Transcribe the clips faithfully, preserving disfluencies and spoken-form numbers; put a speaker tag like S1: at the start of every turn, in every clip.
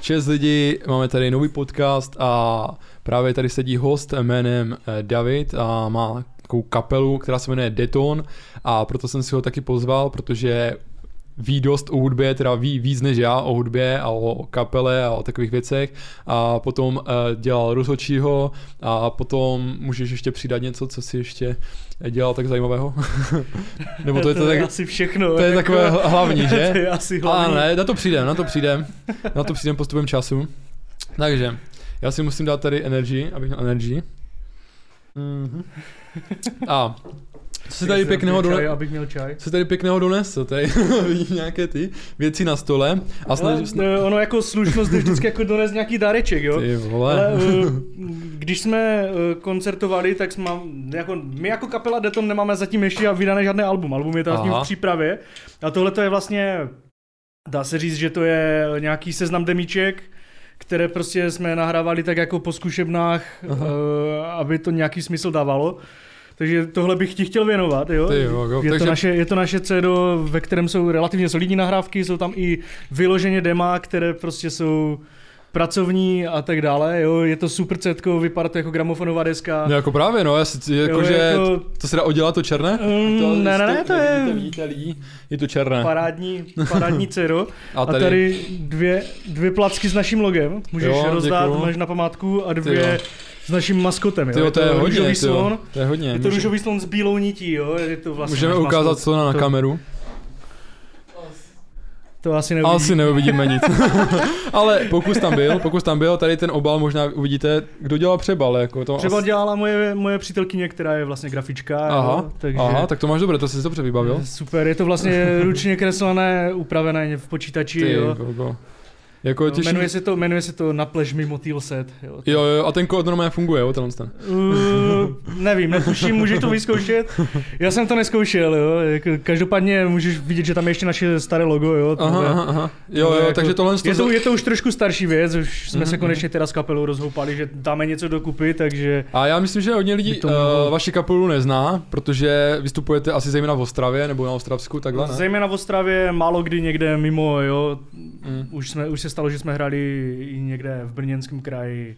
S1: Čes lidi, máme tady nový podcast a právě tady sedí host jménem David a má takovou kapelu, která se jmenuje Deton a proto jsem si ho taky pozval, protože ví dost o hudbě, teda ví víc než já o hudbě a o kapele a o takových věcech a potom uh, dělal rozhodčího a potom můžeš ještě přidat něco, co si ještě dělal tak zajímavého. Nebo to je to, to je tak,
S2: asi všechno.
S1: To je jako, takové hlavní, že?
S2: To je asi hlavní.
S1: A ne, na to přijdem, na to přijdem. Na to přijdem postupem času. Takže, já si musím dát tady energy, abych měl energy. Mm-hmm. A co se tady pěkného
S2: donesl?
S1: donesl?
S2: Abych měl čaj.
S1: Co tady pěkného donesl? Tady vidím nějaké ty věci na stole. A snažím
S2: se... Ono jako slušnost je vždycky jako donést nějaký dáreček, jo?
S1: Ty vole.
S2: Ale když jsme koncertovali, tak jsme, jako, my jako kapela Deton nemáme zatím ještě vydané žádné album. Album je to vlastně v přípravě. A tohle to je vlastně, dá se říct, že to je nějaký seznam demíček, které prostě jsme nahrávali tak jako po zkušebnách, uh, aby to nějaký smysl dávalo. Takže tohle bych ti chtěl věnovat, jo.
S1: Ty, jo, jo.
S2: Je,
S1: Takže...
S2: to naše, je to naše C D, ve kterém jsou relativně solidní nahrávky, jsou tam i vyloženě dema, které prostě jsou pracovní a tak dále, jo. Je to super cetko, vypadá to jako gramofonová deska.
S1: No jako právě, no, jako, jo, že jako... to se dá oddělat to černé?
S2: Mm,
S1: to,
S2: ne, ne, ne, to je...
S1: Vidíte, vidíte lidí, je to černé.
S2: Parádní, parádní C D.
S1: A tady,
S2: a tady dvě, dvě placky s naším logem, můžeš jo, rozdát, děkuju. Máš na památku a dvě s naším maskotem, jo.
S1: Tyjo,
S2: je to,
S1: to je hodně,
S2: růžový slon.
S1: To je hodně.
S2: Je to růžový slon s bílou nití, jo. Je to vlastně
S1: můžeme ukázat maskot. Slona na
S2: to...
S1: kameru.
S2: To asi neuvidíme.
S1: Asi neuvidíme nic. Ale pokus tam byl, pokus tam byl, tady ten obal možná uvidíte, kdo dělal přebal. Jako to
S2: přebal
S1: asi...
S2: dělala moje, moje přítelkyně, která je vlastně grafička.
S1: Aha,
S2: jo, takže...
S1: aha, tak to máš dobré, to jsi dobře vybavil.
S2: Super, je to vlastně ručně kreslené, upravené v počítači.
S1: Ty,
S2: jo.
S1: Go, go. Jako
S2: no,
S1: těším...
S2: jmenuje, se to, jmenuje se to Napleš mi motýl set. Jo,
S1: jo, jo, a ten kód normálně funguje, jo, tenhle ten.
S2: Uh, nevím, netuším, můžeš to vyzkoušet. Já jsem to neskoušel, jo. Každopádně můžeš vidět, že tam je ještě naše staré logo, jo.
S1: Aha, aha, aha. Jo, jo, jako, takže tohle...
S2: Je to, je to už trošku starší věc, už jsme
S1: mm-hmm.
S2: se konečně teda s kapelou rozhoupali, že dáme něco dokupy, takže...
S1: A já myslím, že hodně lidí uh, vaši kapelu nezná, protože vystupujete asi zejména v Ostravě, nebo na Ostravsku, takhle, ne?
S2: Zejména v Ostravě, málo kdy někde mimo, jo. Mm. Už jsme, už se stalo, že jsme hrali i někde v Brněnském kraji,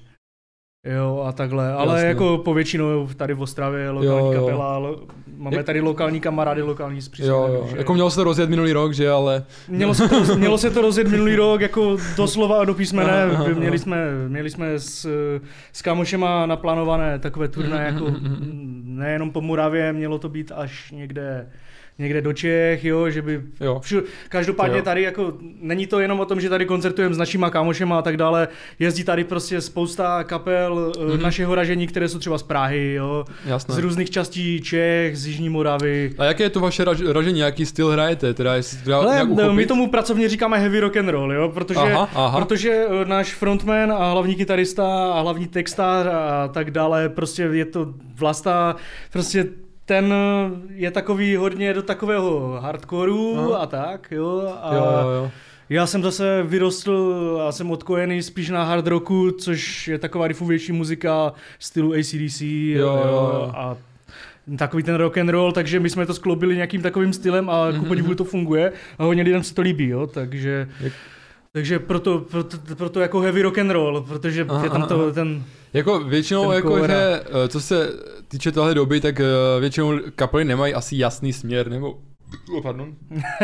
S2: jo, a takhle, ale jasně. Jako povětšinou tady v Ostravě lokální jo, jo. kapela, lo, máme je... tady lokální kamarády, lokální zpřízněné.
S1: Jo, jo, jako mělo se to rozjet minulý rok, že, ale...
S2: Mělo se to, mělo se to rozjet minulý rok, jako doslova a do písmene, aha, aha, měli jsme, měli jsme s, s kámošema naplánované takové turné, jako nejenom po Moravě, mělo to být až někde... někde do Čech, jo, že by všude, každopádně jo. Tady jako není to jenom o tom, že tady koncertujeme s našima kámošema a tak dále, jezdí tady prostě spousta kapel mm-hmm. našeho ražení, které jsou třeba z Prahy, jo, jasné. Z různých částí Čech, z Jižní Moravy.
S1: A jaké je to vaše raž, ražení, jaký styl hrajete, teda jestli
S2: Ale, my tomu pracovně říkáme heavy rock and roll, jo, protože, aha, aha. protože náš frontman a hlavní kytarista a hlavní textář a tak dále, prostě je to Vlasta, prostě ten je takový hodně do takového hardcoreu no. a tak, jo. A
S1: jo, jo.
S2: Já jsem zase vyrostl a jsem odkojený spíš na hard rocku, což je taková rifovější muzika stylu A C D C jo, jo. a takový ten rock and roll, takže my jsme to skloubili nějakým takovým stylem a mm-hmm. ku podivu to funguje a hodně lidem se to líbí, jo, takže... Jak... Takže proto, proto, proto jako heavy rock and roll, protože aha, je tam to, aha. ten...
S1: Jako většinou, jako, že, co se týče téhle doby, tak většinou kapely nemají asi jasný směr, nebo... Oh, pardon.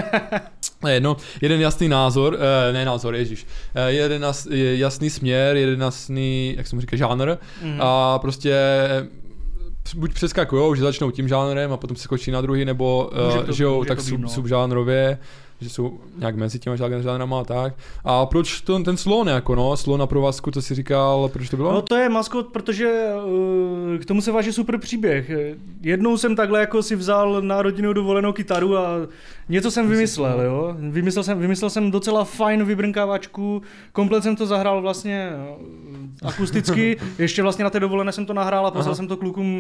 S1: Jedno, jeden jasný názor, ne názor, ježiš, jeden jasný směr, jeden jasný, jak se mu říká, žánr mm. a prostě... buď přeskakujou, že začnou tím žánrem a potom se skočí na druhý, nebo uh, žijou tak sub, no. subžánrově, že jsou nějak mezi těma žánrama a tak. A proč to, ten slon jako no, slon na provázku, to si říkal, proč to bylo?
S2: No to je maskot, protože uh, k tomu se váže super příběh. Jednou jsem takhle jako si vzal na rodinnou dovolenou kytaru a něco jsem vymyslel, jo. Vymyslel jsem, vymyslel jsem docela fajn vybrnkávačku, komplet jsem to zahrál vlastně akusticky, ještě vlastně na té dovolené jsem to nahrál a poslal Aha. jsem to klukům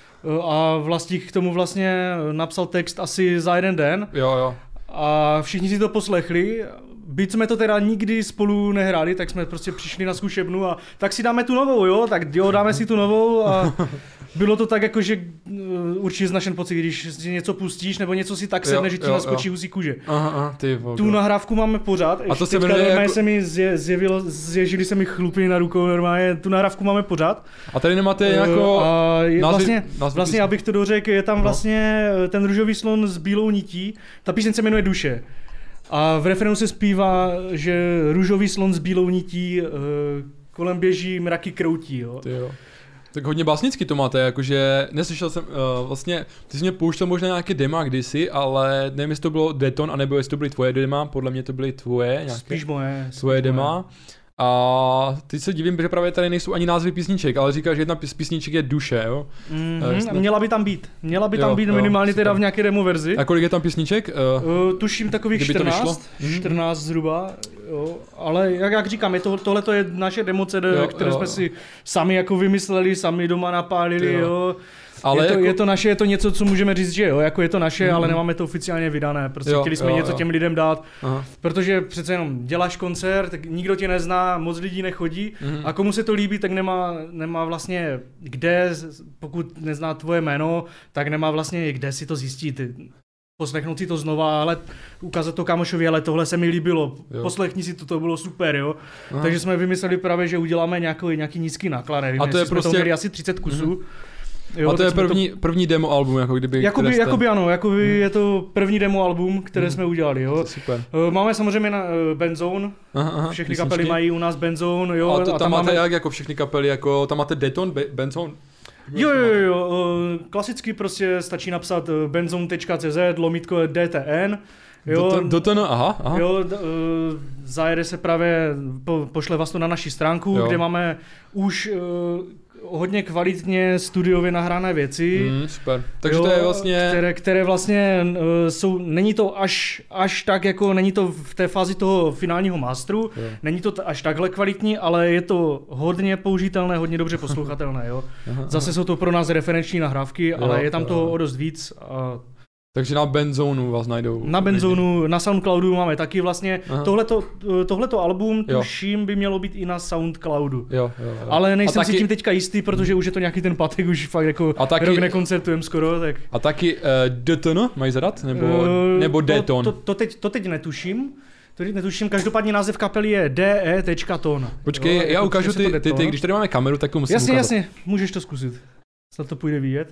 S2: a Vlastík k tomu vlastně napsal text asi za jeden den.
S1: Jo, jo.
S2: A všichni si to poslechli, byť jsme to teda nikdy spolu nehráli, tak jsme prostě přišli na zkušebnu a tak si dáme tu novou, jo, tak jo, dáme si tu novou a bylo to tak jako, že uh, určitě znáš ten pocit, když si něco pustíš nebo něco si tak sedne, že ti naskočí husí kůže.
S1: Aha, aha, ty vogo.
S2: Tu nahrávku máme pořád.
S1: A to se
S2: teďka
S1: jmenuje jako...
S2: se mi zje, zjevilo, zježili se mi chlupy na rukou, normálně tu nahrávku máme pořád.
S1: A tady nemáte jako...
S2: A je,
S1: názvy,
S2: vlastně,
S1: názvy
S2: vlastně abych to dořekl, je tam vlastně no. ten růžový slon s bílou nití, ta píseň se jmenuje Duše. A v refrénu se zpívá, že růžový slon s bílou nití uh, kolem běží, mraky kroutí, jo.
S1: Ty jo. Tak hodně básnicky to máte, jakože neslyšel jsem, uh, vlastně, ty jsi mě pouštěl možná nějaké dema kdysi, ale nevím, jestli to bylo Deton, anebo jestli to byly tvoje dema, podle mě to byly tvoje nějaké.
S2: Spíš moje.
S1: Tvoje dema. A teď se divím, že právě tady nejsou ani názvy písniček, ale říkáš, že jedna z písniček je Duše, jo?
S2: Mm-hmm, uh, měla by tam být, měla by
S1: jo,
S2: tam být
S1: jo,
S2: minimálně
S1: super.
S2: teda v nějaké demo verzi.
S1: A kolik je tam písniček? Uh,
S2: uh, tuším takových čtrnáct, čtrnáct zhruba, jo, ale jak, jak říkám, je to, tohle je naše demo C D, jo, které jo, jsme jo. si sami jako vymysleli, sami doma napálili, jo. jo. Ale je, to, jako... je to naše, je to něco, co můžeme říct, že jo, jako je to naše, mm-hmm. ale nemáme to oficiálně vydané, prostě jo, chtěli jsme jo, něco jo. těm lidem dát, aha. protože přece jenom děláš koncert, tak nikdo tě nezná, moc lidí nechodí mm-hmm. a komu se to líbí, tak nemá, nemá vlastně kde, pokud nezná tvoje jméno, tak nemá vlastně kde si to zjistit. Poslechnout si to znova, ale ukázat to kámošovi, ale tohle se mi líbilo, jo. poslechni si to, to bylo super, jo. Aha. Takže jsme vymysleli právě, že uděláme nějaký, nějaký nízký náklad, nevím, a to je prostě... jsme to měli asi třicet kusů. Mm-hmm. Jo,
S1: a to je první, to... první demo album, jako kdyby...
S2: Jakoby, jste... jakoby ano, jakoby hmm. je to první demo album, které hmm. jsme udělali, jo.
S1: Super.
S2: Máme samozřejmě na uh, Benzone, aha, aha, všechny písničky. Kapely mají u nás Benzone, jo.
S1: A to
S2: a
S1: tam, tam máte máme... jak, jako všechny kapely, jako tam máte Deton, Be- Benzone?
S2: Jo, jo, jo, uh, klasicky prostě stačí napsat uh, benzone tečka cé zet, lomítko D T N.
S1: Jo, do to, no, aha, aha.
S2: Jo, uh, zajede se právě, po, pošle vás to na naši stránku, jo. kde máme už uh, hodně kvalitně studiově nahrané věci.
S1: Mm, super. Takže jo, to je vlastně...
S2: Které, které vlastně uh, jsou, není to až, až tak jako, není to v té fázi toho finálního masteru, jo. není to t- až takhle kvalitní, ale je to hodně použitelné, hodně dobře poslouchatelné, jo. Aha, Zase aha. jsou to pro nás referenční nahrávky, jo, ale je tam jo. toho o dost víc a
S1: takže na Benzonu vás najdou.
S2: Na Benzonu, na Soundcloudu máme taky vlastně. Tohleto, tohleto album, tuším, by mělo být i na Soundcloudu.
S1: Jo, jo, jo.
S2: Ale nejsem taky... si tím teďka jistý, protože už je to nějaký ten patek, už fakt jako taky... rok nekoncertujeme skoro. Tak...
S1: A taky uh, Deton mají zadat? Nebo, uh, nebo Deton?
S2: To, to, to, teď, to teď netuším. To teď netuším, každopádně název kapely je D E tečka ton.
S1: Počkej, jo, já jako ukážu ty, ty, ty, když tady máme kameru, tak to musím
S2: jasně,
S1: ukázat.
S2: Jasně, můžeš to zkusit. Snad to půjde vidět.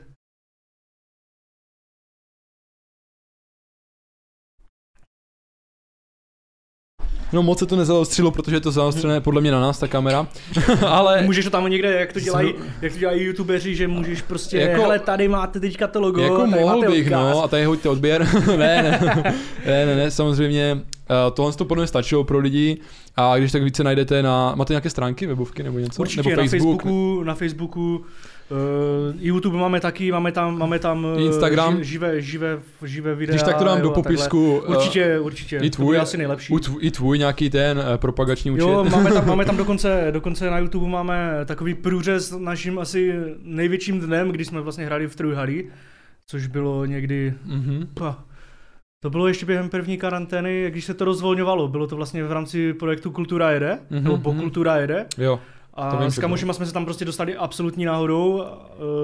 S1: No moc se to nezaostřilo, protože je to zaostřené podle mě na nás, ta kamera, ale...
S2: Můžeš to tam někde, jak to dělají, jak to dělají youtubeři, že můžeš prostě, jako, hele, tady máte teďka to logo,
S1: jako
S2: tady
S1: mohl
S2: máte
S1: bych,
S2: odkaz.
S1: no, a tady hoďte odběr, ne, ne, ne, ne, ne, samozřejmě, uh, tohle to podle mě stačilo pro lidi, a když tak více najdete na, máte nějaké stránky, webovky nebo něco?
S2: Určitě,
S1: nebo
S2: na
S1: Facebook?
S2: Facebooku, na Facebooku, Uh, YouTube máme taky, máme tam, máme tam
S1: Instagram,
S2: ži, živé, živé, živé videa.
S1: Když tak to dám do popisku.
S2: Určitě, určitě.
S1: I tvůj,
S2: to asi nejlepší.
S1: Tvůj, I tvůj nějaký ten uh, propagační účet.
S2: Jo, máme tam, máme tam dokonce, dokonce na YouTube máme takový průřez naším asi největším dnem, kdy jsme vlastně hráli v Trojhary, což bylo někdy... Mm-hmm. Pa, to bylo ještě během první karantény, když se to rozvolňovalo. Bylo to vlastně v rámci projektu Kultura jede, mm-hmm, nebo po Kultura jede.
S1: Jo.
S2: A vím, s kamošima jsme se tam prostě dostali absolutní náhodou. Uh,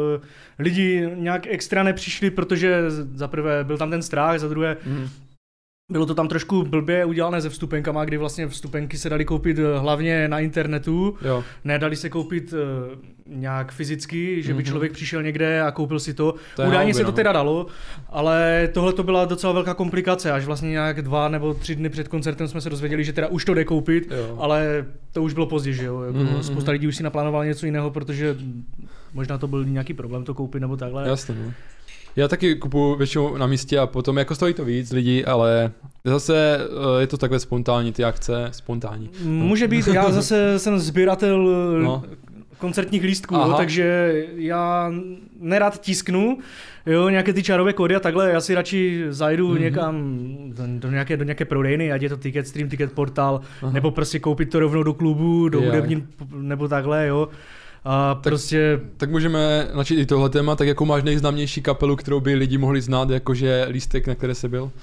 S2: lidi nějak extra nepřišli, protože za prvé byl tam ten strach, za druhé mm. bylo to tam trošku blbě udělané se vstupenkama, kdy vlastně vstupenky se dali koupit hlavně na internetu. Jo. Nedali se koupit uh, nějak fyzicky, že by mm-hmm. člověk přišel někde a koupil si to. to Údajně se to teda dalo, ale tohle to byla docela velká komplikace. Až vlastně nějak dva nebo tři dny před koncertem jsme se dozvěděli, že teda už to jde koupit, jo. ale to už bylo pozdě, že jo. Jako mm-hmm. Spousta lidí už si naplánoval něco jiného, protože možná to byl nějaký problém to koupit nebo takhle.
S1: Jasně. No. Já taky kupuju většinou na místě a potom jako stojí to víc lidí, ale zase je to takhle spontánní, ty akce, spontánní.
S2: Může být, já zase jsem sběratel no. koncertních lístků, jo, takže já nerad tisknu, jo, nějaké ty čarové kódy a takhle, já si radši zajdu mm-hmm. někam do nějaké, do nějaké prodejny, ať je to Ticketstream, Ticketportal, aha. nebo prostě koupit to rovnou do klubu, do hudební, nebo takhle, jo. A tak, prostě...
S1: tak můžeme načít i tohle téma, tak jako máš nejznámější kapelu, kterou by lidi mohli znát, jakože lístek, na které jsi byl?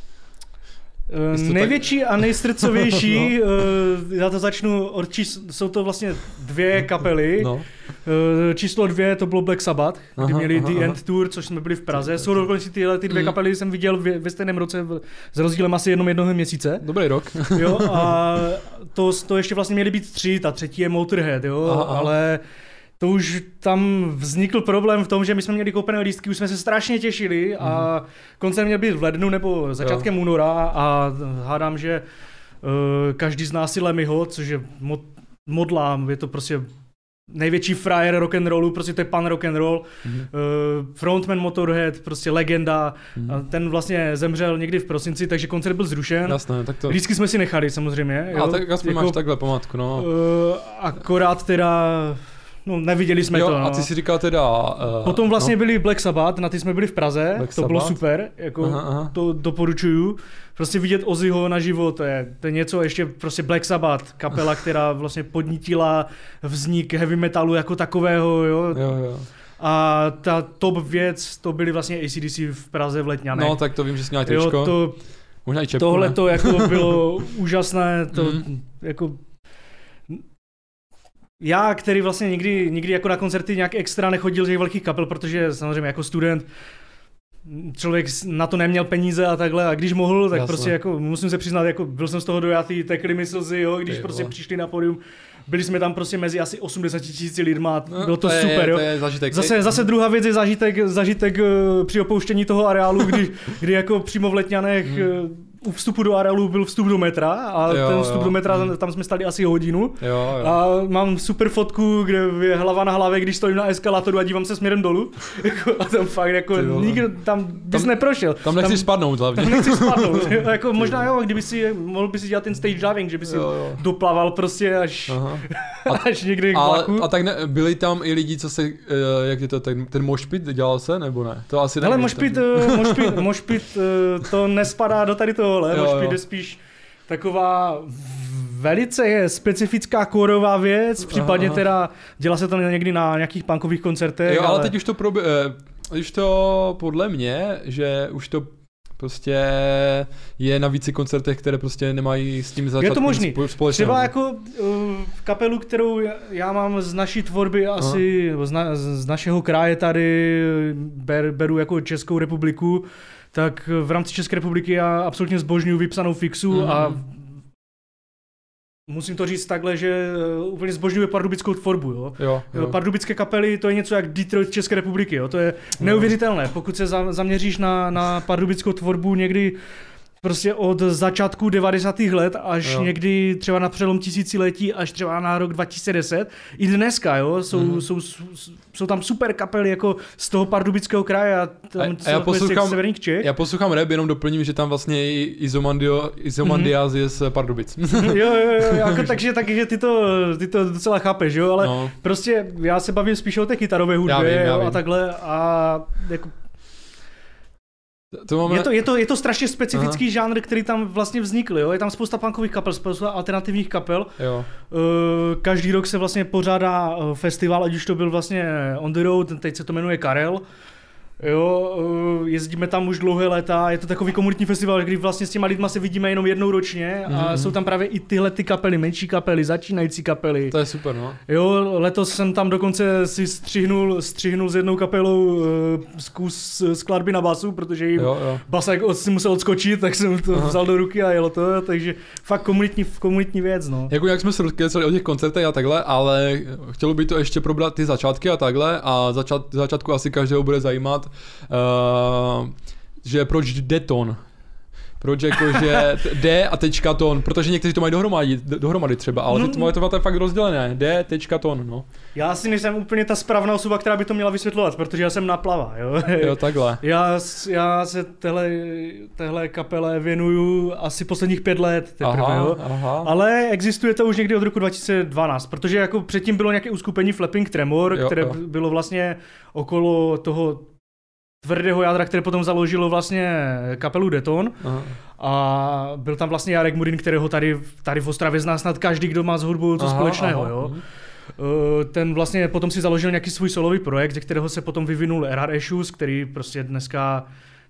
S2: Uh, největší tak... a nejsrdcovější, no. uh, já to začnu, orčí, jsou to vlastně dvě kapely. No. číslo dvě to bylo Black Sabbath, kdy
S1: aha,
S2: měli
S1: aha,
S2: The
S1: aha.
S2: End Tour, což jsme byli v Praze. Jsou dokonce tyhle ty dvě
S1: Mm.
S2: kapely jsem viděl ve, ve stejném roce v, s rozdílem asi jenom jednoho měsíce.
S1: Dobrý rok.
S2: Jo, a to, to ještě vlastně měly být tři, ta třetí je Motorhead, jo,
S1: Aha, aha.
S2: ale to už tam vznikl problém v tom, že my jsme měli koupené lístky, už jsme se strašně těšili a koncert měl být v lednu nebo začátkem jo. února a hádám, že uh, každý z nás si Lemmyho, což je mod, modlám, je to prostě největší frajer rock'n'rollu, prostě to je pan rock'n'roll, mm-hmm. uh, frontman Motorhead, prostě legenda, mm-hmm. a ten vlastně zemřel někdy v prosinci, takže koncert byl zrušen.
S1: Jasné, tak to...
S2: Lístky jsme si nechali samozřejmě.
S1: A
S2: jo?
S1: tak aspoň jako, máš takhle památku, no.
S2: Uh, akorát teda, no neviděli jsme
S1: jo,
S2: to. No.
S1: A ty si říkal teda... Uh,
S2: Potom vlastně
S1: no.
S2: byli Black Sabbath, na ty jsme byli v Praze,
S1: Black
S2: to bylo
S1: Sabbath.
S2: super, jako
S1: Aha, aha.
S2: to doporučuju. Prostě vidět Ozzyho naživo, to je, to je něco ještě prostě Black Sabbath, kapela, která vlastně podnítila vznik heavy metalu jako takového, jo.
S1: Jo, jo.
S2: A ta top věc, to byly vlastně A C D C v Praze v Letňanech.
S1: No, tak to vím, že jsi měl tričko.
S2: Jo, to,
S1: možná i čepku,
S2: tohle
S1: ne?
S2: to jako bylo úžasné, to
S1: Mm.
S2: jako... Já, který vlastně nikdy, nikdy jako na koncerty nějak extra nechodil z těch velkých kapel, protože samozřejmě jako student člověk na to neměl peníze a takhle a když mohl, tak
S1: Jasne.
S2: prostě jako musím se přiznat, jako byl jsem z toho dojatý, tekly mi slzy, jo, když
S1: Ty
S2: prostě
S1: vole.
S2: přišli na pódium. Byli jsme tam prostě mezi asi osmdesáti tisíci lidma,
S1: No,
S2: bylo to,
S1: to je,
S2: super, jo.
S1: To je zažitek.
S2: Zase, zase druhá věc je zažitek, zažitek uh, při opouštění toho areálu, kdy, kdy jako přímo v Letňanech uh, u vstupu do areálu byl vstup do metra a
S1: Jo,
S2: ten vstup
S1: jo.
S2: do metra,
S1: Hmm.
S2: tam jsme stali asi hodinu.
S1: Jo, jo.
S2: A mám super fotku, kde je hlava na hlavě, když stojím na eskalátoru a dívám se směrem dolů. Jako, a tam fakt jako
S1: Ty vole.
S2: nikdo tam bys
S1: Tam-
S2: neprošel.
S1: Tam nechci spadnout hlavně.
S2: Tam nechci spadnout. jako možná jo, kdyby si, mohl by si dělat ten stage diving, že by si
S1: Jo, jo.
S2: doplaval prostě až,
S1: Aha.
S2: až někdy k
S1: Ale,
S2: vlaku.
S1: a tak ne, byli tam i lidi, co se, uh, jak je to, ten, ten mošpit dělal se, nebo ne? To asi
S2: Hele,
S1: nevím,
S2: mošpit,
S1: tak-
S2: eh, mošpit, mošpit eh, to nespadá do tady tohohle,
S1: Jo,
S2: mošpit
S1: jo.
S2: je spíš taková velice je specifická kórová věc, případně
S1: aha.
S2: teda dělá se to někdy na nějakých punkových koncertech.
S1: Jo, ale teď už to probě... eh, už to podle mě, že už to prostě je na více koncertech, které prostě nemají s tím začátkem
S2: Je to možný.
S1: spo- společného.
S2: Třeba jako uh, kapelu, kterou já- já mám z naší tvorby asi, z, na, z našeho kraje tady, ber, beru jako Českou republiku, tak v rámci České republiky já absolutně zbožňuju Vypsanou fixu
S1: Mhm.
S2: a musím to říct takhle, že uh, úplně zbožňuju pardubickou tvorbu, jo.
S1: Jo,
S2: Jo.
S1: jo.
S2: Pardubické kapely, to je něco jak Detroit České republiky, jo. To je neuvěřitelné. Pokud se za, zaměříš na, na pardubickou tvorbu někdy prostě od začátku devadesátých let až
S1: Jo.
S2: někdy třeba na přelom tisíciletí až třeba na rok dva tisíce deset. I dneska, jo, jsou,
S1: Mhm.
S2: jsou, jsou tam super kapely jako z toho pardubického kraje a tam
S1: A- a já
S2: z těch
S1: poslouchám-
S2: severních Čech.
S1: Já poslouchám rap, jenom doplním, že tam vlastně i Izomandio, Izomandias je z Pardubic.
S2: jo, jo, jo, jako, takže, takže ty, to, ty to docela chápeš, jo, ale
S1: No.
S2: prostě já se bavím spíš o té kytarové hudbě
S1: Já vím, já
S2: jo,
S1: vím.
S2: a takhle a jako
S1: To máme...
S2: Je to, je, to, je to strašně specifický Aha. žánr, který tam vlastně vznikl, jo? Je tam spousta punkových kapel, spousta alternativních kapel.
S1: Jo.
S2: Uh, každý rok se vlastně pořádá uh, festival, ať už to byl vlastně On the Road, teď se to jmenuje Karel. Jo, uh, jezdíme tam už dlouhé léta, je to takový komunitní festival, kdy vlastně s těma lidma se vidíme jenom jednou ročně a
S1: Mhm.
S2: jsou tam právě i tyhle ty kapely, menší kapely, začínající kapely.
S1: To je super, no.
S2: Jo, letos jsem tam dokonce si střihnul, střihnul s jednou kapelou uh, zkus skladby na basu, protože jim
S1: Jo, jo.
S2: basák od- si musel odskočit, tak jsem to
S1: Aha.
S2: vzal do ruky a jelo to, takže fakt komunitní, komunitní věc, no.
S1: Jako jak jsme se rozkecali o těch koncertech a takhle, ale chtělo by to ještě probrat ty začátky a takhle a začát, začátku asi každého bude zajímat, uh, že proč Deton. Proč jakože D a tečka ton, protože někteří to mají dohromady, dohromady třeba, ale teď to máte to fakt rozdělené, D tečka ton, no.
S2: Já si nejsem úplně ta správná osoba, která by to měla vysvětlovat, protože já jsem naplava, jo.
S1: Jo, takhle.
S2: Já, s- já se téhle, téhle kapele věnuju asi posledních pět let teprve,
S1: Aha,
S2: jo.
S1: aha.
S2: Ale existuje to už někdy od roku dva tisíce dvanáct, protože jako předtím bylo nějaké uskupení Flapping Tremor,
S1: Jo,
S2: které
S1: jo.
S2: bylo vlastně okolo toho tvrdého jádra, které potom založilo vlastně kapelu Deton.
S1: Aha.
S2: A byl tam vlastně Jarek Murin, kterého tady, tady v Ostravě zná snad každý, kdo má s hudbou co
S1: Aha,
S2: společného,
S1: aha,
S2: jo.
S1: mhm.
S2: Uh, Ten vlastně potom si založil nějaký svůj solový projekt, ze kterého se potom vyvinul R R Issues, který prostě dneska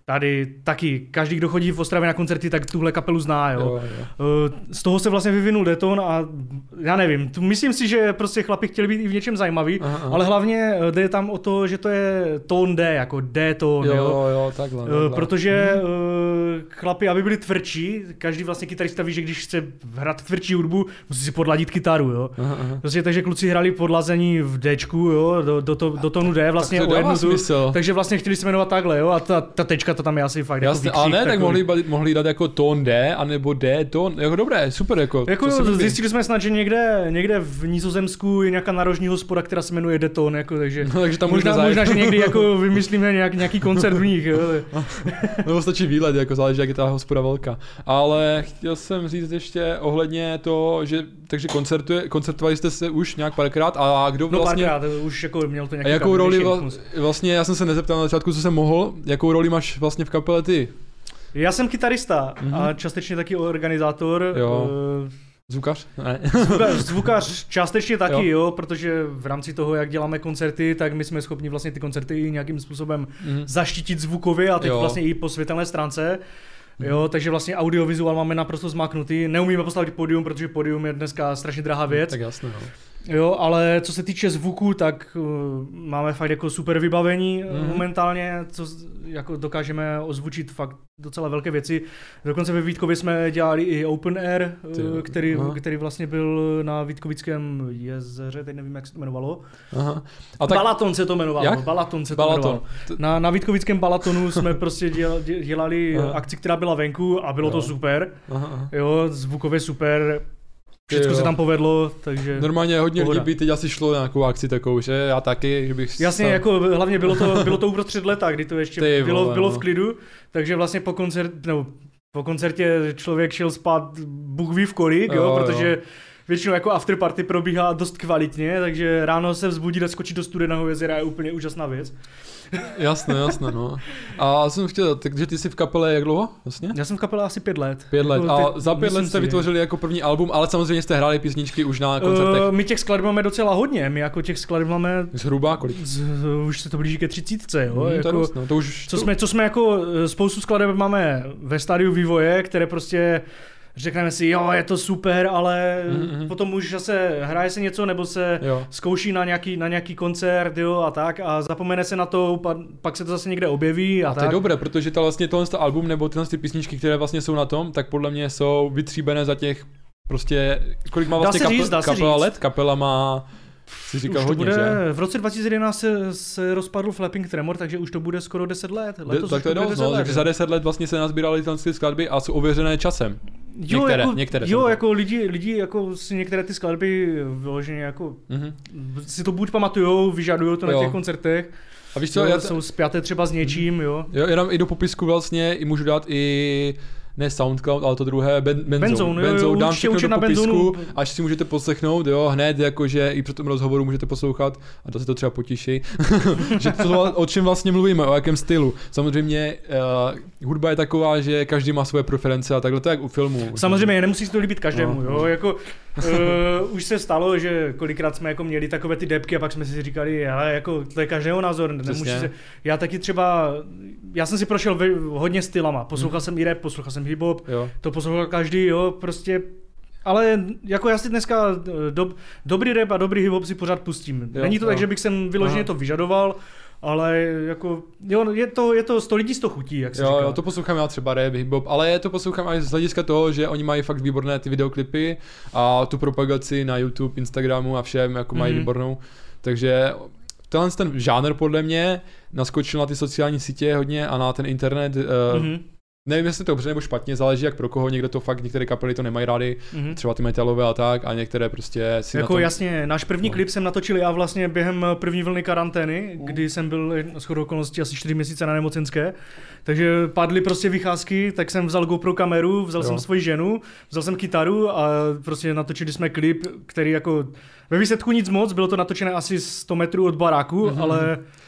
S2: tady taky, každý, kdo chodí v Ostravě na koncerty, tak tuhle kapelu zná, jo.
S1: Jo, jo.
S2: Z toho se vlastně vyvinul Deton a já nevím, myslím si, že prostě chlapi chtěli být i v něčem zajímavý, aha, aha. ale hlavně jde tam o to, že to je tón D, jako D-tón, jo.
S1: Jo, jo, takhle, takhle.
S2: Protože hmm. chlapi, aby byli tvrdší, každý vlastně kytarista ví, že když chce hrát tvrdší hudbu, musí si podladit kytaru, jo. Aha, aha. Prostě, takže kluci hrali podlazení v Dčku, jo, do, do, to, do tónu D vlastně o jednu tu, takže vlastně chtěli se jmenovat takhle, jo, a ta, ta tečka to tam je asi fakt
S1: jasně,
S2: jako
S1: ale ne,
S2: takový.
S1: tak mohli, mohli dát jako tón D, anebo D tón, jako dobré, super, jako.
S2: Jako zjistili jsme snad, že někde, někde v Nizozemsku je nějaká národní hospoda, která se jmenuje Deton, jako, takže,
S1: no, takže tam
S2: možná, možná, že někdy jako vymyslíme nějak, nějaký koncert v nich, jo.
S1: Nebo stačí výlet, jako záleží, jak je ta hospoda velká. Ale chtěl jsem říct ještě ohledně to, že takže koncertuje, koncertovali jste se už nějak párkrát a kdo vlastně...
S2: No párkrát, už jako měl to nějaký...
S1: A jakou roli vlastně, já jsem se nezeptal na začátku, co jsem mohl, jakou roli máš vlastně v kapele ty?
S2: Já jsem kytarista mm-hmm. a částečně taky organizátor.
S1: Jo. Uh, Zvukař? Ne.
S2: Zvukař, zvukař částečně taky, jo. jo, protože v rámci toho, jak děláme koncerty, tak my jsme schopni vlastně ty koncerty nějakým způsobem mm-hmm. zaštítit zvukově a teď jo. vlastně i po světelné stránce. Jo, takže vlastně audiovizuál máme naprosto zmáknutý. Neumíme postavit pódium, protože pódium je dneska strašně drahá věc.
S1: Tak jasně, no.
S2: Jo, ale co se týče zvuku, tak uh, máme fakt jako super vybavení mm-hmm. momentálně, co jako dokážeme ozvučit fakt docela velké věci. Dokonce ve Vítkově jsme dělali i Open Air, Ty, který, který vlastně byl na Vítkovickém jezeře, teď nevím, jak se to jmenovalo. Aha. A tak... Balaton se to jmenovalo. Jak? Balaton se to
S1: Balaton.
S2: jmenovalo. Na, na Vítkovickém Balatonu jsme prostě dělali, dělali akci, která byla venku a bylo jo. to super. Aha. Jo, zvukově super. Všechno se tam povedlo, takže...
S1: Normálně hodně pohoda. Lidí by teď asi šlo na nějakou akci takovou, že já taky, že bych...
S2: Jasně, tam... jako hlavně bylo to, bylo to uprostřed leta, kdy to ještě Ty bylo, vole, bylo v klidu, takže vlastně po koncert, no, po koncertě člověk šel spát Bůh ví v kolik, jo, jo, protože jo. většinou jako afterparty probíhá dost kvalitně, takže ráno se vzbudit a skočit do studeného jezera je úplně úžasná věc.
S1: Jasné, jasné, no. A jsem chtěl, takže ty jsi v kapele jak dlouho vlastně?
S2: Já jsem v kapele asi pět let.
S1: Pět let. A za pět let jste vytvořili jako první album, ale samozřejmě jste hráli písničky už na koncertech. Uh,
S2: my těch skladeb máme docela hodně, my jako těch skladeb máme...
S1: Zhruba kolik?
S2: Z, už se to blíží ke třicítce, jo. Hmm, jako,
S1: to, dost, no, to už...
S2: Co, to... Jsme, co jsme jako, spoustu skladeb máme ve stádiu vývoje, které prostě... Řekneme si, jo, je to super, ale mm-hmm. potom už zase hraje se něco, nebo se jo. zkouší na nějaký, na nějaký koncert, jo, a tak, a zapomene se na to, pa, pak se to zase někde objeví a, a tak.
S1: To je dobré, protože to vlastně tohle album, nebo tyhle ty písničky, které vlastně jsou na tom, tak podle mě jsou vytříbené za těch, prostě, kolik má vlastně
S2: kapel,
S1: říct, kapela let? Kapela má... Si říkal hodně,
S2: bude,
S1: že?
S2: V roce dva tisíce jedenáct se, se rozpadl Flapping Tremor, takže už to bude skoro deset let. Letos
S1: De, tak to je dost, no, takže za deset let vlastně se nazbírali ty skladby a jsou ověřené časem.
S2: Jo,
S1: některé,
S2: jako,
S1: některé
S2: jo jako lidi, lidi jako si některé ty skladby vyloženě jako mm-hmm. si to buď pamatujou, vyžadujou to jo. na těch koncertech. A víš co, jo, já t... jsou spjaté třeba s něčím, jo.
S1: Jo, já dám i do popisku vlastně, i můžu dát i ne SoundCloud, ale to druhé, ben, Benzone.
S2: Benzone, jo,
S1: Benzone,
S2: jo,
S1: dám
S2: určitě,
S1: všechno do popisku,
S2: Benzonu.
S1: až si můžete poslechnout, jo, hned, jakože i při tom rozhovoru můžete poslouchat, a to se to třeba potěší, že to, o čem vlastně mluvíme, o jakém stylu. Samozřejmě uh, hudba je taková, že každý má svoje preference a takhle to jak u filmu.
S2: Samozřejmě, nemusí se to líbit každému,
S1: no,
S2: jo,
S1: no.
S2: jako uh, už se stalo, že kolikrát jsme jako měli takové ty debky a pak jsme si říkali, ale jako to je každého názor, nemusí se, já taky třeba, já jsem si prošel ve, hodně stylama, poslouchal hmm. jsem i rap, poslouchal jsem hip-hop, jo. To poslouchal každý, jo, prostě, ale jako já si dneska do, dobrý rap a dobrý hip-hop si pořád pustím. Jo, Není to jo. tak, že bych sem vyloženě Aha. to vyžadoval, ale jako, jo, je to, je to sto lidí sto chutí, jak se
S1: jo,
S2: říká.
S1: Jo, to poslouchám já třeba rap, hip-hop, ale je to poslouchám i z hlediska toho, že oni mají fakt výborné ty videoklipy a tu propagaci na YouTube, Instagramu a všem jako mají mm-hmm. výbornou, takže tenhle ten žánr podle mě naskočil na ty sociální sítě hodně a na ten internet. Mm-hmm. Nevím, jestli to dobře nebo špatně, záleží jak pro koho, někdo to fakt, některé kapely to nemají rády, mm-hmm. třeba ty metalové a tak, a některé prostě si
S2: jako
S1: na tom...
S2: jasně, náš první no. klip jsem natočil já vlastně během první vlny karantény, uh. kdy jsem byl shodou okolností asi čtyři měsíce na nemocenské, takže padly prostě vycházky, tak jsem vzal GoPro kameru, vzal jo. jsem svoji ženu, vzal jsem kytaru a prostě natočili jsme klip, který jako ve výsledku nic moc, bylo to natočené asi sto metrů od baráku, mm-hmm. ale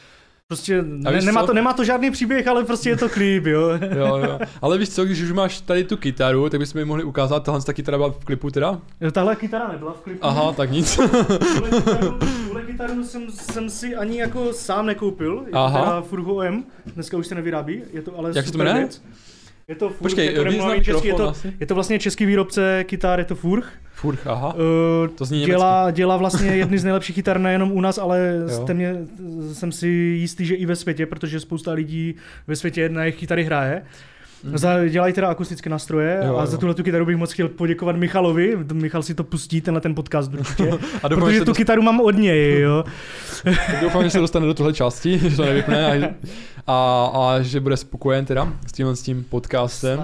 S2: Prostě ne, nemá, to, nemá to žádný příběh, ale prostě je to klip, jo.
S1: jo, jo. Ale víš co, když už máš tady tu kytaru, tak bychom mi mohli ukázat, tahle ta kytara byla v klipu teda?
S2: Jo, tahle kytara nebyla v klipu.
S1: Aha, tak nic.
S2: Tuhle kytaru, tuhle kytaru jsem, jsem si ani jako sám nekoupil, je to teda Furgo O M, dneska už se nevyrábí, je to ale
S1: jak
S2: super
S1: to
S2: věc. Je to Furch,
S1: Počkej,
S2: je, to český, je, to, je to vlastně český výrobce kytar, je to Furch.
S1: Furch, aha.
S2: Uh, to zní dělá, dělá vlastně jedny z nejlepších kytar nejenom u nás, ale mě, jsem si jistý, že i ve světě, protože spousta lidí ve světě na jejich kytary hraje. Mm. Za, dělají teda akustické nástroje jo, a za tuhle tu kytaru bych moc chtěl poděkovat Michalovi. Michal si to pustí, tenhle ten podcast určitě. A doufám, protože tu dost... kytaru mám od něj, jo.
S1: Tak doufám, že se dostane do tohle části, že to nevypne a, a, a že bude spokojen teda s tím, s tím podcastem.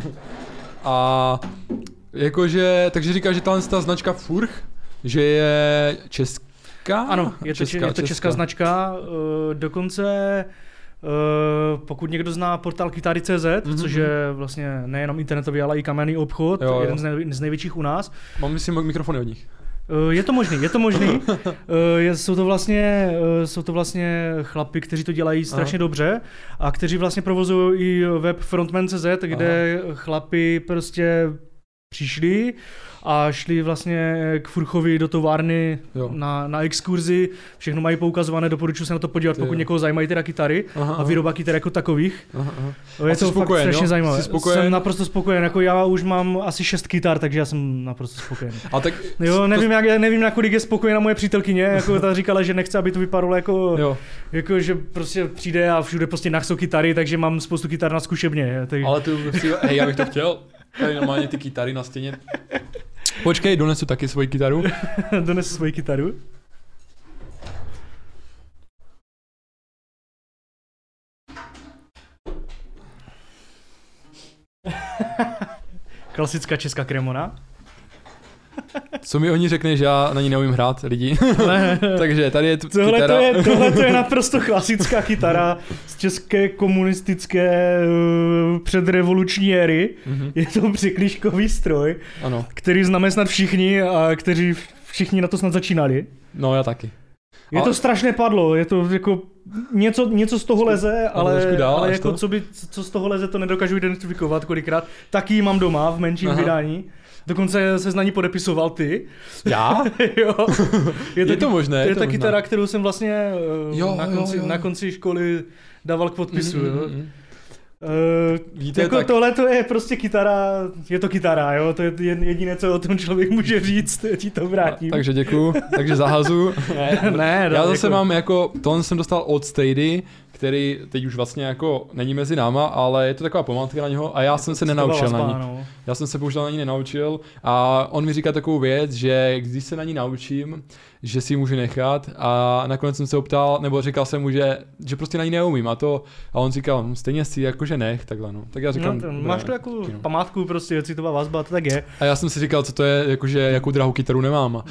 S1: A jakože, takže říkáš, že tahle ta značka Furch, že je česká?
S2: Ano, je to česká, je to česká, česká značka, uh, dokonce Uh, pokud někdo zná portál kytary tečka cé zet, mm-hmm. což je vlastně nejenom internetový, ale i kamenný obchod, jo, jeden jo. Z, nej, z největších u nás.
S1: Mám myslím mikrofony od nich.
S2: Uh, je to možný, je to možný. uh, je, jsou, to vlastně, uh, jsou to vlastně chlapi, kteří to dělají strašně Aha. dobře a kteří vlastně provozují i web frontman tečka cé zet, kde Aha. chlapi prostě přišli a šli vlastně k Furchovi do továrny na, na exkurzi, všechno mají poukazované, doporučuji se na to podívat, pokud někoho zajímají teda kytary aha, a výroba kytar jako takových. Aha, aha. Je to spokojen, fakt strašně jo? zajímavé. Jsem naprosto spokojen, jako já už mám asi šest kytar, takže já jsem naprosto spokojen. A tak jo, nevím, to... jak, nevím, na kolik je spokojená moje přítelkyně, jako ta říkala, že nechce, aby to vypadalo jako, jako že prostě přijde a všude prostě nachsou kytary, takže mám spoustu kytar na zkušebně. Tak...
S1: Ale ty prostě, hej, já bych to chtěl. Tady normálně ty kytary na stěně. Počkej, donesu taky svoji kytaru.
S2: Donesu svoji kytaru. Klasická česká Cremona.
S1: Co mi o ní řekne, že já na ní neumím hrát, lidi. Takže tady je tu
S2: tohle
S1: kytara.
S2: To je, tohle to je naprosto klasická kytara z české komunistické uh, předrevoluční éry. Mm-hmm. Je to překlíškový stroj, ano. který známe snad všichni a kteří všichni na to snad začínali.
S1: No, já taky.
S2: Je ale... to strašně padlo, je to jako něco, něco z toho leze, ale, dál, ale jako to? Co, by, co z toho leze, to nedokážu identifikovat kolikrát. Taky ji mám doma v menším Aha. vydání. Dokonce se na ní podepisoval ty.
S1: Já?
S2: Jo. Je to,
S1: je to možné.
S2: To je,
S1: je to
S2: ta
S1: možná.
S2: kytara, kterou jsem vlastně
S1: jo,
S2: na, konci, jo, jo. na konci školy dával k podpisu. Mm, jo. Mm, Uh, Víte, jako tak... tohle to je prostě kytara, je to kytara, jo, to je jediné, co o tom člověk může říct, ti to vrátím.
S1: A, takže děkuju, takže zahazu.
S2: ne, ne,
S1: Já zase
S2: jako...
S1: mám jako, tohle jsem dostal od Stady, který teď už vlastně jako není mezi náma, ale je to taková památka na něho a já jsem se nenaučil vazba, na ní. No. Já jsem se bohužel na ní nenaučil a on mi říká takovou věc, že když se na ní naučím, že si ji můžu nechat a nakonec jsem se optal, nebo říkal jsem mu, že, že prostě na ní neumím a to a on říkal, no, stejně si jakože nech, takhle no. Tak já říkám,
S2: no, to, máš to jako no. památku prostě, citová vazba, to tak je.
S1: A já jsem si říkal, co to je, jakože jakou drahou kytaru nemám.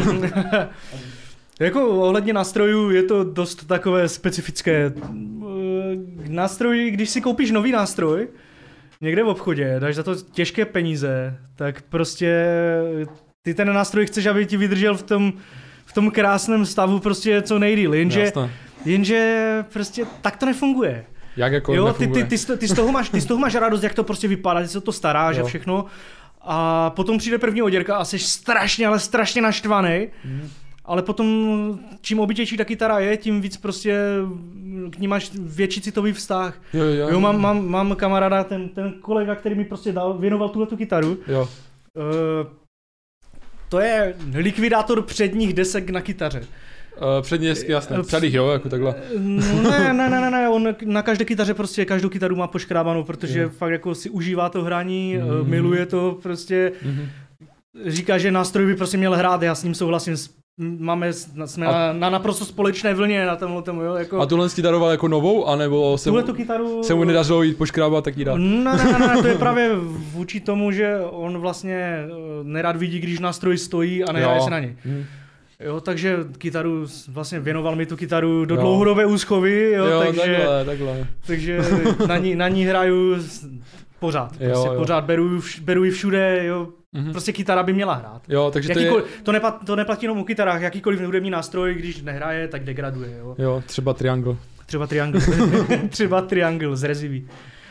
S2: Jako ohledně nástrojů je to dost takové specifické. Nástroj, když si koupíš nový nástroj někde v obchodě, dáš za to těžké peníze, tak prostě ty ten nástroj chceš, aby ti vydržel v tom, v tom krásném stavu prostě co nejdýl, jenže, jenže prostě tak to nefunguje.
S1: Jak jako
S2: jo,
S1: nefunguje?
S2: Ty, ty, ty, ty, z toho máš, ty z toho máš radost, jak to prostě vypadá, ty se to staráš jo. a všechno. A potom přijde první oděrka a jsi strašně, ale strašně naštvaný. Hmm. Ale potom, čím obytější ta kytara je, tím víc prostě k ní máš větší citový vztah.
S1: Jo, jo,
S2: jo mám, mám, mám kamaráda, ten, ten kolega, který mi prostě dal, věnoval tuhletu kytaru.
S1: Jo.
S2: Uh, to je likvidátor předních desek na kytaře.
S1: Uh, přední desky, jasné. Předních, jo, jako takhle.
S2: Ne, ne, ne, ne, on na každé kytaře prostě každou kytaru má poškrábanou, protože jo. fakt jako si užívá to hraní, mm-hmm. miluje to prostě. Mm-hmm. Říká, že nástroj by prostě měl hrát, já s ním souhlasím. Máme, jsme a... na, na naprosto společné vlně na tomhle tomu, jo, jako...
S1: A tuhle si daroval jako novou, anebo se, mu,
S2: kytaru...
S1: se mu nedařilo jít poškrábat, tak jí dát?
S2: Ne, ne, ne, to je právě vůči tomu, že on vlastně nerad vidí, když nástroj stojí a nehraje se na něj. Hmm. Jo, takže kytaru, vlastně věnoval mi tu kytaru do jo. dlouhodobé úschovy, jo,
S1: jo
S2: takže...
S1: takhle, takhle.
S2: Takže na ní, na ní hraju pořád, prostě jo, jo. pořád, beru, beru ji všude, jo. Mm-hmm. Prostě kytara by měla hrát.
S1: Jo, takže to, je...
S2: to, neplat, to neplatí jenom o kytarách, jakýkoliv hudební nástroj, když nehraje, tak degraduje. Jo,
S1: jo třeba triangle.
S2: Třeba Triangle. Třeba Triangle z Reziví.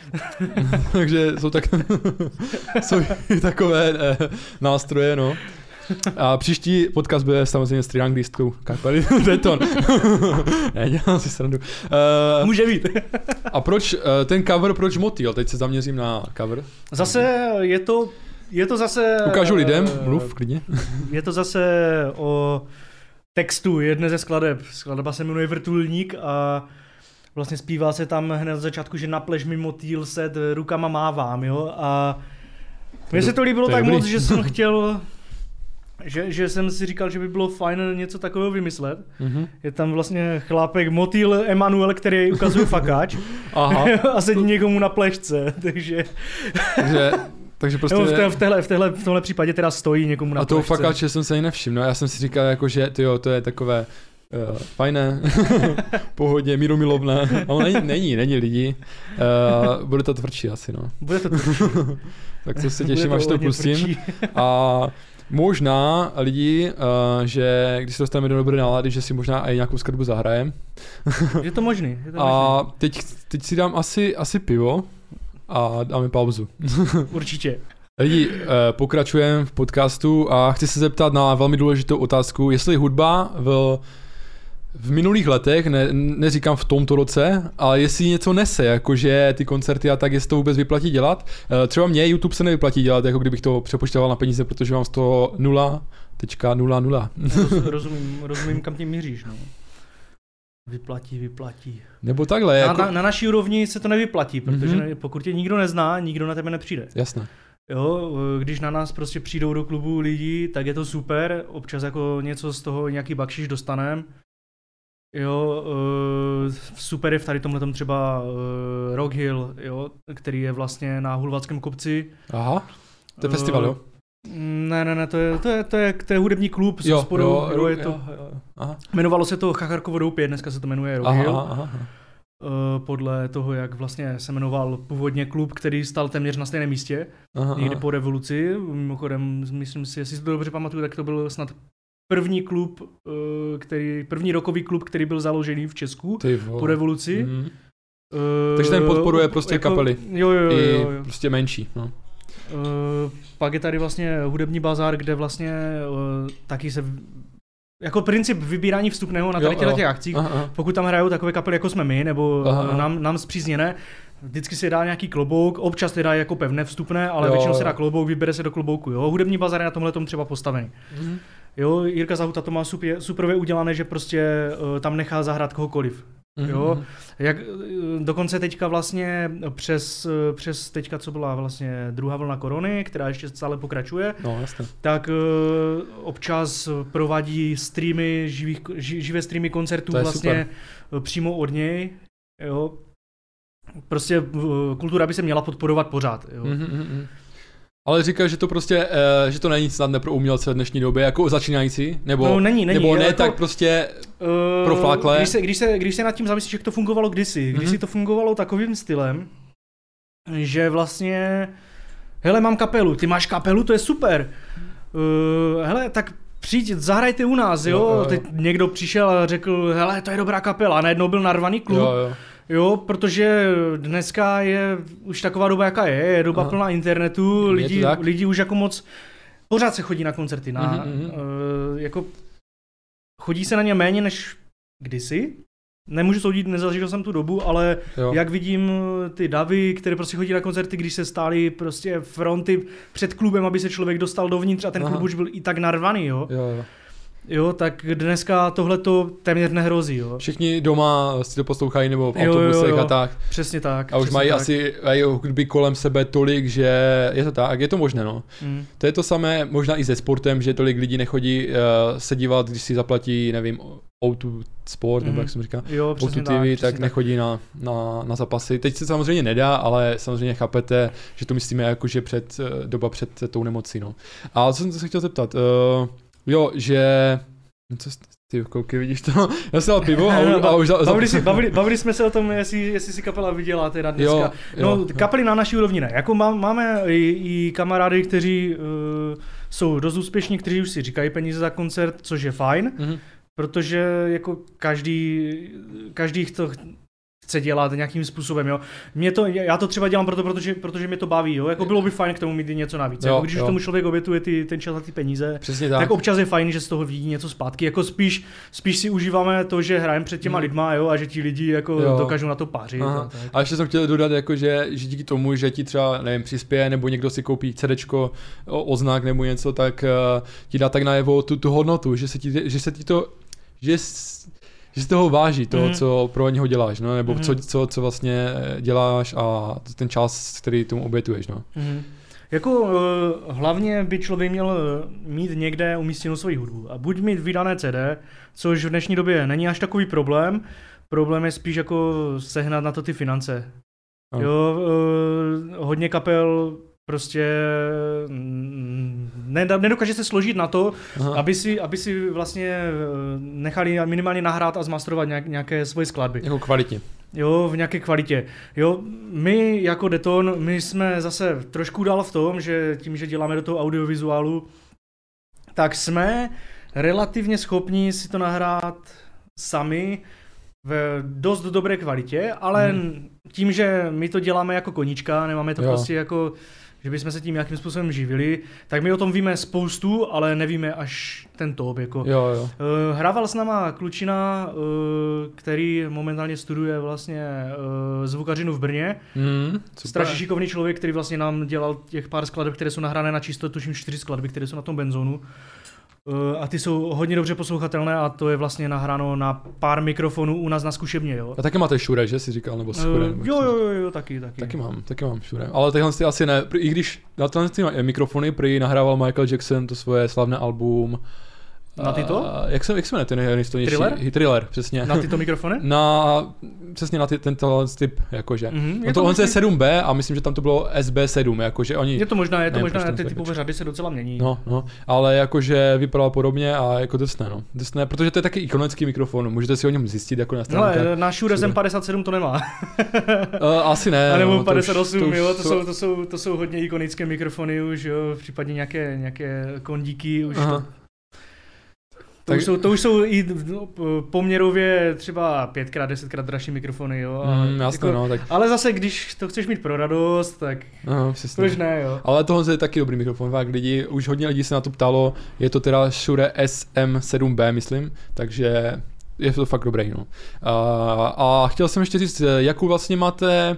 S1: Takže jsou, tak, jsou takové eh, nástroje, no. A příští podcast bude samozřejmě s trianglistkou kapely Deton. Ne, dělám si srandu. Uh,
S2: Může být.
S1: A proč uh, ten cover, proč Motýl? Teď se zaměřím na cover.
S2: Zase je to, je to zase...
S1: Ukážu lidem, mluv klidně.
S2: Je to zase o textu jedné ze skladeb. Skladba se jmenuje Vrtulník a vlastně zpívá se tam hned na začátku, že na plež mi motýl sed rukama mávám, jo. A mně se to líbilo to tak dobrý. Moc, že jsem chtěl... Že, že jsem si říkal, že by bylo fajn něco takového vymyslet. Mm-hmm. Je tam vlastně chlápek motýl Emanuel, který ukazuje fakáč. Aha. A sedí někomu na plešce, takže... takže, takže prostě... No, v, té, v, téhle, v, téhle, v tomhle případě teda stojí někomu na
S1: a
S2: plešce.
S1: A toho fakáče jsem se ani nevšiml. No, já jsem si říkal, jako, že tyjo, to je takové uh, fajné, pohodě, mírumilovné. Ale není, není, není lidi. Uh, bude to tvrdší asi, no.
S2: Bude to tvrdší.
S1: Tak to se těším, až to pustím. A... Možná lidi, uh, že když se dostaneme do dobré nálady, že si možná i nějakou skladbu zahrajem.
S2: Je to možný. Je to
S1: a
S2: možný.
S1: teď, teď si dám asi, asi pivo a dáme pauzu.
S2: Určitě.
S1: Lidi, uh, pokračujeme v podcastu a chci se zeptat na velmi důležitou otázku, jestli hudba v, v minulých letech, ne, neříkám v tomto roce, ale jestli něco nese, jakože ty koncerty a tak, jestli to vůbec vyplatí dělat. Třeba mě YouTube se nevyplatí dělat, jako kdybych to přepočtoval na peníze, protože mám z toho nula tečka nula nula.
S2: Rozumím, rozumím, kam tím míříš, no. Vyplatí, vyplatí.
S1: Nebo takhle.
S2: Na,
S1: jako...
S2: na, na naší úrovni se to nevyplatí, protože mm-hmm. pokud tě nikdo nezná, nikdo na tebe nepřijde.
S1: Jasné.
S2: Jo, když na nás prostě přijdou do klubu lidi, tak je to super, občas jako něco z toho, nějaký bakšiš dostanem. Jo, uh, super je v tady tomhletom třeba uh, Rock Hill, jo, který je vlastně na Hulvatském kopci.
S1: Aha, to je uh, festival, jo?
S2: Ne, ne, ne, to je, to je, to je, to je hudební klub s hospodou, jo, jo, je to, jo, jo. Aha. Jmenovalo se to Chacharkovo doupě, dneska se to jmenuje Rock Hill. Aha, aha. Uh, podle toho, jak vlastně se jmenoval původně klub, který stal téměř na stejném místě, aha, někdy aha. po revoluci. Mimochodem, myslím si, jestli si to dobře pamatuju, tak to byl snad první klub, který, první rockový klub, který byl založený v Česku po revoluci. Mm. Uh,
S1: Takže ten podporuje prostě jako, kapely.
S2: Jo, jo, jo, jo,
S1: jo. Prostě menší. No.
S2: Uh, pak je tady vlastně hudební bazár, kde vlastně uh, taky se... Jako princip vybírání vstupného na tady těchto těch akcích, aha. pokud tam hrajou takové kapely, jako jsme my, nebo aha. nám, nám zpřízněné, vždycky se dá nějaký klobouk, občas se dá jako pevné vstupné, ale jo, většinou se dá klobouk, vybere se do klobouku. Jo? Hudební bazar je na tomhle tom třeba postavený. Mm. Jo, Jirka Zahuta to má super, superově udělané, že prostě uh, tam nechá zahrát kohokoliv. Mm-hmm. Jo, jak dokonce teďka vlastně přes, přes teďka, co byla vlastně druhá vlna korony, která ještě stále pokračuje,
S1: no, jasně.
S2: tak uh, občas provádí streamy, živých, ži, živé streamy koncertů vlastně super. Přímo od něj, jo. Prostě uh, kultura by se měla podporovat pořád, jo.
S1: Mm-hmm. Ale říká, že to prostě, uh, že to není snadné pro umělce v dnešní době, jako začínající, nebo,
S2: no, není, není,
S1: nebo ne,
S2: jako,
S1: tak prostě uh, profláklé.
S2: Když se, když, se, když se nad tím zamyslíš, jak to fungovalo kdysi, kdysi mm-hmm. to fungovalo takovým stylem, že vlastně, hele, mám kapelu, ty máš kapelu, to je super, uh, hele, tak přijď, zahrajte u nás, jo, jo, jo. Teď někdo přišel a řekl, hele, to je dobrá kapela, a najednou byl narvaný klub.
S1: Jo, jo.
S2: Jo, protože dneska je už taková doba, jaká je, je doba aha. plná internetu, lidi, lidi už jako moc, pořád se chodí na koncerty, na, mm-hmm. uh, jako chodí se na ně méně než kdysi, nemůžu soudit, nezažil jsem tu dobu, ale jo. jak vidím ty davy, které prostě chodí na koncerty, když se stály prostě fronty před klubem, aby se člověk dostal dovnitř a ten aha. klub už byl i tak narvaný, jo.
S1: jo, jo.
S2: Jo, tak dneska tohle to téměř nehrozí, jo.
S1: Všichni doma si to poslouchají nebo v autobusech jo, jo, jo. a tak.
S2: Přesně tak.
S1: A už mají
S2: tak.
S1: asi hudby kolem sebe tolik, že je to tak, je to možné, no. Mm. To je to samé možná i se sportem, že tolik lidí nechodí uh, se dívat, když si zaplatí, nevím, ó dva Sport, mm. nebo jak jsem říkal,
S2: jo,
S1: ó dva T V, tak, tak nechodí na, na, na zápasy. Teď se samozřejmě nedá, ale samozřejmě chápete, že to myslíme jako, že před, doba před tou nemocí, no. A co jsem se chtěl zeptat, uh, jo, že... Co ty kouky, vidíš to? Já jsem dal pivo a, a už... Za,
S2: bavili, si, bavili, bavili jsme se o tom, jestli, jestli si kapela vydělá teda dneska.
S1: Jo, jo,
S2: no, kapely na naší úrovni ne. Jako má, máme i, i kamarády, kteří uh, jsou dost úspěšní, kteří už si říkají peníze za koncert, což je fajn, mm-hmm. protože jako každý, každý to chce dělat nějakým způsobem, jo. Mě to, já to třeba dělám proto, protože, protože mě to baví, jo. Jako bylo by fajn k tomu mít něco navíc. Jo, jako když jo. už tomu člověk obětuje ty, ten čas a ty peníze,
S1: přesně tak.
S2: tak občas je fajn, že z toho vidí něco zpátky. Jako spíš, spíš si užíváme to, že hrajeme před těma hmm. lidma, jo, a že ti lidi jako jo. dokážou na to pářit. A,
S1: a ještě jsem chtěl dodat, jako, že, že díky tomu, že ti třeba, nevím, přispěje, nebo někdo si koupí CDčko, oznak nebo něco, tak uh, ti dá tak najevo tu, tu hodnotu, že se ti, že se ti to, že že si toho váží, toho, mm. co pro něho děláš, no, nebo mm. co, co, co vlastně děláš a ten čas, který tomu obětuješ, no.
S2: Mm. Jako uh, hlavně by člověk měl mít někde umístěnou svoji hudbu a buď mít vydané C D, což v dnešní době není až takový problém, problém je spíš jako sehnat na to ty finance. No. Jo, uh, hodně kapel prostě nedokáže se složit na to, aby si, aby si vlastně nechali minimálně nahrát a zmasterovat nějaké svoje skladby.
S1: Jako kvalitně.
S2: Jo, v nějaké kvalitě. Jo, my jako Deton, my jsme zase trošku dál v tom, že tím, že děláme do toho audiovizuálu, tak jsme relativně schopni si to nahrát sami v dost dobré kvalitě, ale hmm. tím, že my to děláme jako koníčka, nemáme to jo. prostě jako, že bychom se tím nějakým způsobem živili, tak my o tom víme spoustu, ale nevíme až ten top. Jako.
S1: Jo, jo.
S2: Hrával s náma klučina, který momentálně studuje vlastně zvukařinu v Brně. Hmm, strašně šikovný člověk, který vlastně nám dělal těch pár skladeb, které jsou nahrané na čisto, tuším čtyři skladby, které jsou na tom Benzonu. A ty jsou hodně dobře poslouchatelné a to je vlastně nahráno na pár mikrofonů u nás na zkušebně, jo.
S1: A taky máte Shure, že jsi říkal, nebo Shure?
S2: Uh, jo, jo, jo, jo, taky, taky.
S1: Taky mám, taky mám Shure. Ale tyhle ty asi ne, i když na tyhle mikrofony prý nahrával Michael Jackson to svoje slavné album.
S2: Na tyto?
S1: A, jak se, jak se jmenuje ten nejstojnější?
S2: Thriller?
S1: Thriller, přesně.
S2: Na tyto mikrofony?
S1: Na, přesně na ty, tento typ, jakože. Mm-hmm, je to on je sedm B a myslím, že tam to bylo S B sedm, jakože oni...
S2: Je to možná, je to nevím, možná, ty typové řady se docela mění.
S1: No, no, ale jakože vypadalo podobně a jako drsné, no. Drsné, protože to je taky ikonický mikrofon, můžete si o něm zjistit jako na stránkách.
S2: No, na Shure Z M padesát sedm to nemá.
S1: uh, asi ne.
S2: A nebo
S1: no,
S2: padesát osm,
S1: to už,
S2: jo, to,
S1: to...
S2: Jsou, to, jsou, to jsou hodně ikonické mikrofony už, jo, v případě nějaké, nějaké kondíky už to... To, tak... už jsou, to už jsou i poměrově třeba pětkrát, desetkrát dražší mikrofony, jo. A
S1: mm, jasně,
S2: jako,
S1: no, tak...
S2: Ale zase, když to chceš mít pro radost, tak
S1: no,
S2: proč ne, jo.
S1: Ale tohle je taky dobrý mikrofon, fakt lidi, už hodně lidí se na to ptalo, je to teda Shure S M sedm B, myslím, takže je to fakt dobrý, no. A, a chtěl jsem ještě říct, jakou vlastně máte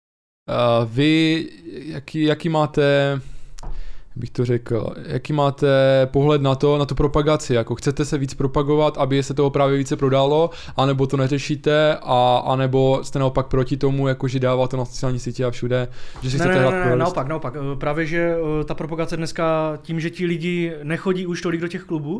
S1: vy, jaký, jaký máte... bych to řekl, jaký máte pohled na to, na tu propagaci, jako chcete se víc propagovat, aby se toho právě více prodalo, anebo to neřešíte, a, anebo jste naopak proti tomu, jakože dáváte na sociální sítě a všude, že si
S2: ne,
S1: chcete
S2: ne,
S1: hrát
S2: ne, ne, naopak, naopak, právě, že ta propagace dneska tím, že ti lidi nechodí už tolik do těch klubů,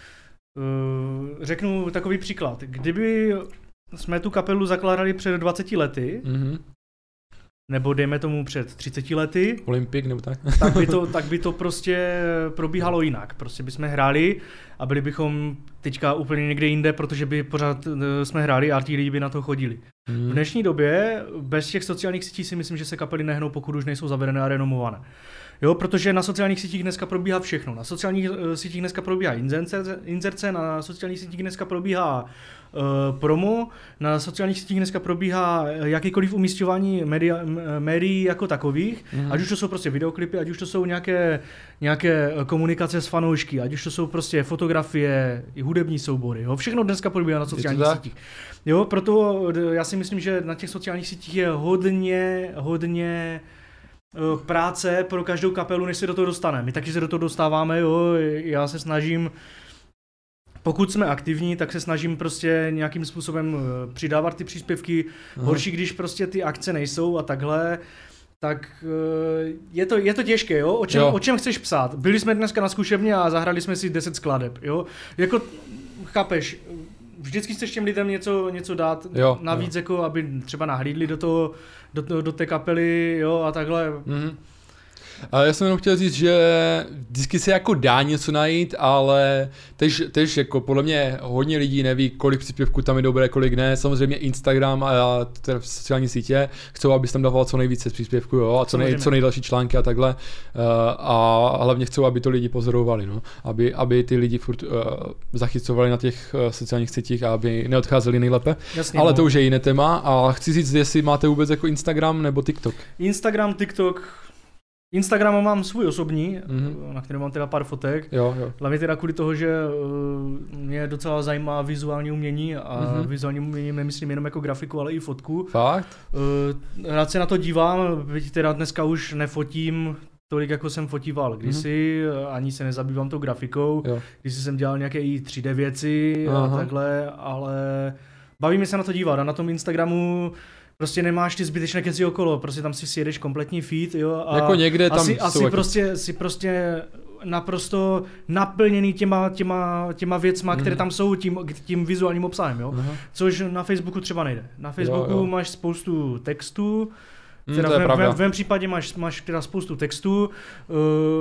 S2: řeknu takový příklad, kdyby jsme tu kapelu zakládali před dvaceti lety, mm-hmm. nebo dejme tomu před třiceti lety.
S1: Olympik nebo tak.
S2: tak, by to, tak by to prostě probíhalo jinak. Prostě bychom hráli a byli bychom teďka úplně někde jinde, protože by pořád jsme hráli a ti lidi by na to chodili. Hmm. V dnešní době bez těch sociálních sítí si myslím, že se kapely nehnou, pokud už nejsou zavedené a renomované. Jo, protože na sociálních sítích dneska probíhá všechno. Na sociálních uh, sítích dneska probíhá inzerce, inzerce, na sociálních sítích dneska probíhá uh, promo, na sociálních sítích dneska probíhá jakýkoliv umísťování média, médií jako takových, mm. ať už to jsou prostě videoklipy, ať už to jsou nějaké, nějaké komunikace s fanoušky, ať už to jsou prostě fotografie, i hudební soubory. Jo. Všechno dneska probíhá na sociálních sítích. Jo, proto já si myslím, že na těch sociálních sítích je hodně, hodně práce pro každou kapelu, než se do toho dostane. My taky se do toho dostáváme, jo, já se snažím, pokud jsme aktivní, tak se snažím prostě nějakým způsobem přidávat ty příspěvky. Aha. Horší, když prostě ty akce nejsou a takhle, tak je to, je to těžké, jo? O čem, jo. O čem chceš psát? Byli jsme dneska na zkušebně a zahrali jsme si deset skladeb, jo? Jako, chápeš, vždycky chceš těm lidem něco, něco dát jo, navíc, jo. Jako aby třeba nahlídli do toho, do, do té kapely, jo, a takhle. Mm-hmm.
S1: Ale já jsem jenom chtěl říct, že vždycky se jako dá něco najít, ale tež, tež jako podle mě hodně lidí neví, kolik příspěvků tam je dobré, kolik ne. Samozřejmě Instagram a sociální sítě chcou, abys tam dával co nejvíce příspěvků, jo, a co, nej, co nejdelší články a takhle. A hlavně chcou, aby to lidi pozorovali, no. Aby, aby ty lidi furt uh, zachycovali na těch uh, sociálních sítích a aby neodcházeli nejlépe. Jasně, ale no. To už je jiné téma. A chci říct, jestli máte vůbec jako Instagram nebo TikTok.
S2: Instagram, TikTok. Instagramu mám svůj osobní, mm-hmm. na kterém mám teda pár fotek.
S1: Jo, jo.
S2: Hlavně teda kvůli toho, že uh, mě docela zajímá vizuální umění a mm-hmm. vizuální umění nemyslím jenom jako grafiku, ale i fotku.
S1: Fakt?
S2: Uh, rád se na to dívám, byť teda dneska už nefotím tolik, jako jsem fotíval kdysi, mm-hmm. ani se nezabývám tou grafikou, jo. Kdysi jsem dělal nějaké i tři dé věci Aha. a takhle, ale baví mě se na to dívat a na tom Instagramu prostě nemáš ty zbytečné keci okolo, prostě tam si sjedeš kompletní feed, jo, a
S1: jako někde tam
S2: asi, asi prostě, si prostě naprosto naplněný těma, těma, těma věcma, mm. které tam jsou tím, tím vizuálním obsahem, jo, Aha. což na Facebooku třeba nejde. Na Facebooku jo, jo. máš spoustu textů, Teda mm, v, v, v mém případě máš, máš teda spoustu textů, uh,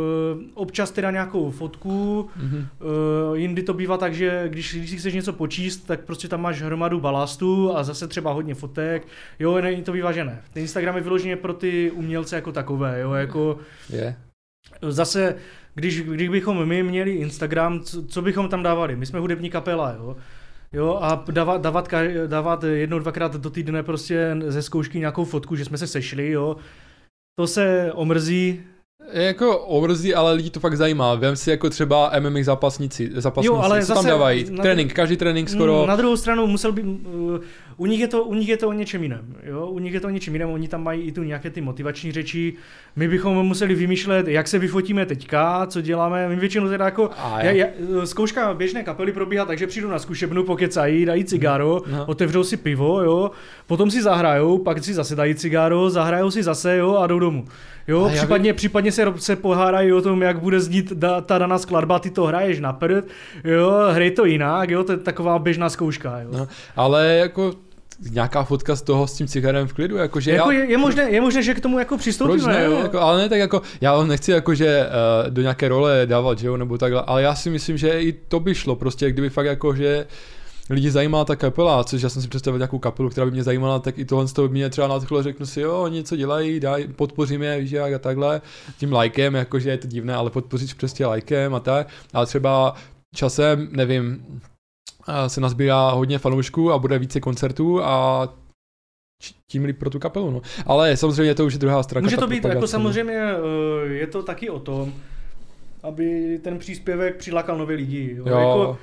S2: občas teda nějakou fotku, mm-hmm. uh, jindy to bývá tak, že když, když si chceš něco počíst, tak prostě tam máš hromadu balastu a zase třeba hodně fotek, jo, ne, to bývá, že ne. Ten Instagram je vyloženě pro ty umělce jako takové, jo, jako
S1: yeah.
S2: zase, když, když bychom my měli Instagram, co, co bychom tam dávali? My jsme hudební kapela, jo. Jo, a dávat, dávat, dávat jednou, dvakrát do týdne prostě ze zkoušky nějakou fotku, že jsme se sešli, jo. To se omrzí.
S1: Je jako omrzí, ale lidi to fakt zajímá. Vem si jako třeba M M A zápasníci, zápasníci, jo, ale co zase, tam dávají? Na, trénink, každý trénink skoro.
S2: Na druhou stranu musel by, uh, u nich je to, u nich je to o něčem jiném, jo. U nich je to o něčem jiném, oni tam mají i tu nějaké ty motivační řeči. My bychom museli vymýšlet, jak se vyfotíme teďka, co děláme. My většinou teda jako, já, já, zkouška běžné kapely probíhá tak, že přijdu na zkušebnu, pokecají, dají cigáro, no. Otevřou si pivo, jo, potom si zahrajou, pak si zase dají cigáro, zahrajou si zase, jo, a jdou domů. Jo, a případně, by... případně se, se pohádají o tom, jak bude znít da, ta daná skladba, ty to hraješ na prd, jo, hrej to jinak, jo, to je taková běžná zkouška, jo. No,
S1: ale jako nějaká fotka z toho s tím cigarem v klidu, jakože
S2: jako
S1: já...
S2: je, je, možné, je možné, že k tomu jako přistoupíme,
S1: ne,
S2: jo.
S1: Jako, ale ne tak jako, já nechci jakože uh, do nějaké role dávat, že jo, nebo takhle, ale já si myslím, že i to by šlo, prostě kdyby fakt jako, že lidi zajímá ta kapela, což já jsem si představil nějakou kapelu, která by mě zajímala, tak i tohle z toho by mě třeba nadchlo, řeknu si, jo, oni něco dělají, daj, podpořím je, víš jak a takhle, tím lajkem, jakože je to divné, ale podpoříš prostě lajkem a tak, ale třeba časem, nevím, se nazbírá hodně fanoušků a bude více koncertů a tím líp pro tu kapelu, no. Ale samozřejmě to už je druhá stránka.
S2: Může to být, jako samozřejmě je to taky o tom, aby ten příspěvek přilákal nové lidi, jo.
S1: jo.
S2: Jako,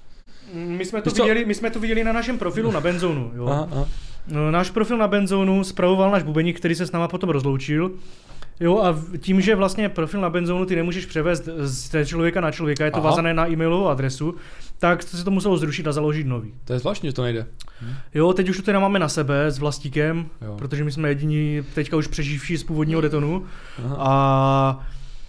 S2: my jsme, to viděli, my jsme to viděli na našem profilu na Benzonu, jo. Aha, aha. Náš profil na Benzonu spravoval náš bubeník, který se s náma potom rozloučil. Jo, a tím, že vlastně profil na Benzonu ty nemůžeš převést z člověka na člověka, je to Aha. vázané na e-mailovou adresu, tak se to muselo zrušit a založit nový.
S1: To je zvláštní, že to nejde. Hm.
S2: Jo, teď už to teda máme na sebe s Vlastíkem, jo. Protože my jsme jediní teďka už přeživší z původního Detonu. Aha. A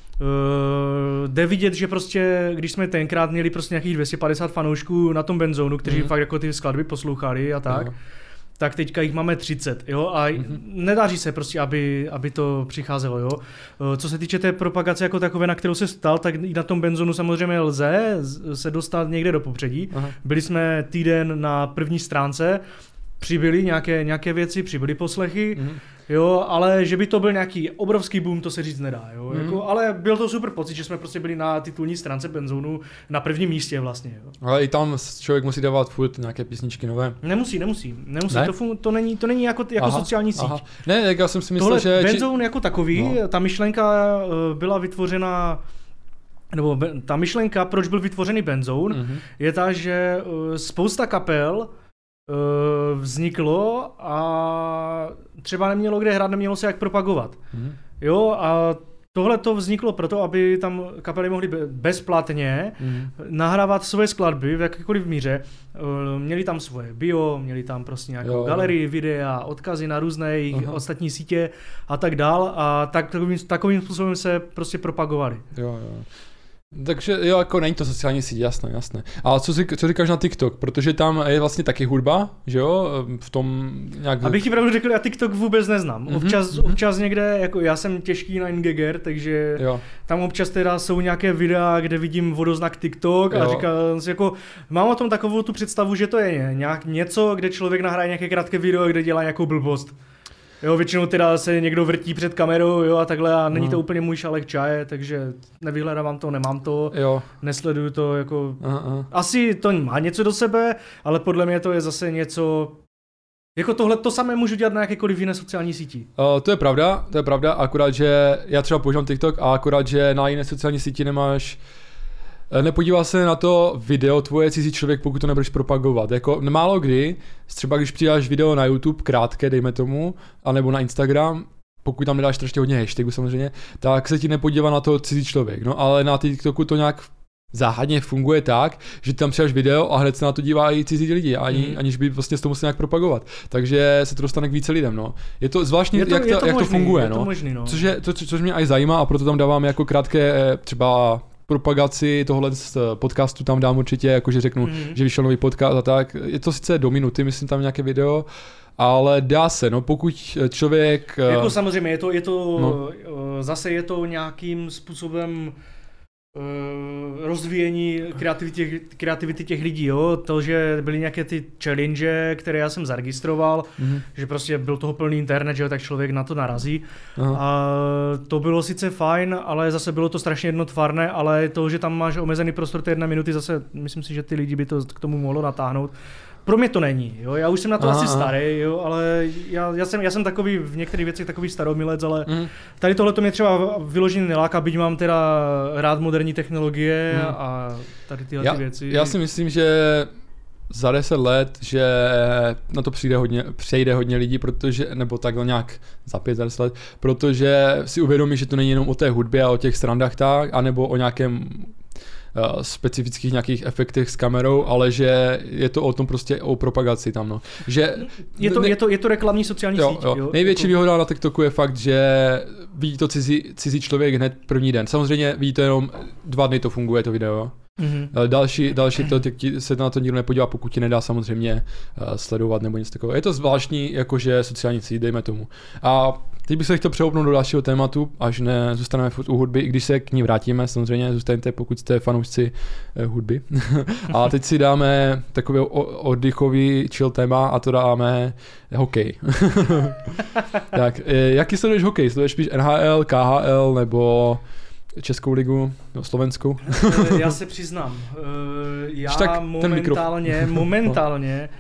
S2: Uh, jde vidět, že prostě, když jsme tenkrát měli prostě nějakých dvě stě padesát fanoušků na tom Benzonu, kteří mm. fakt jako ty skladby poslouchali a tak, uh. tak teďka jich máme třicet, jo, a mm-hmm. nedaří se prostě, aby, aby to přicházelo, jo. Uh, co se týče té propagace jako takové, na kterou se stal, tak i na tom Benzonu samozřejmě lze se dostat někde do popředí. Aha. Byli jsme týden na první stránce, přibyly nějaké, nějaké věci, přibyly poslechy, mm. jo, ale že by to byl nějaký obrovský boom, to se říct nedá, jo, mm. jako, ale byl to super pocit, že jsme prostě byli na titulní stránce Benzonu na prvním místě vlastně, jo.
S1: Ale i tam člověk musí dávat furt nějaké písničky nové.
S2: Nemusí, nemusí, nemusí, ne? to, fun- to, není, to není jako, jako aha, sociální síť.
S1: Aha. Ne, tak já jsem si myslel,
S2: tohle
S1: že...
S2: Benzone jako takový, no. Ta myšlenka byla vytvořena, nebo ta myšlenka, proč byl vytvořený Benzone, mm-hmm. je ta, že spousta kapel vzniklo a třeba nemělo kde hrát, nemělo se jak propagovat. Mm. Jo, a tohle to vzniklo proto, aby tam kapely mohly bezplatně mm. nahrávat svoje skladby v jakékoliv míře. Měli tam svoje bio, měli tam prostě nějakou jo, galerii, videa, odkazy na různé Aha. ostatní sítě a tak dál a tak, takovým, takovým způsobem se prostě propagovali.
S1: Jo, jo. Takže jo, jako není to sociální síť, jasné, jasné. A co, si, co říkáš na TikTok? Protože tam je vlastně taky hudba, že jo, v tom nějak...
S2: Abych ti pravdu řekl, já TikTok vůbec neznám. Občas, mm-hmm. občas někde, jako já jsem těžký na Ingeger, takže jo. Tam občas teda jsou nějaké videa, kde vidím vodoznak TikTok jo. A říkám si jako, mám o tom takovou tu představu, že to je nějak něco, kde člověk nahraje nějaké krátké video, kde dělá nějakou blbost. Jo, většinou teda se někdo vrtí před kamerou, jo, a takhle a není uh-huh. to úplně můj šálek čaje, takže nevyhledávám to, nemám to, jo. Nesleduju to, jako... Uh-huh. Asi to má něco do sebe, ale podle mě to je zase něco... Jako tohle to samé můžu dělat na jakékoliv jiné sociální síti.
S1: Uh, to je pravda, to je pravda, akorát, že já třeba používám TikTok a akorát, že na jiné sociální síti nemáš... Nepodívá se na to video tvoje cizí člověk, pokud to nebudeš propagovat. Jako málo kdy, třeba když přidáš video na YouTube, krátké, dejme tomu, anebo na Instagram, pokud tam nedáš strašně hodně hashtagů samozřejmě, tak se ti nepodívá na to cizí člověk. No ale na TikToku to nějak záhadně funguje tak, že tam přidáš video a hned se na to dívá i cizí lidi, ani, mm. aniž by vlastně s to musel nějak propagovat. Takže se to dostane k více lidem, no. Je to zvláštní, je to, jak, to, to jak možný, to funguje, je to
S2: no. Možný, no.
S1: Což, je, to, což mě aj zajímá a proto tam dávám jako krátké třeba propagaci tohle z podcastu tam dám určitě, jakože řeknu, mm. že vyšel nový podcast a tak. Je to sice do minuty, myslím tam nějaké video, ale dá se, no pokud člověk...
S2: Jako samozřejmě, je to, je to no. zase je to nějakým způsobem rozvíjení kreativity, kreativity těch lidí, jo, to, že byly nějaké ty challenge, které já jsem zaregistroval, mm-hmm. že prostě byl toho plný internet, že jo, tak člověk na to narazí. Aha. A to bylo sice fajn, ale zase bylo to strašně jednotvárné, ale to, že tam máš omezený prostor té jedné minuty, zase myslím si, že ty lidi by to k tomu mohlo natáhnout. Pro mě to není, jo, já už jsem na to aha, asi starý, jo, ale já, já, jsem, já jsem takový v některých věcech takový staromilec, ale mm. tady tohle to mě třeba vyloženě neláká, byť mám teda rád moderní technologie mm. a tady tyhle
S1: já,
S2: ty věci.
S1: Já si myslím, že za deset let, že na to přijde hodně, přejde hodně lidí, protože, nebo takhle nějak za pět, za deset let, protože si uvědomí, že to není jenom o té hudbě a o těch srandách tak, anebo o nějakém Uh, specifických nějakých efektech s kamerou, ale že je to o tom prostě o propagaci tam, no. Že
S2: je to, ne, je to, je to reklamní sociální
S1: jo,
S2: síť,
S1: jo. Jo? Největší jako... výhoda na TikToku je fakt, že vidí to cizí, cizí člověk hned první den. Samozřejmě vidí to jenom dva dny to funguje, to video. Mm-hmm. Další, další to, ti se na to nikdo nepodívá, pokud ti nedá samozřejmě uh, sledovat nebo něco takového. Je to zvláštní, jakože sociální síť, dejme tomu. A teď bych se chtěl přehoupnout do dalšího tématu, až ne zůstaneme u hudby, i když se k ní vrátíme, samozřejmě zůstaňte, pokud jste fanoušci eh, hudby. A teď si dáme takový oddychový chill téma a to dáme hokej. Tak, eh, jaký sleduješ hokej? Sleduješ spíš N H L, K H L nebo Českou ligu, no, slovenskou?
S2: Já se přiznám, já tak momentálně, momentálně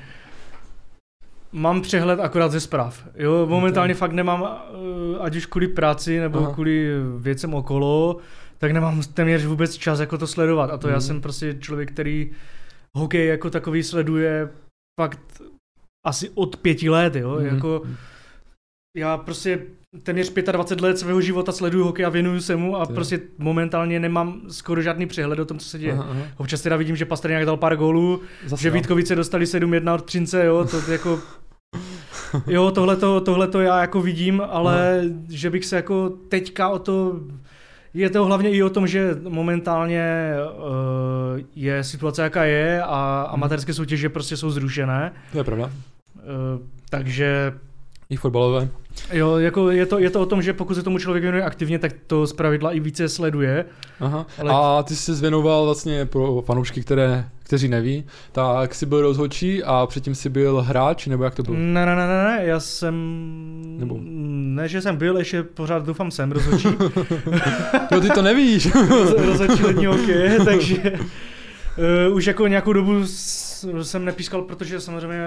S2: mám přehled akorát ze zpráv. Jo, momentálně fakt nemám, ať už kvůli práci nebo aha. kvůli věcem okolo, tak nemám téměř vůbec čas jako to sledovat. A to mm. já jsem prostě člověk, který hokej jako takový sleduje fakt asi od pěti let, jo, mm. jako já prostě téměř dvacet pět let svého života sleduju hokej a věnuju se mu a Ty. prostě momentálně nemám skoro žádný přehled o tom, co se děje. Aha, aha. Občas teda vidím, že Pastrňák dal pár gólů, Zase, že Vítkovice dostali sedm jedna od Třince, jo, to jako... Jo, tohleto, tohleto já jako vidím, ale aha. že bych se jako teďka o to... Je to hlavně i o tom, že momentálně uh, je situace, jaká je a amatérské soutěže prostě jsou zrušené.
S1: To je pravda. Uh,
S2: takže...
S1: I fotbalové.
S2: Jo, jako je to, je to o tom, že pokud se tomu člověk věnuje aktivně, tak to zpravidla i více sleduje.
S1: Aha. Ale... A ty jsi se zvěnoval vlastně pro fanoušky, které, kteří neví, tak jsi byl rozhodčí a předtím jsi byl hráč, nebo jak to bylo?
S2: Ne, ne, ne, ne, já jsem... Nebo... Ne, že jsem byl, ještě pořád doufám jsem rozhodčí.
S1: Jo, ty to nevíš.
S2: Rozhodčí lední hokeje, takže uh, už jako nějakou dobu jsem nepískal, protože samozřejmě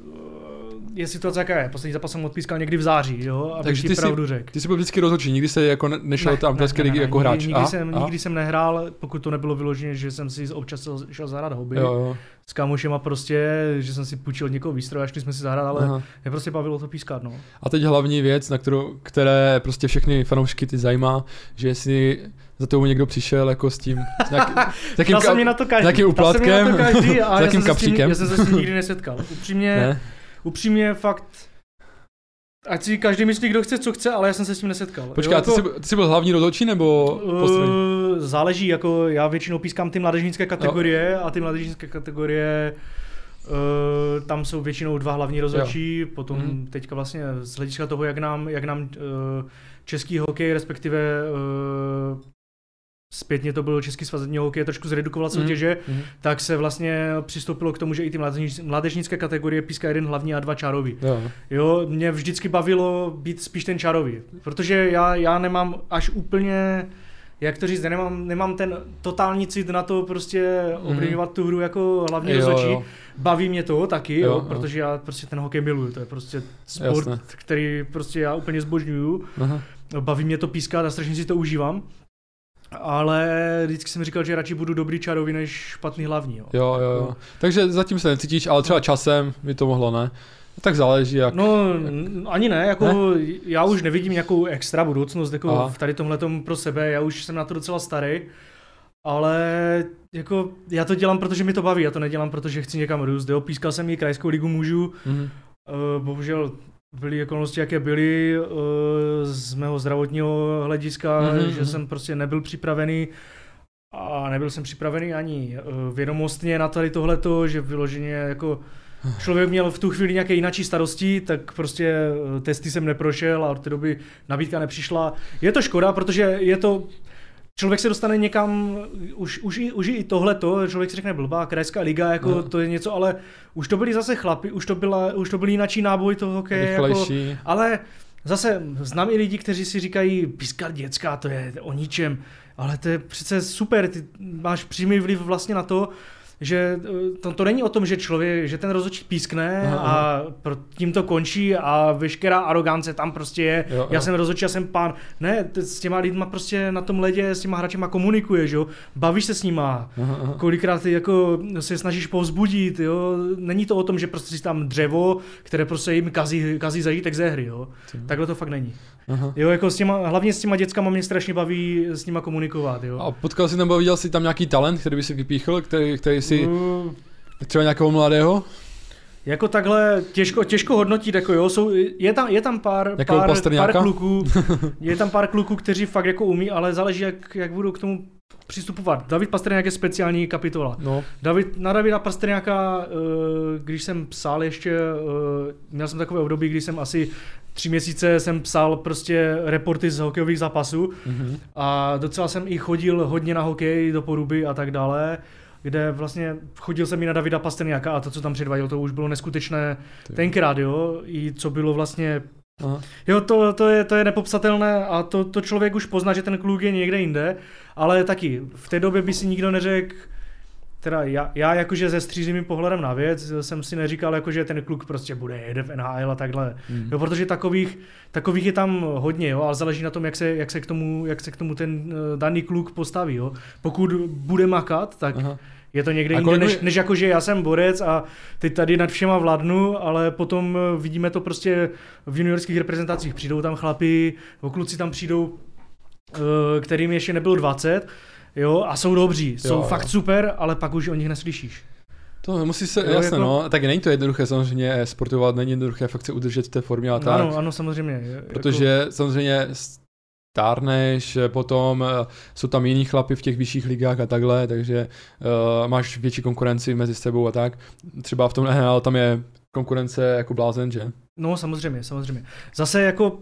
S2: je situace jaká je. Poslední zápas jsem odpískal někdy v září, jo, abych ti pravdu řekl.
S1: Ty jsi byl vždycky rozhodčí, nikdy se jako nešel tam amatérské ligy jako hráč.
S2: Nikdy, jsem, nikdy jsem nehrál, pokud to nebylo vyloženě, že jsem si občas šel zahrát hobby. Jo, jo. S kámošema prostě, že jsem si půjčil někoho výstroj a šli jsme si zahrát, ale aha. mě prostě bavilo to pískat, no.
S1: A teď hlavní věc, na kterou, které prostě všechny fanoušky ty zajímá, že si za tebou někdo přišel jako s tím, s nějaký, takým, ka,
S2: mě na to každý,
S1: takým úplatkem,
S2: na to každý a
S1: s takým
S2: já
S1: kapříkem.
S2: Já jsem se s tím nikdy nesetkal. Upřímně, ne? upřímně fakt, ať si každý myslí, kdo chce, co chce, ale já jsem se s tím nesetkal.
S1: Počkej, jo, jako, ty, jsi, ty jsi byl hlavní rozhodčí nebo postranní?
S2: Uh, záleží, jako já většinou pískám ty mládežnické kategorie jo. a ty mládežnické kategorie uh, tam jsou většinou dva hlavní rozhodčí, jo. potom mm. teďka vlastně z hlediska toho, jak nám, jak nám uh, český hokej, respektive uh, zpětně to bylo Český svaz ledního hokeje, trošku zredukoval soutěže, mm. tak se vlastně přistoupilo k tomu, že i ty mládežnické, mládežnické kategorie píská jeden hlavní a dva čárový. Jo. jo, mě vždycky bavilo být spíš ten čárový, protože já, já nemám až úplně, jak to říct, nemám, nemám ten totální cit na to prostě ovlivňovat mm. tu hru jako hlavní rozhodčí. Baví mě to taky, jo, jo, protože já prostě ten hokej miluju, to je prostě sport, Jasne. který prostě já úplně zbožňuju. Aha. Baví mě to pískat a strašně si to užívám. Ale vždycky jsem říkal, že radši budu dobrý čarový než špatný hlavní. Jo.
S1: Jo, jo, jo. Takže zatím se necítíš, ale třeba časem by to mohlo, ne? Tak záleží jak...
S2: No ani ne, jako ne? Já už nevidím nějakou extra budoucnost jako Aha. v tady tomhletom pro sebe, já už jsem na to docela starý. Ale jako já to dělám, protože mi to baví, já to nedělám, protože chci někam růst. Jo. Pískal jsem i krajskou ligu mužů, mm-hmm. uh, bohužel byly okolnosti, jaké byly uh, z mého zdravotního hlediska, mm-hmm. že jsem prostě nebyl připravený a nebyl jsem připravený ani uh, vědomostně na tady tohleto, že vyloženě jako člověk měl v tu chvíli nějaké jináčí starosti, tak prostě uh, testy jsem neprošel a od té doby nabídka nepřišla. Je to škoda, protože je to člověk se dostane někam, už, už, i, už i tohleto, člověk si řekne blbá, krajská liga, jako no. to je něco, ale už to byli zase chlapi, už to, byla, už to byl jináčí náboj toho hokeje, jako, ale zase znám i lidi, kteří si říkají, pískat děcka, to je o ničem, ale to je přece super, ty máš přímý vliv vlastně na to, že to, to není o tom, že člověk, že ten rozhodčí pískne aha, a tím to končí a veškerá arogance tam prostě je, jo, já jo. jsem rozhodčí, já jsem pán. Ne, s těma lidma prostě na tom ledě, s těma hráčema komunikuješ, jo, bavíš se s nima, aha, aha. kolikrát ty jako se snažíš povzbudit, jo, není to o tom, že prostě si tam dřevo, které prostě jim kazí, kazí zažitek ze hry, jo, Tím. takhle to fakt není. Aha. Jo, jako s těma, hlavně s těma dětskama mě strašně baví s nima komunikovat, jo.
S1: A potkal jsi nebo viděl jsi tam nějaký talent, který by si vypíchl, který, který si uh, třeba nějakého mladého?
S2: Jako takhle těžko, těžko hodnotit, jako jo, jsou, je tam, je tam pár, pár, pár kluků, je tam pár kluků, kteří fakt jako umí, ale záleží, jak, jak budou k tomu přistupovat. David Pastrňák je speciální kapitola. No. David, na Davida Pastrňáka, když jsem psal ještě, měl jsem takové období, kdy jsem asi tři měsíce jsem psal prostě reporty z hokejových zápasů mm-hmm. a docela jsem i chodil hodně na hokej do Poruby a tak dále, kde vlastně chodil jsem i na Davida Pastrňáka a to, co tam předváděl, to už bylo neskutečné Ty. tenkrát, jo, i co bylo vlastně, Aha. jo, to, to, je, to je nepopsatelné a to, to člověk už pozná, že ten kluk je někde jinde, ale taky v té době by si nikdo neřekl, teda já, já jakože se střízlivým pohledem na věc jsem si neříkal, jakože ten kluk prostě bude jede v N H L a takhle, mm. jo, protože takových, takových je tam hodně, jo, ale záleží na tom, jak se, jak se, k, tomu, jak se k tomu ten uh, daný kluk postaví, jo. Pokud bude makat, tak Aha. je to někde jinde, než, než jakože já jsem borec a teď tady nad všema vládnu, ale potom vidíme to prostě v juniorských reprezentacích, přijdou tam chlapi, kluci tam přijdou, uh, kterým ještě nebylo dvacet, jo, a jsou dobří, jsou jo, fakt jo. super, ale pak už o nich neslyšíš.
S1: To musí se, jo, jasně jako... no, tak není to jednoduché samozřejmě sportovat, není jednoduché fakt se udržet v té formě a tak.
S2: Ano, ano, samozřejmě.
S1: Protože jako... samozřejmě stárneš, potom jsou tam jiní chlapi v těch vyšších ligách a takhle, takže uh, máš větší konkurenci mezi sebou a tak. Třeba v tom N H L tam je konkurence jako blázen, že?
S2: No samozřejmě, samozřejmě. Zase jako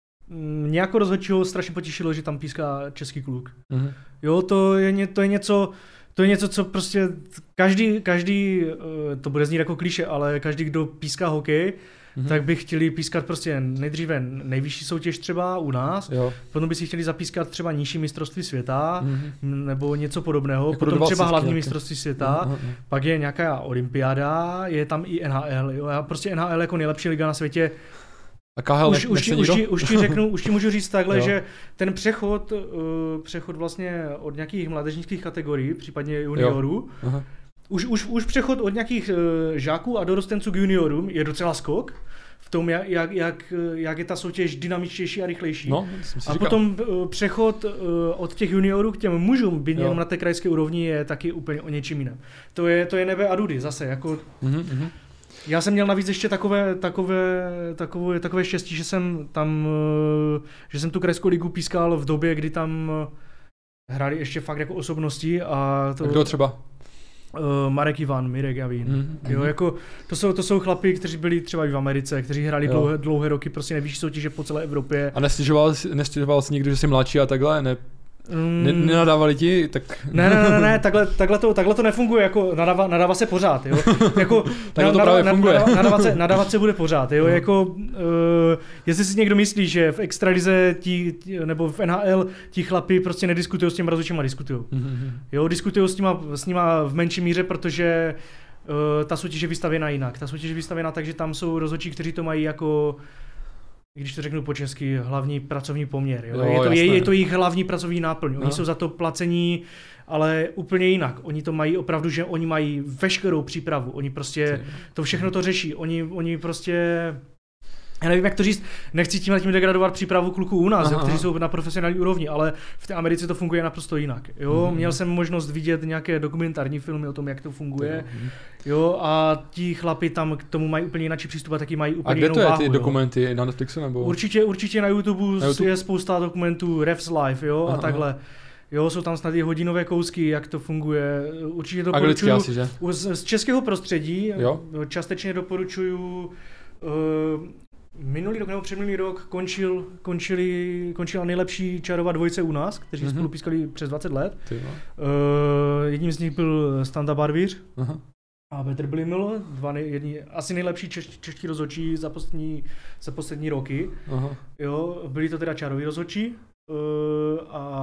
S2: mě jako rozhodčího strašně potěšilo, že tam píská český kluk. Mm-hmm. Jo, to je, to je něco, to je něco, co prostě každý, každý, to bude znít jako klišé, ale každý, kdo píská hokej, mm-hmm. tak by chtěli pískat prostě nejdříve nejvyšší soutěž třeba u nás, jo. potom by si chtěli zapískat třeba nižší mistrovství světa, mm-hmm. nebo něco podobného, jako potom třeba hlavní mistrovství světa, mm-hmm. pak je nějaká olympiáda, je tam i N H L, jo, a prostě N H L jako nejlepší liga na světě.
S1: A K H L
S2: už, už, ti, už, ti, už ti řeknu, už ti můžu říct takhle, že ten přechod, uh, přechod vlastně od nějakých mládežnických kategorií, případně juniorů, už, už, už přechod od nějakých uh, žáků a dorostenců k juniorům je docela skok v tom, jak, jak, jak, jak je ta soutěž dynamičtější a rychlejší. No, a potom uh, přechod uh, od těch juniorů k těm mužům, být jenom na té krajské úrovni, je taky úplně o něčím jiném. To je, to je nebe a dudy zase, jako... Mm-hmm. Já jsem měl navíc ještě takové, takové, takové, takové štěstí, že jsem tam, že jsem tu krajskou ligu pískal v době, kdy tam hráli ještě fakt jako osobnosti a to...
S1: A kdo třeba?
S2: Uh, Marek Ivan, Mirek Javín.
S1: Mm-hmm.
S2: Jo, jako, to jsou, to jsou chlapi, kteří byli třeba i v Americe, kteří hráli dlouhé, dlouhé roky, prostě nejvyšší soutěže po celé Evropě.
S1: A nestěžoval, nestěžoval jsi někdo, že jsi mladší a takhle? Ne, ne, nenadávali ti? Tak...
S2: Ne, ne, ne, ne, takhle, takhle, to, takhle to nefunguje, jako nadává, nadává se pořád, jo. Jako,
S1: takhle to právě funguje.
S2: Nadávat, nadávat, se, nadávat se bude pořád, jo, jako, uh, jestli si někdo myslí, že v extralize tí, tí, nebo v N H L ti chlapi prostě nediskutují s těma rozhodčíma, diskutují. Mm-hmm. Jo, diskutují s nima, s nima v menší míře, protože uh, ta soutěž je vystavěna jinak. Ta soutěž je vystavěna tak, že tam jsou rozhodčí, kteří to mají jako, když to řeknu po česky, hlavní pracovní poměr. Jo? Jo, je, to, je, je to jejich hlavní pracovní náplň. Oni no. jsou za to placení, ale úplně jinak. Oni to mají opravdu, že oni mají veškerou přípravu. Oni prostě to všechno to řeší. Oni, oni prostě... Já nevím, jak to říct, nechci tím tím degradovat přípravu kluků u nás, jo, kteří jsou na profesionální úrovni, ale v té Americe to funguje naprosto jinak. Jo? Mm. Měl jsem možnost vidět nějaké dokumentární filmy o tom, jak to funguje. Mm. Jo, a ti chlapi tam k tomu mají úplně jiný přístup a taky mají úplně jinou váhu.
S1: A kde to je, ty dokumenty? Jo? Na Netflixu nebo?
S2: Určitě, určitě na YouTube, na YouTube je spousta dokumentů, Refs Live, jo, aha, a takhle. Aha. Jo, jsou tam snad i hodinové kousky, jak to funguje. Určitě doporučuju.
S1: Asi, že?
S2: Z, z českého prostředí
S1: jo?
S2: částečně doporučuju. Uh, Minulý rok nebo předminulý rok končil, končili, končila nejlepší čarová dvojice u nás, kteří mm-hmm. spolu pískali přes dvacet let. Uh, jedním z nich byl Standa Barvíř uh-huh. a Petr Bliml, dva nej, jedni, asi nejlepší češ, čeští rozhodčí za poslední, za poslední roky. Uh-huh. Jo, byli to teda čaroví rozhodčí. Uh,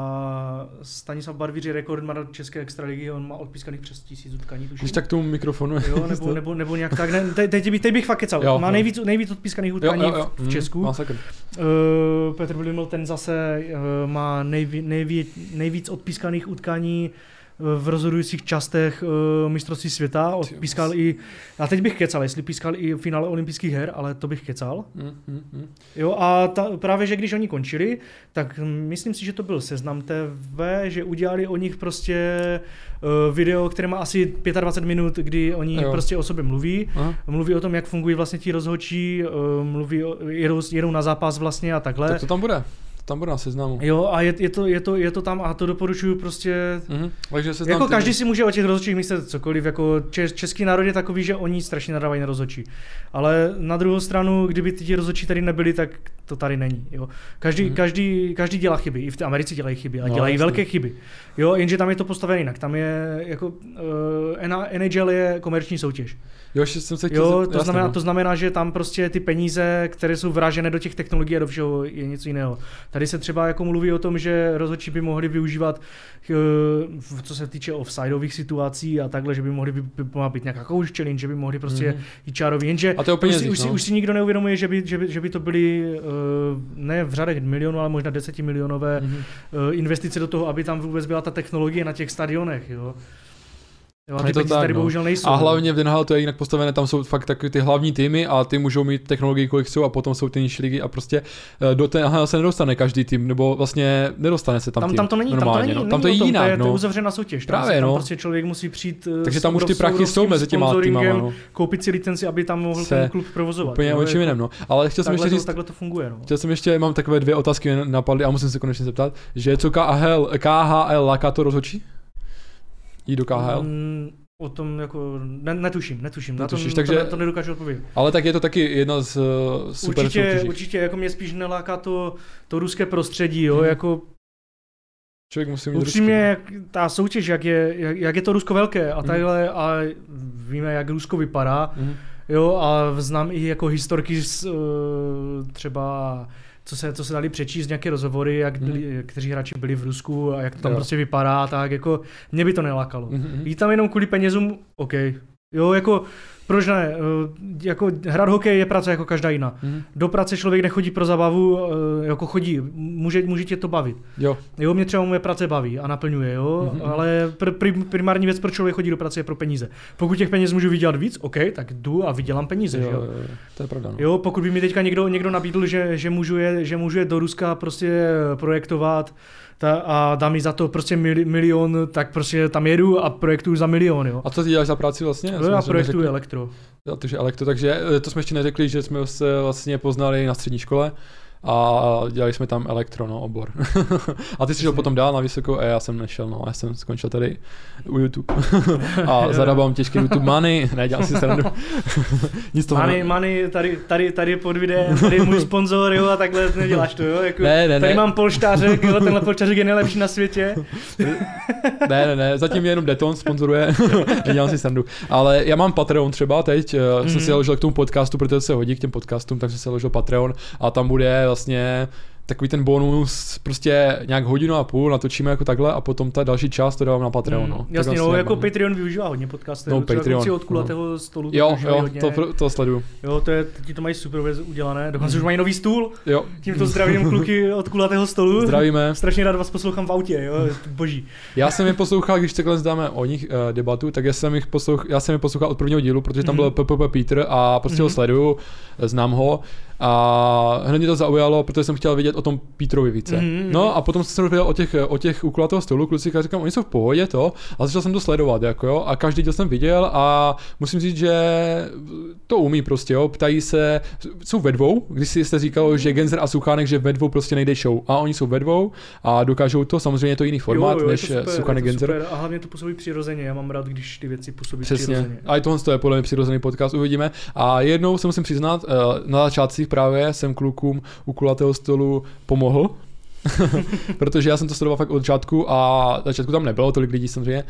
S2: a Stanislav Barvíř je rekordman české extraligy, on má odpískaných přes tisíc utkání, tuším.
S1: Když tak tomu mikrofonu.
S2: Jo, nebo, nebo, nebo nějak tak, ne, teď, teď, teď bych fakt kecal, jo, má nejvíc, nejvíc odpískaných utkání jo, jo, jo. v Česku. Mm, uh, Petr Bliml ten zase uh, má nejví, nejví, nejvíc odpískaných utkání v rozhodujících částech uh, mistrovství světa, odpískal i, a teď bych kecal, jestli pískal i finále olympijských her, ale to bych kecal. Mm, mm, mm. Jo, a ta, právě, že když oni končili, tak myslím si, že to byl Seznam T V, že udělali o nich prostě uh, video, které má asi dvacet pět minut, kdy oni jo. prostě o sobě mluví, aha. mluví o tom, jak fungují vlastně ti rozhodčí, uh, mluví o, jedou, jedou na zápas vlastně a takhle.
S1: Tak to tam bude. Tam bude na Seznamu.
S2: Jo, a je, je, to, je, to, je to tam a to doporučuju prostě.
S1: Mm-hmm. Takže Seznam
S2: jako
S1: ty...
S2: každý si může o těch rozhodčích myslet cokoliv, jako čes, český národ je takový, že oni strašně nadávají na rozhodčí. Ale na druhou stranu, kdyby ti rozhodčí tady nebyli, tak to tady není. Jo. Každý, mm-hmm. každý, každý dělá chyby, i v té Americe dělají chyby, a no, dělají jasný. velké chyby. Jo, jenže tam je to postavené jinak. Tam je jako uh, N H L je komerční soutěž.
S1: Jo, jsem se chtěl
S2: jo,
S1: zep...
S2: to,
S1: jasný,
S2: znamená,
S1: no.
S2: to znamená, že tam prostě ty peníze, které jsou vražené do těch technologií a do všeho, je něco jiného. Tady se třeba jako mluví o tom, že rozhodčí by mohli využívat, co se týče offsideových situací a takhle, že by mohli by, by být nějaká coach challenge, že by mohli prostě mm. jít čárově, jenže
S1: a to
S2: už, si,
S1: no.
S2: už, si, už si nikdo neuvědomuje, že by, že by, že by to byly ne v řadech milionů, ale možná desetimilionové mm. investice do toho, aby tam vůbec byla ta technologie na těch stadionech. Jo. Jo, a ty peníze tady no. bohužel nejsou.
S1: A hlavně v N H L to je jinak postavené, tam jsou fakt taky ty hlavní týmy a ty můžou mít technologii, kolik chcou, a potom jsou ty nižší ligy a prostě do té N H L se nedostane každý tým, nebo vlastně nedostane se tam,
S2: tam
S1: tým.
S2: Tam to není,
S1: normálně,
S2: tam to není,
S1: no. Tam to je
S2: tom,
S1: jinak,
S2: to je,
S1: no.
S2: To je uzavřená soutěž.
S1: Právě,
S2: tam
S1: no.
S2: prostě člověk musí přijít.
S1: Takže tam už ty prachy jsou mezi těma týmama, no.
S2: Koupit si licenci, aby tam mohl
S1: se
S2: ten klub provozovat.
S1: Úplně o čem jiném, no. Ale chtěl jsem ještě říct,
S2: takhle to funguje, no.
S1: Chtěl jsem ještě, mám takové dvě otázky napadly a musím se konečně zeptat, že co K H L láká to rozhodčí? Jít do K H L?
S2: O tom jako ne, netuším, netuším,
S1: Netušíš,
S2: na tom,
S1: takže,
S2: to, to nedokážu odpovědět.
S1: Ale tak je to taky jedna z uh, super
S2: určitě,
S1: soutěží.
S2: Určitě, jako mě spíš neláká to, to ruské prostředí, jo, hmm. jako
S1: člověk musí mít
S2: upřímně, jak ta soutěž, jak je, jak, jak je to Rusko velké a hmm. takhle a víme, jak Rusko vypadá, hmm. jo, a znám i jako historky z uh, třeba co se, co se dali přečíst, nějaké rozhovory, jak byli, hmm. kteří hráči byli v Rusku a jak to tam jo. prostě vypadá, tak jako mě by to nelákalo. Hmm. Jít tam jenom kvůli penězům, OK. Jo, jako proč ne? Jako hrát hokej je práce jako každá jiná. Mm. Do práce člověk nechodí pro zábavu, jako chodí, může, může tě to bavit. Jo. Jo, mě třeba moje práce baví a naplňuje, jo, mm-hmm. ale pr- pr- primární věc, proč člověk chodí do práce, je pro peníze. Pokud těch peněz můžu vydělat víc, OK, tak jdu a vydělám peníze, jo, jo?
S1: jo. To je pravda. No.
S2: Jo, pokud by mi teďka někdo, někdo nabídl, že, že, můžu je, že můžu je do Ruska prostě projektovat, ta, a dá mi za to prostě mili, milion, tak prostě tam jedu a projektuju za milion, jo.
S1: A co ty děláš za práci vlastně?
S2: Já, já projektuju elektro. elektro.
S1: Jo, takže elektro, takže to jsme ještě neřekli, že jsme se vlastně poznali na střední škole. A dělali jsme tam elektro, no, obor. A ty jsi šel potom dál na vysokou a já jsem nešel, no, já jsem skončil tady u YouTube. A zarábám těžký YouTube money, ne, dělám si srandu. Nic toho
S2: money, money, tady, tady, tady pod videem, tady je můj sponzor, jo, a takhle neděláš to, jo, jako, ne, ne, tady ne. Mám polštářek, jo, tenhle polštářek je nejlepší na světě.
S1: Ne, ne, ne, zatím jenom Deton sponzoruje, nedělám si srandu. Ale já mám Patreon třeba teď, mm. jsem si založil k tomu podcastu, protože se hodí k těm podcastům, takže jsem si založil Patreon a tam bude vlastně takový ten bonus, prostě nějak hodinu a půl natočíme jako takhle a potom ta další část to dávám na Patreon. No.
S2: Mm, jasně, no, jako Patreon využívá hodně podcastů.
S1: No, Patreon.
S2: Od kulatého no. stolu.
S1: Jo, jo, hodně. to, to sleduju.
S2: Jo, to je, ti to mají super věc udělané, dokonce mm. už mají nový stůl.
S1: Jo.
S2: Tímto zdravím kluky od kulatého stolu.
S1: Zdravíme.
S2: Strašně rád vás poslouchám v autě, jo, boží.
S1: Já jsem je poslouchal, když takhle zdáme o nich uh, debatu, tak já jsem, jich poslouch, já jsem je poslouchal od prvního dílu, protože tam mm. byl P P P Peter a prostě mm. ho sleduju, znám ho. A hned mě to zaujalo, protože jsem chtěl vědět o tom Petrovi více. Mm-hmm. No a potom jsem se dozvěděl o těch, o těch u kulatého stolu, kluci, a říkám, oni jsou v pohodě to, a začal jsem to sledovat, jako jo, a každý díl jsem viděl a musím říct, že to umí prostě, jo, ptají se, jsou ve dvou, když si jste říkal, že Genzer a Suchánek, že ve dvou prostě nejde show, a oni jsou ve dvou a dokážou to, samozřejmě je to jiný formát, jo, jo, než Suchánek Genzer.
S2: Super, a hlavně to působí přirozeně, já mám rád, když ty věci působí
S1: přesně.
S2: přirozeně.
S1: A i tohle je podle mě přirozený podcast, uvidíme. A jednou se musím přiznat, na začátcích právě jsem klukům u kulatého stolu pomohl, protože já jsem to sledoval fakt od začátku a na začátku tam nebylo tolik lidí samozřejmě,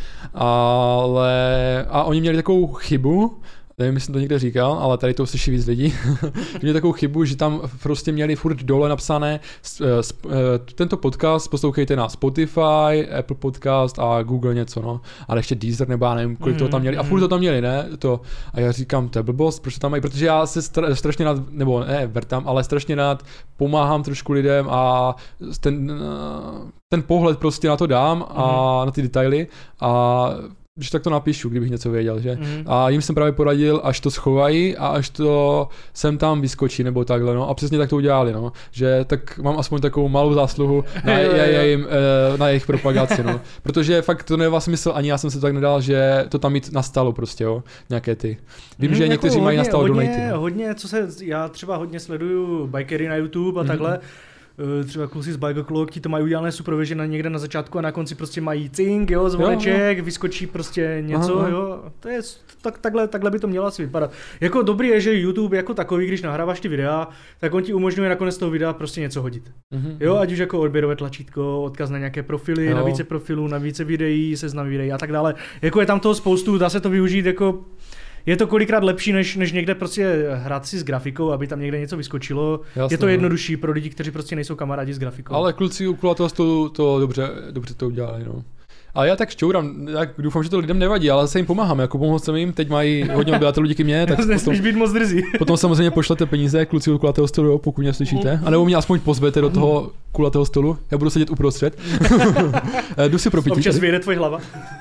S1: ale a oni měli takovou chybu, nevím, jestli jsem to někde říkal, ale tady to slyší víc lidí, měli takovou chybu, že tam prostě měli furt dole napsané tento podcast poslouchejte na Spotify, Apple Podcast a Google něco, no. Ale ještě Deezer nebo já nevím, kolik mm, toho tam měli. A furt to tam měli, ne? To. A já říkám, to je blbost, proč to tam mají? Protože já se stra- strašně rád, nebo ne, vrtám, ale strašně rád pomáhám trošku lidem a ten, ten pohled prostě na to dám a mm. na ty detaily a když tak to napíšu, kdybych něco věděl, že? Mm. A jim jsem právě poradil, až to schovají a až to sem tam vyskočí nebo takhle, no. A přesně tak to udělali, no. Že tak mám aspoň takovou malou zásluhu na, jejím, na jejich propagaci, no. Protože fakt to nedává smysl, ani já jsem se tak nedal, že to tam mít nastalo prostě, jo. Nějaké ty. Vím, mm, že jako někteří hodně, mají nastalo donaty. No.
S2: Hodně, co se, já třeba hodně sleduju bikery na YouTube a mm. takhle. Třeba kluci z Bike O'Clock, ti to mají udělané super, že na někde na začátku a na konci prostě mají cink, jo, zvoneček, jo, vyskočí prostě něco, aha, jo, to je, tak, takhle, takhle by to mělo asi vypadat. Jako dobrý je, že YouTube jako takový, když nahráváš ty videa, tak on ti umožňuje nakonec toho videa prostě něco hodit. Mm-hmm. Jo, ať už jako odběrové tlačítko, odkaz na nějaké profily, jo, na více profilů, na více videí, seznam videí a tak dále. Jako je tam toho spoustu, dá se to využít jako. Je to kolikrát lepší, než, než někde prostě hrát si s grafikou, aby tam někde něco vyskočilo. Jasně, je to jednodušší pro lidi, kteří prostě nejsou kamarádi s grafikou.
S1: Ale kluci u kulatého stolu to dobře, dobře to udělali, no. A já tak šťourám, jak doufám, že to lidem nevadí, ale se jim pomáhám, jako pomohl jsem jim, teď mají hodně obyvatelů díky mně, tak
S2: potom, být moc drzí.
S1: Potom samozřejmě pošlete peníze kluci u kulatého stolu, pokud mě slyšíte, a nebo mě aspoň pozvete do toho kulatého stolu, já budu sedět uprostřed. Jdu si pro pití.
S2: Občas vyjede tvoje hlava.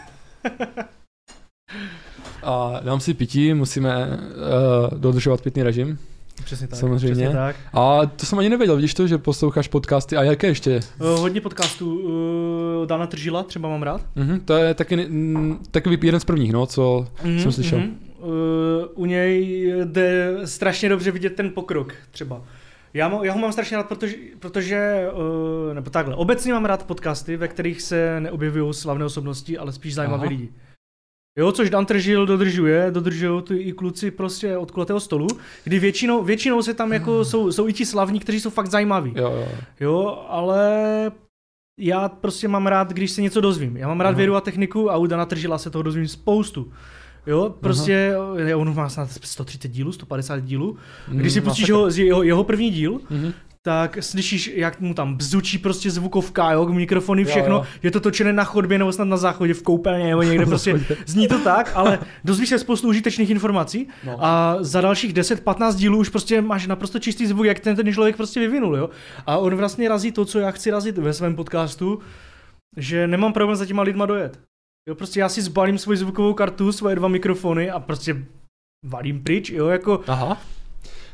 S1: A dám si pití, musíme uh, dodržovat pitný režim.
S2: Přesně tak.
S1: Samozřejmě.
S2: Přesně tak.
S1: A to jsem ani nevěděl, vidíš to, že posloucháš podcasty a jaké ještě?
S2: Uh, hodně podcastů. Uh, Dana Tržila třeba mám rád.
S1: Uh-huh, to je taky, m, takový jeden z prvních, no, co uh-huh, jsem slyšel. Uh-huh.
S2: Uh, u něj jde strašně dobře vidět ten pokrok třeba. Já, má, já ho mám strašně rád, protože, protože uh, nebo takhle, obecně mám rád podcasty, ve kterých se neobjevují slavné osobnosti, ale spíš zajímavé lidi. Jo, což Dan Tržil dodržuje, dodržují tu i kluci prostě od kulatého stolu, kdy většinou, většinou se tam jako jsou, jsou i ti slavní, kteří jsou fakt zajímaví. Jo, jo. Jo, ale já prostě mám rád, když se něco dozvím. Já mám rád Aha. vědu a techniku a u Dana Tržila se toho dozvím spoustu. Jo, prostě, Aha. on má snad sto třicet dílů, sto padesát dílů. Když si pustíš jeho, jeho, jeho první díl, mm-hmm. tak slyšíš, jak mu tam bzučí prostě zvukovka, jo, mikrofony, všechno. Jo, jo. Je to točené na chodbě nebo snad na záchodě, v koupelně nebo někde prostě. Zní to tak, ale dozvíš se spoustu užitečných informací no. a za dalších deset patnáct dílů už prostě máš naprosto čistý zvuk, jak ten, ten člověk prostě vyvinul, jo. A on vlastně razí to, co já chci razit ve svém podcastu, že nemám problém za těma lidma dojet. Jo, prostě já si zbalím svoji zvukovou kartu, svoje dva mikrofony a prostě valím pryč, jo, jako.
S1: Aha.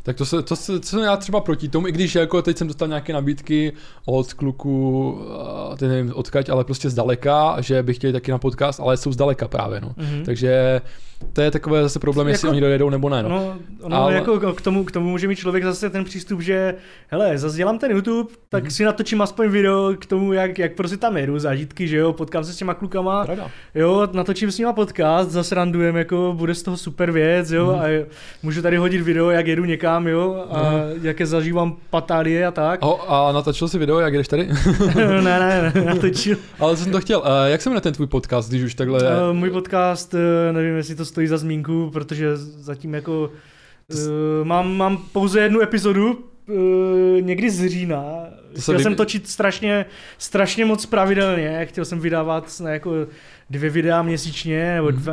S1: Tak to se, to se, co jsem já třeba proti tomu, i když jako teď jsem dostal nějaké nabídky od kluků, teď nevím odkaď, ale prostě zdaleka, že by chtěli taky na podcast, ale jsou zdaleka právě, no. Mm-hmm. Takže to je takové zase problém, jako, jestli oni dojedou nebo ne, no.
S2: No, no ale... jako k tomu, k tomu může mít člověk zase ten přístup, že hele, zase dělám ten YouTube, tak mm-hmm. si natočím aspoň video k tomu, jak, jak prostě tam jedu, zážitky, že jo, potkám se s těma klukama, Pravda. jo, natočím s nima podcast, zase randujem, jako bude z toho super věc, jo, mm-hmm. a můžu tady hodit video, jak jedu někam, jo, a mm-hmm. jaké zažívám patálie a tak.
S1: O, a natočil jsi video, jak jdeš tady?
S2: ne, ne, ne, natočil.
S1: Ale jsem to chtěl, uh, jak se jmenuje ten tvůj podcast, když už takhle...
S2: Uh, můj podcast, uh, nevím, jestli to stojí za zmínku, protože zatím jako uh, mám, mám pouze jednu epizodu, uh, někdy z října. Chtěl líbí... jsem točit strašně, strašně moc pravidelně, chtěl jsem vydávat na jako dvě videa měsíčně, nebo dva,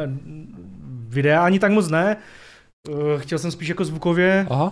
S2: videa ani tak moc ne. Uh, chtěl jsem spíš jako zvukově. Aha.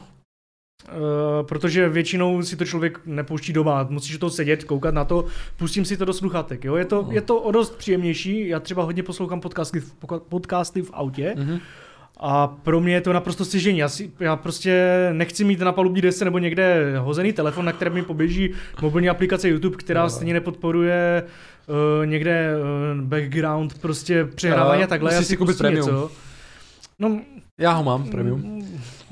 S2: Uh, protože většinou si to člověk nepouští doma, musíš to sedět, koukat na to, pustím si to do sluchátek, jo, je to, je to o dost příjemnější, já třeba hodně poslouchám podcasty, podcasty v autě mm-hmm. a pro mě je to naprosto stěžení, já, si, já prostě nechci mít na palubní desce nebo někde hozený telefon, na kterém mi poběží mobilní aplikace YouTube, která no. stejně nepodporuje uh, někde uh, background, prostě přehrávání a takhle, já si pustím něco. No,
S1: já ho mám, premium.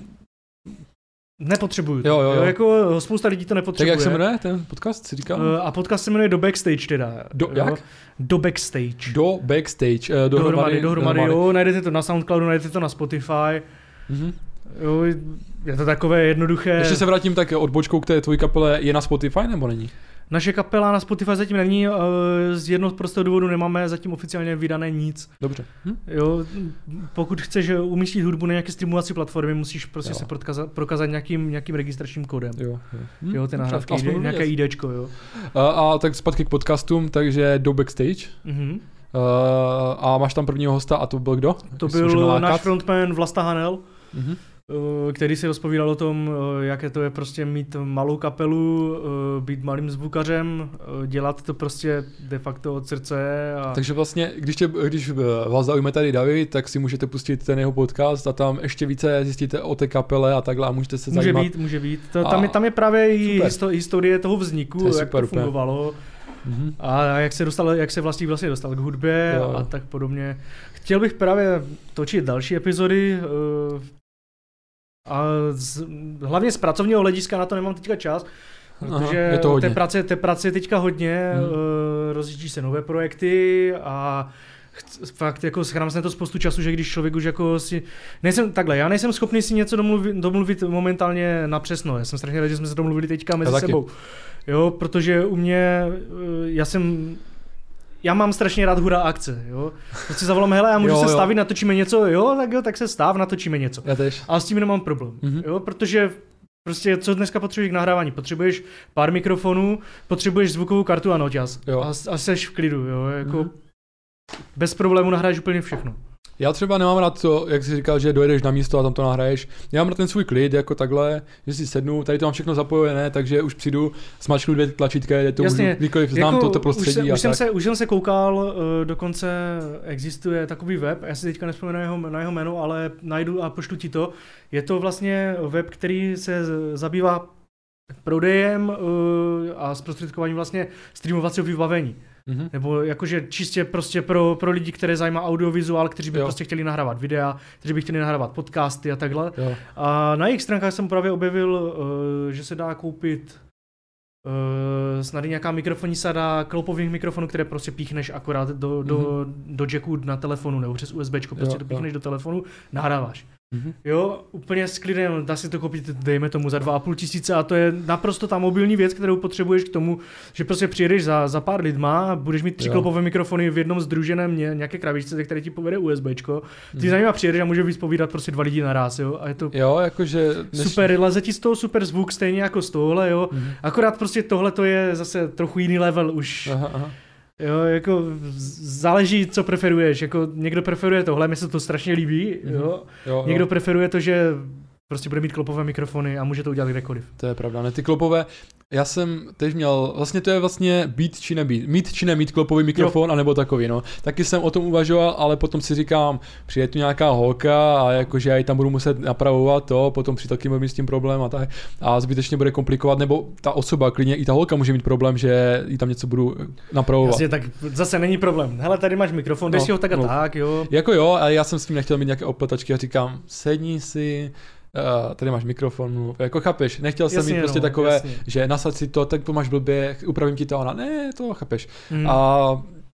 S2: Nepotřebuju to.
S1: Jo, jo, jo.
S2: Jako spousta lidí to nepotřebuje.
S1: Tak jak se jmenuje ten podcast, si říkal?
S2: Uh, a podcast se jmenuje Do Backstage teda.
S1: Do, jak?
S2: Do Backstage.
S1: Do Backstage. Uh, dohromady,
S2: dohromady, dohromady, jo, najdete to na Soundcloudu, najdete to na Spotify. Mm-hmm. Jo, je to takové jednoduché.
S1: Ještě se vrátím tak odbočkou k té tvojí kapele, je na Spotify nebo není?
S2: Naše kapela na Spotify zatím není, z jednoho prostého důvodu nemáme zatím oficiálně vydané nic.
S1: Dobře. Hm?
S2: Jo, pokud chceš umístit hudbu na nějaké streamovací platformy, musíš prostě jo. se prokazat, prokazat nějakým, nějakým registračním kódem. Jo, jo. Hm? jo ty nahrávky, ide, nějaké IDčko, jo.
S1: A, a tak zpátky k podcastům, takže Do Backstage. Mm-hmm. Uh, a máš tam prvního hosta a to byl kdo?
S2: To byl náš frontman Vlasta Hanel. Mm-hmm. Který si rozpovídal o tom, jaké to je prostě mít malou kapelu, být malým zvukařem, dělat to prostě de facto od srdce. A...
S1: Takže vlastně, když, tě, když vás zaujme tady David, tak si můžete pustit ten jeho podcast a tam ještě více zjistíte o té kapele a takhle a můžete se
S2: může
S1: zajímat.
S2: Může být, může být. To, tam, je, tam je právě i historie toho vzniku, to jak super, to fungovalo. Mm-hmm. A jak se dostal, jak se vlastně vlastně dostal k hudbě jo. a tak podobně. Chtěl bych právě točit další epizody, a z, hlavně z pracovního hlediska na to nemám teďka čas, protože Aha, té práce, té práce je teďka hodně, hmm. uh, rozjíždí se nové projekty a ch- fakt jako schrám se na to spoustu času, že když člověk už jako si, nejsem takhle, já nejsem schopný si něco domluvit, domluvit momentálně na přesno, já jsem strašně rád, že jsme se domluvili teďka mezi sebou, jo, protože u mě, uh, já jsem Já mám strašně rád hurá akce, jo. Prostě zavolám, hele, já můžu jo, se stavit, jo. natočíme něco, jo, tak jo, tak se stav, natočíme něco.
S1: Já tež.
S2: A s tím nemám problém, mm-hmm. jo, protože prostě co dneska potřebuješ k nahrávání? Potřebuješ pár mikrofonů, potřebuješ zvukovou kartu a noťaz. A, a seš v klidu, jo, jako mm-hmm. bez problému nahráš úplně všechno.
S1: Já třeba nemám rád to, jak jsi říkal, že dojedeš na místo a tam to nahraješ. Já mám rád ten svůj klid, jako takhle, že si sednu, tady to mám všechno zapojené, takže už přijdu, smačknu dvě tlačítka, je to Jasně, můžu, kdykoliv znám jako, toto prostředí. Už, se,
S2: a už,
S1: jsem
S2: se, už jsem se koukal, uh, dokonce existuje takový web, já si teďka nevzpomenu na jeho, na jeho jméno, ale najdu a pošlu ti to. Je to vlastně web, který se zabývá prodejem uh, a zprostředkováním vlastně streamovacího vybavení. Mm-hmm. Nebo jakože čistě prostě pro, pro lidi, které zajímá audiovizuál, kteří by jo. prostě chtěli nahrávat videa, kteří by chtěli nahrávat podcasty a takhle. Jo. A na jejich stránkách jsem právě objevil, uh, že se dá koupit uh, snad nějaká mikrofonní sada klopových mikrofonů, které prostě píchneš akorát do, mm-hmm. do, do jacku na telefonu nebo přes USBčko, prostě jo, to píchneš jo. do telefonu, nahráváš. Mm-hmm. Jo, úplně s klidem, dá si to koupit, dejme tomu za dva a půl tisíce a to je naprosto ta mobilní věc, kterou potřebuješ k tomu, že prostě přijedeš za, za pár lidma, budeš mít tři jo. klopové mikrofony v jednom združeném nějaké krabičce, ze které ti povede USBčko, ty mm-hmm. za nimi přijedeš a můžeš vyspovídat prostě dva lidi naraz, jo, a je to
S1: jo, jakože než... super,
S2: leze ti z toho super zvuk, stejně jako z tohle, jo, mm-hmm. akorát prostě tohle to je zase trochu jiný level už. Aha, aha. Jo, jako záleží, co preferuješ, jako někdo preferuje tohle, mi se to strašně líbí, mm-hmm. jo? Jo, někdo jo. preferuje to, že prostě bude mít klopové mikrofony a může to udělat kdekoliv.
S1: To je pravda, ne ty klopové, Já jsem teď měl, vlastně to je vlastně být či nebýt, mít či nemít klopový mikrofon, jo. Anebo takový, no. Taky jsem o tom uvažoval, ale potom si říkám, přijde tu nějaká holka a jakože já ji tam budu muset napravovat to, potom přítelky budou mít s tím problém a tak a zbytečně bude komplikovat, nebo ta osoba, klidně i ta holka může mít problém, že jí tam něco budu napravovat.
S2: Jasně, tak zase není problém. Hele, tady máš mikrofon, dej no, si ho tak a no. tak, jo.
S1: Jako jo, ale já jsem s tím nechtěl mít nějaké opletačky a říkám, sedni si, Uh, tady máš mikrofon, jako chápeš, nechtěl jsem jasně, mít prostě no, takové, jasně. Že nasaď si to, tak to máš blbě, upravím ti to, ona, ne, to chápeš. Hmm. A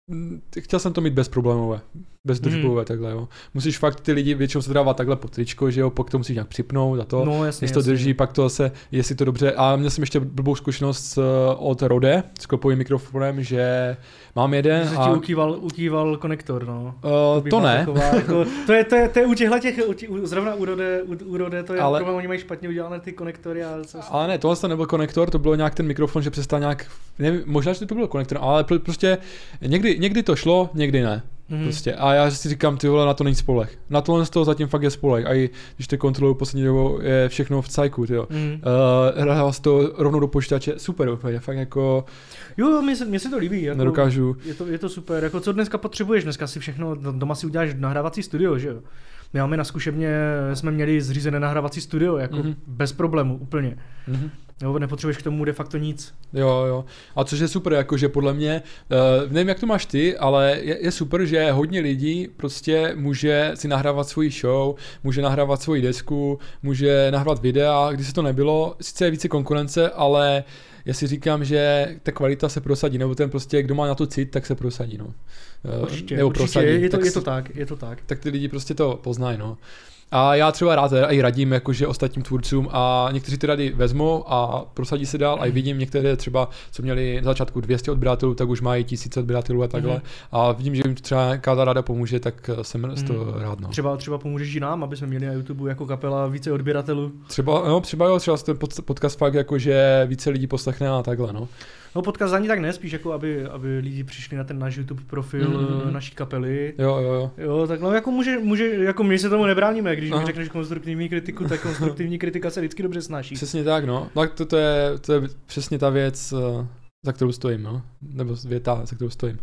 S1: chtěl jsem to mít bezproblémové, bezdržbové, hmm. takhle, jo. Musíš fakt, ty lidi většinou se dávat takhle pod tričko, že jo, pak to musíš nějak připnout a to,
S2: no, jasně,
S1: než to
S2: jasně.
S1: drží, pak to se, jestli to dobře, a měl jsem ještě blbou zkušenost od Rode s klopovým mikrofonem, že mám jeden
S2: že se
S1: a...
S2: ti ukýval, ukýval konektor, no.
S1: Uh, to, to ne.
S2: Taková, jako, to, je, to, je, to je u těchhle těch, u, zrovna u Rode, u, u Rode to je ale, problém, oni mají špatně udělané ty konektory. A co
S1: ale ne, tohle to nebyl konektor, to bylo nějak ten mikrofon, že přestal nějak, nevím, možná, že to byl konektor, ale prostě někdy, někdy to šlo, někdy ne. Mm-hmm. Prostě. A já si říkám, ty vole, na to není spoleh. Na tohle z toho zatím fakt je spoleh. A i když to kontroluju poslední dobou, je všechno v cajku, tyjo. Mm-hmm. Uh, hrál si to rovnou do počítače, super úplně, fakt jako...
S2: Jo, mně se, mně se to líbí. Jako,
S1: nedokážu.
S2: Je to, je to super, jako co dneska potřebuješ, dneska si všechno, doma si uděláš nahrávací studio, že jo. My máme na zkušebně, jsme měli zřízené nahrávací studio, jako mm-hmm. bez problému, úplně. Mm-hmm. Jo, nepotřebuješ k tomu de facto nic.
S1: Jo, jo. A což je super, jakože podle mě, uh, nevím, jak to máš ty, ale je, je super, že hodně lidí prostě může si nahrávat svoji show, může nahrávat svoji desku, může nahrávat videa, když se to nebylo, sice je více konkurence, ale já si říkám, že ta kvalita se prosadí, nebo ten prostě, kdo má na to cit, tak se prosadí, no.
S2: Určitě,
S1: nebo
S2: určitě,
S1: prosadí,
S2: je, to,
S1: tak
S2: je to tak, je to tak.
S1: Tak ty lidi prostě to poznají, no. A já třeba rád i radím jakože ostatním tvůrcům a někteří ty rady vezmou a prosadí se dál a i vidím některé třeba, co měli na začátku dvě stě odběratelů, tak už mají tisíce odběratelů a takhle. Mm. A vidím, že jim třeba nějaká ta rada pomůže, tak jsem z toho mm. rád. No.
S2: Třeba, třeba pomůžeš i nám, aby jsme měli na YouTube jako kapela více odběratelů.
S1: Třeba, no, třeba jo, třeba ten podcast fakt jakože více lidí poslechne a takhle, no.
S2: No podcast ani tak ne, spíš jako aby, aby lidi přišli na ten náš YouTube profil mm-hmm. naší kapely.
S1: Jo, jo, jo.
S2: Jo, tak no jako může, může, jako my se tomu nebráníme, když Aha. mi řekneš konstruktivní kritiku, tak konstruktivní kritika se vždycky dobře snaží.
S1: Přesně tak, no. Tak to, to, je, to je přesně ta věc, za kterou stojím, no. Nebo věta, za kterou stojím.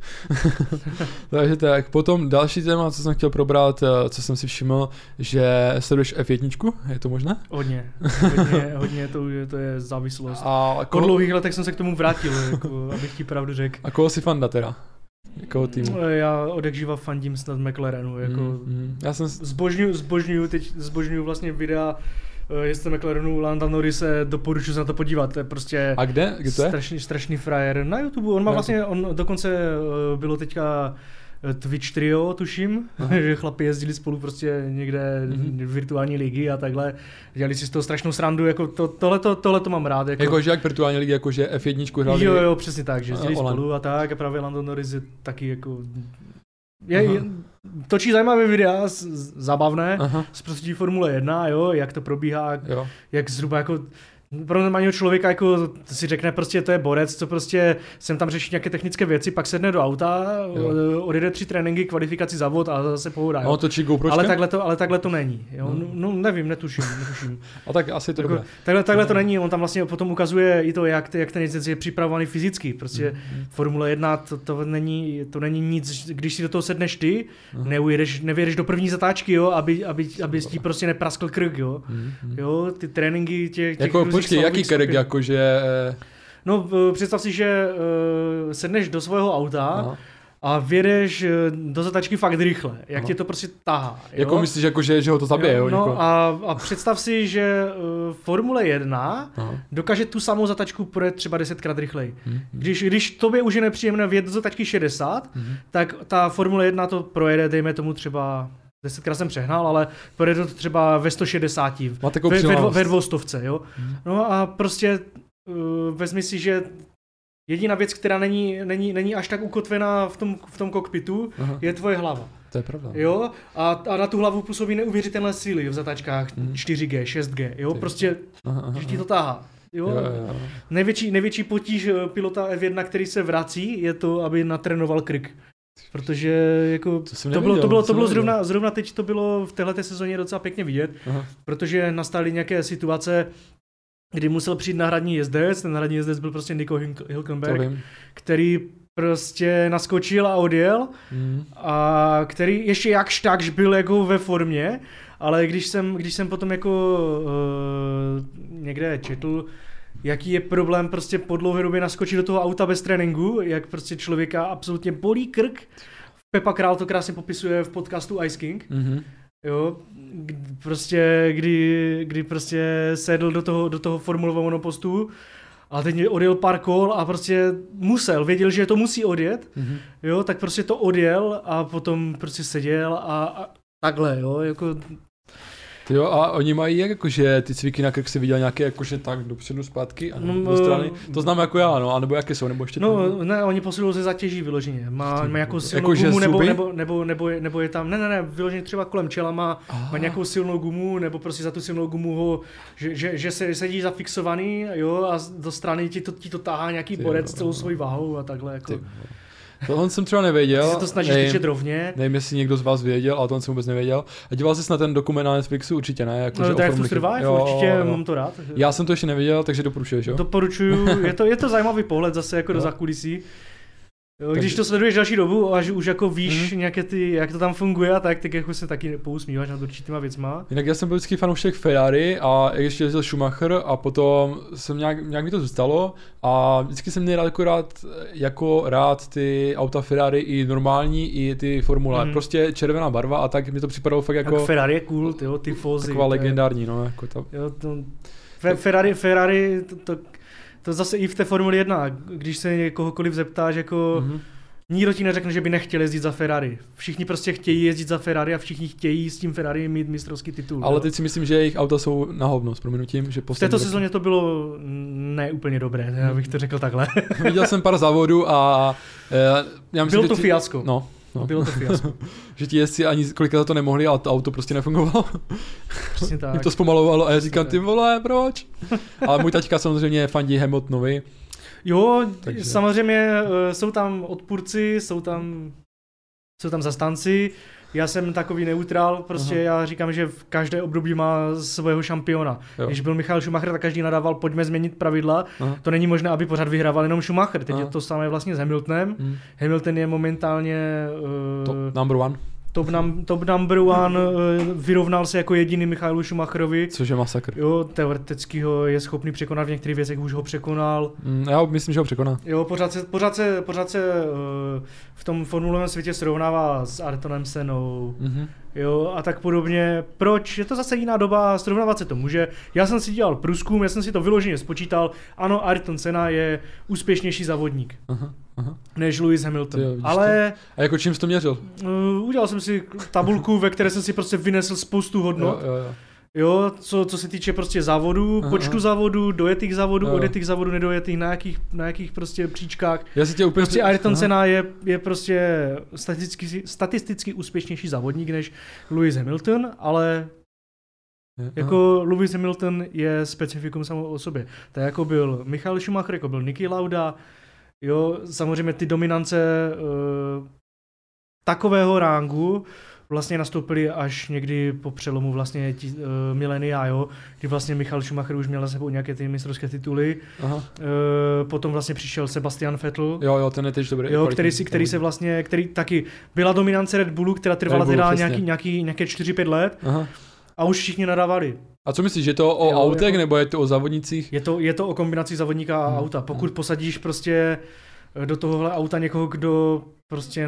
S1: Takže tak, potom další téma, co jsem chtěl probrat, co jsem si všiml, že sleduješ F jedna, je to možné?
S2: Hodně, hodně, hodně to, je, to je závislost. A po koho... dlouhých letech jsem se k tomu vrátil, jako, abych ti pravdu řekl.
S1: A koho si fanda teda? Jakého týmu?
S2: Já odekživa fandím snad McLarenu, jako mm, mm. Já jsem... zbožňuju, zbožňuju, teď zbožňuju vlastně videa jezdce McLarenu, Landa Norrise, doporučuji se na to podívat, to je prostě
S1: a kde? Kde to je?
S2: strašný, strašný frajer. Na YouTube, on má vlastně, on dokonce bylo teďka Twitch Trio, tuším, že chlapi jezdili spolu prostě někde mm-hmm. virtuální ligy a takhle, dělali si z toho strašnou srandu, jako to, tohleto, tohleto mám rád. Jako,
S1: jako že jak virtuální ligy, jako že F jedna hráli?
S2: Jo, jo, přesně tak, že jezdili spolu a tak a právě Lando Norris je taky jako... Je, je, točí zajímavé videa, z, z, zábavné, Aha. z prostředí Formule jedna, jo, jak to probíhá, jo. Jak zhruba jako pro normálního člověka jako si řekne prostě to je borec, co prostě sem tam řeší nějaké technické věci, pak sedne do auta, jo. odjede tři tréninky, kvalifikaci, závod a zase pohoda.
S1: No, točí GoPročka?
S2: Ale takhle to, ale takhle to není. Jo? Hmm. No, no nevím, netuším, netuším.
S1: A tak asi to
S2: jako,
S1: dobré.
S2: Takhle, takhle to není, on tam vlastně potom ukazuje i to, jak, jak ten jezdec je připravovaný fyzicky. Prostě hmm. Formule jedna to, to, není, to není nic, když si do toho sedneš ty, hmm. neujedeš, nevědeš do první zatáčky, jo, aby, aby, aby ti prostě nepraskl krk, jo. Hmm. Jo, ty tréninky těch, těch
S1: jako, počkej, jaký krk, jakože...
S2: No, představ si, že uh, sedneš do svého auta Aha. a vědeš do zatačky fakt rychle, jak Aha. tě to prostě tahá. Jo?
S1: Jako myslíš, jako, že, že ho to zabije? Jo,
S2: no a, a představ si, že uh, Formule jedna Aha. dokáže tu samou zatačku projet třeba desetkrát rychleji. Hmm. Když, když tobě už je nepříjemné vjet do zatačky šedesát, hmm. tak ta Formule jedna to projede, dejme tomu třeba... Desetkrát jsem přehnal, ale projede to třeba ve sto šedesát, ve, ve, ve dvoustovce, jo. Hmm. No a prostě uh, vezmi si, že jediná věc, která není, není, není až tak ukotvená v tom, v tom kokpitu, Aha. je tvoje hlava.
S1: To je pravda.
S2: Jo? A, a na tu hlavu působí neuvěřitelné síly v zatáčkách hmm. čtyři gé, šest gé, jo, Ty. prostě, aha, aha. že ti to táhá. Jo? Jo, jo. Největší, největší potíž pilota F jedna, který se vrací, je to, aby natrénoval krk. Protože jako to, to bylo, to bylo, to bylo zrovna, zrovna teď to bylo v téhleté sezóně docela pěkně vidět, Aha. protože nastaly nějaké situace, kdy musel přijít náhradní jezdec, ten náhradní jezdec byl prostě Nico Hülkenberg, který prostě naskočil a odjel mm. a který ještě jakž takž byl jako ve formě, ale když jsem, když jsem potom jako uh, někde četl, jaký je problém prostě po dlouhé době naskočit do toho auta bez tréninku, jak prostě člověka absolutně bolí krk. Pepa Král to krásně popisuje v podcastu Ice King. Mm-hmm. Jo, prostě kdy, kdy prostě sedl do toho, do toho formulového monopostu a teď odjel pár kol a prostě musel, věděl, že to musí odjet, mm-hmm. jo, tak prostě to odjel a potom prostě seděl a, a takhle, jo, jako...
S1: Jo, a oni mají jakože ty cviky na krk si viděl nějaké jakože tak dopředu zpátky a no, do strany, to znám jako já, no, a nebo jaké jsou, nebo ještě
S2: no, ten... ne, oni posilují se zatěží vyloženě, má, má nějakou silnou jako gumu, nebo, nebo, nebo, nebo, je, nebo je tam, ne, ne, ne, vyloženě třeba kolem čela má, má nějakou silnou gumu, nebo prostě za tu silnou gumu ho, že, že, že se sedí zafixovaný, jo, a do strany ti to, ti to táhá nějaký borec celou svojí váhou a takhle, jako... Ty,
S1: tohle jsem třeba nevěděl.
S2: Ty se to snažíš tyčet rovně.
S1: Nevím, jestli někdo z vás věděl, ale tohle jsem vůbec nevěděl. A díval jsi na ten dokument na Netflixu? Určitě ne. Jako,
S2: no, Drive to Survive, jo, určitě, jo. Mám to rád.
S1: Já jsem to ještě nevěděl, takže doporučuješ, jo?
S2: Doporučuju, je to, je to zajímavý pohled zase jako jo. do zákulisí. Jo, když takže... to sleduješ další dobu, až už jako víš mm. nějaké ty, jak to tam funguje a tak, tak jako se taky pousmíváš nad určitýma věcma.
S1: Jinak já jsem byl vždycky fanoušek Ferrari a ještě jezdil Schumacher a potom jsem nějak, nějak mi to zůstalo a vždycky jsem měl jako rád, jako rád ty auta Ferrari i normální, i ty formule. Mm. Prostě červená barva a tak mi to připadalo fakt jako...
S2: Tak Ferrari je cool, tyjo, ty fózy.
S1: Taková legendární, no, jako ta...
S2: Jo, to... Fe, Ferrari, Ferrari, to... to... To zase i v té Formuli jedna, když se někohokoliv zeptáš, jako mm-hmm. nikdo ti neřekne, že by nechtěl jezdit za Ferrari. Všichni prostě chtějí jezdit za Ferrari a všichni chtějí s tím Ferrari mít mistrovský titul.
S1: Ale jo? Teď si myslím, že jejich auta jsou na hovno s prominutím. Že
S2: v této sezóně to bylo ne úplně dobré, já bych to řekl takhle.
S1: Viděl jsem pár závodů a... Já myslím,
S2: bylo to
S1: ti...
S2: fiasko.
S1: No. No.
S2: Bylo to fiasko.
S1: Že ti jezdci ani kolikrát za to nemohli a to auto prostě nefungovalo.
S2: Přesně tak.
S1: Mě to zpomalovalo a já říkám, ty vole, proč? Ale můj taťka samozřejmě fandí Hamiltonovi.
S2: Jo, takže... samozřejmě jsou tam odpůrci, jsou tam, jsou tam zastánci. Já jsem takový neutrál, prostě Aha. já říkám, že v každé období má svého šampiona. Jo. Když byl Michael Schumacher, tak každý nadával, pojďme změnit pravidla. Aha. To není možné, aby pořád vyhrával jenom Schumacher. Teď Aha. je to samé vlastně s Hamiltonem. Hmm. Hamilton je momentálně... Uh,
S1: top number one.
S2: Top, num, top number one, vyrovnal se jako jediný Michaelu Schumacherovi.
S1: Což je masakr.
S2: Jo, teoreticky ho je schopný překonat, v některých věcech už ho překonal.
S1: Mm, já myslím, že ho překoná.
S2: Jo, pořád se, pořád se, pořád se uh, v tom formulovém světě srovnává s Ayrtonem Sennou. Mm-hmm. Jo, a tak podobně. Proč? Je to zase jiná doba, srovnávat se to může. Já jsem si dělal průzkum, já jsem si to vyloženě spočítal. Ano, Ayrton Senna je úspěšnější závodník. Aha. Aha. Než Lewis Hamilton. Jo, ale...
S1: A jako čím jsi to měřil?
S2: Uh, udělal jsem si tabulku, ve které jsem si prostě vynesl spoustu hodnot. Jo, jo, jo. Jo, co, co se týče prostě závodů, aha, počtu aha. závodů, dojetých závodů, jo. odjetých závodů, nedojetých, na jakých, na jakých prostě příčkách.
S1: Já si tě úplně...
S2: Prostě Ayrton Senna je, je prostě statisticky, statisticky úspěšnější závodník než Lewis Hamilton, ale je, jako aha. Lewis Hamilton je specifikum samo o sobě. Tak jako byl Michael Schumacher, jako byl Niki Lauda, jo, samozřejmě ty dominance uh, takového rangu vlastně nastoupili až někdy po přelomu vlastně tí, uh, milénia, jo, kdy vlastně Michael Schumacher už měl za sebou nějaké ty mistrovské tituly. Aha. Uh, potom vlastně přišel Sebastian Vettel.
S1: Jo, jo, ten je teď dobrý.
S2: Jo, který, si, který se vlastně, který taky byla dominance Red Bullu, která trvala teda nějaký, nějaký, nějaké čtyři pět let. Aha. A už všichni nadávali.
S1: A co myslíš, je to o jo, autech jako, nebo je to o závodnicích?
S2: Je to, je to o kombinaci závodníka a hmm. auta. Pokud hmm. posadíš prostě do tohohle auta někoho, kdo prostě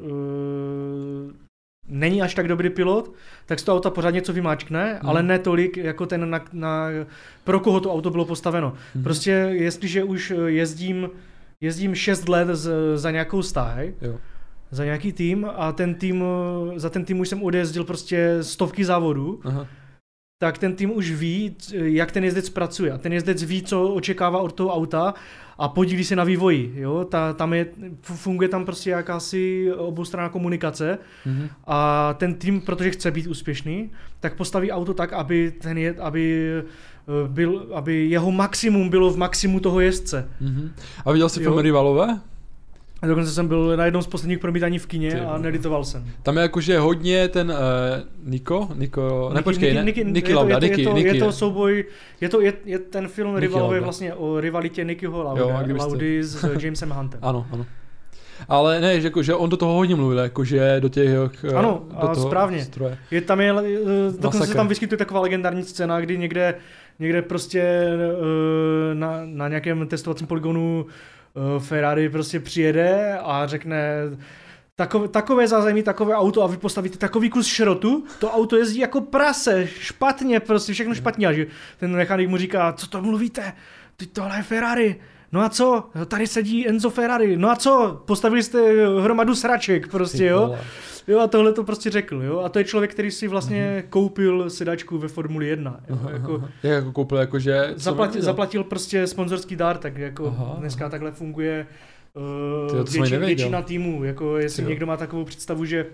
S2: uh, není až tak dobrý pilot, tak z toho auta pořád něco vymáčkne, hmm. ale ne tolik, jako ten, na, na, pro koho to auto bylo postaveno. Hmm. Prostě jestliže už jezdím, jezdím šest let z, za nějakou stáj, jo. za nějaký tým a ten tým, za ten tým už jsem odjezdil prostě stovky závodů, aha. tak ten tým už ví, jak ten jezdec pracuje. A ten jezdec ví, co očekává od toho auta a podílí se na vývoji. Jo? Ta, tam je, funguje tam prostě jakási oboustranná komunikace mm-hmm. a ten tým, protože chce být úspěšný, tak postaví auto tak, aby, ten je, aby, byl, aby jeho maximum bylo v maximu toho jezdce.
S1: Mm-hmm. A viděl jsi filmy Rivalové?
S2: A dokonce jsem byl na jednom z posledních promítání v kině a nelitoval jsem.
S1: Tam je jakože hodně ten uh, Niko, Niko, ne počkej,
S2: Niky,
S1: ne,
S2: Niky,
S1: Niky Lauda, Niky,
S2: je to,
S1: Niky.
S2: Je to souboj, je to je, je ten film
S1: Niky
S2: rivalový
S1: Lauda.
S2: vlastně o rivalitě Nikyho Lauda,
S1: jo,
S2: Laudy s Jamesem Huntem.
S1: Ano, ano. Ale ne, že, jako, že on do toho hodně mluvil, jakože do těch
S2: ano,
S1: do
S2: a
S1: toho
S2: správně.
S1: Stroje.
S2: Je tam je, dokonce se tam vyskytuje taková legendární scéna, kdy někde, někde prostě na, na nějakém testovacím poligonu Ferrari prostě přijede a řekne takové, takové zázemí, takové auto a vy postavíte takový kus šrotu, to auto jezdí jako prase, špatně, prostě všechno špatně. A že ten mechanik mu říká, co to mluvíte, teď tohle je Ferrari. No a co? Tady sedí Enzo Ferrari. No a co? Postavili jste hromadu sraček prostě, jo? Jo, a tohle to prostě řekl, jo? A to je člověk, který si vlastně uh-huh. koupil sedačku ve Formuli jedna. Jo?
S1: Uh-huh.
S2: Jako,
S1: Jak jako koupil, jakože...
S2: Zaplatil, zaplatil prostě sponzorský dár, tak jako uh-huh. dneska takhle funguje uh, Tyjo, větši, většina týmů. Jako jestli Tyjo. Někdo má takovou představu, že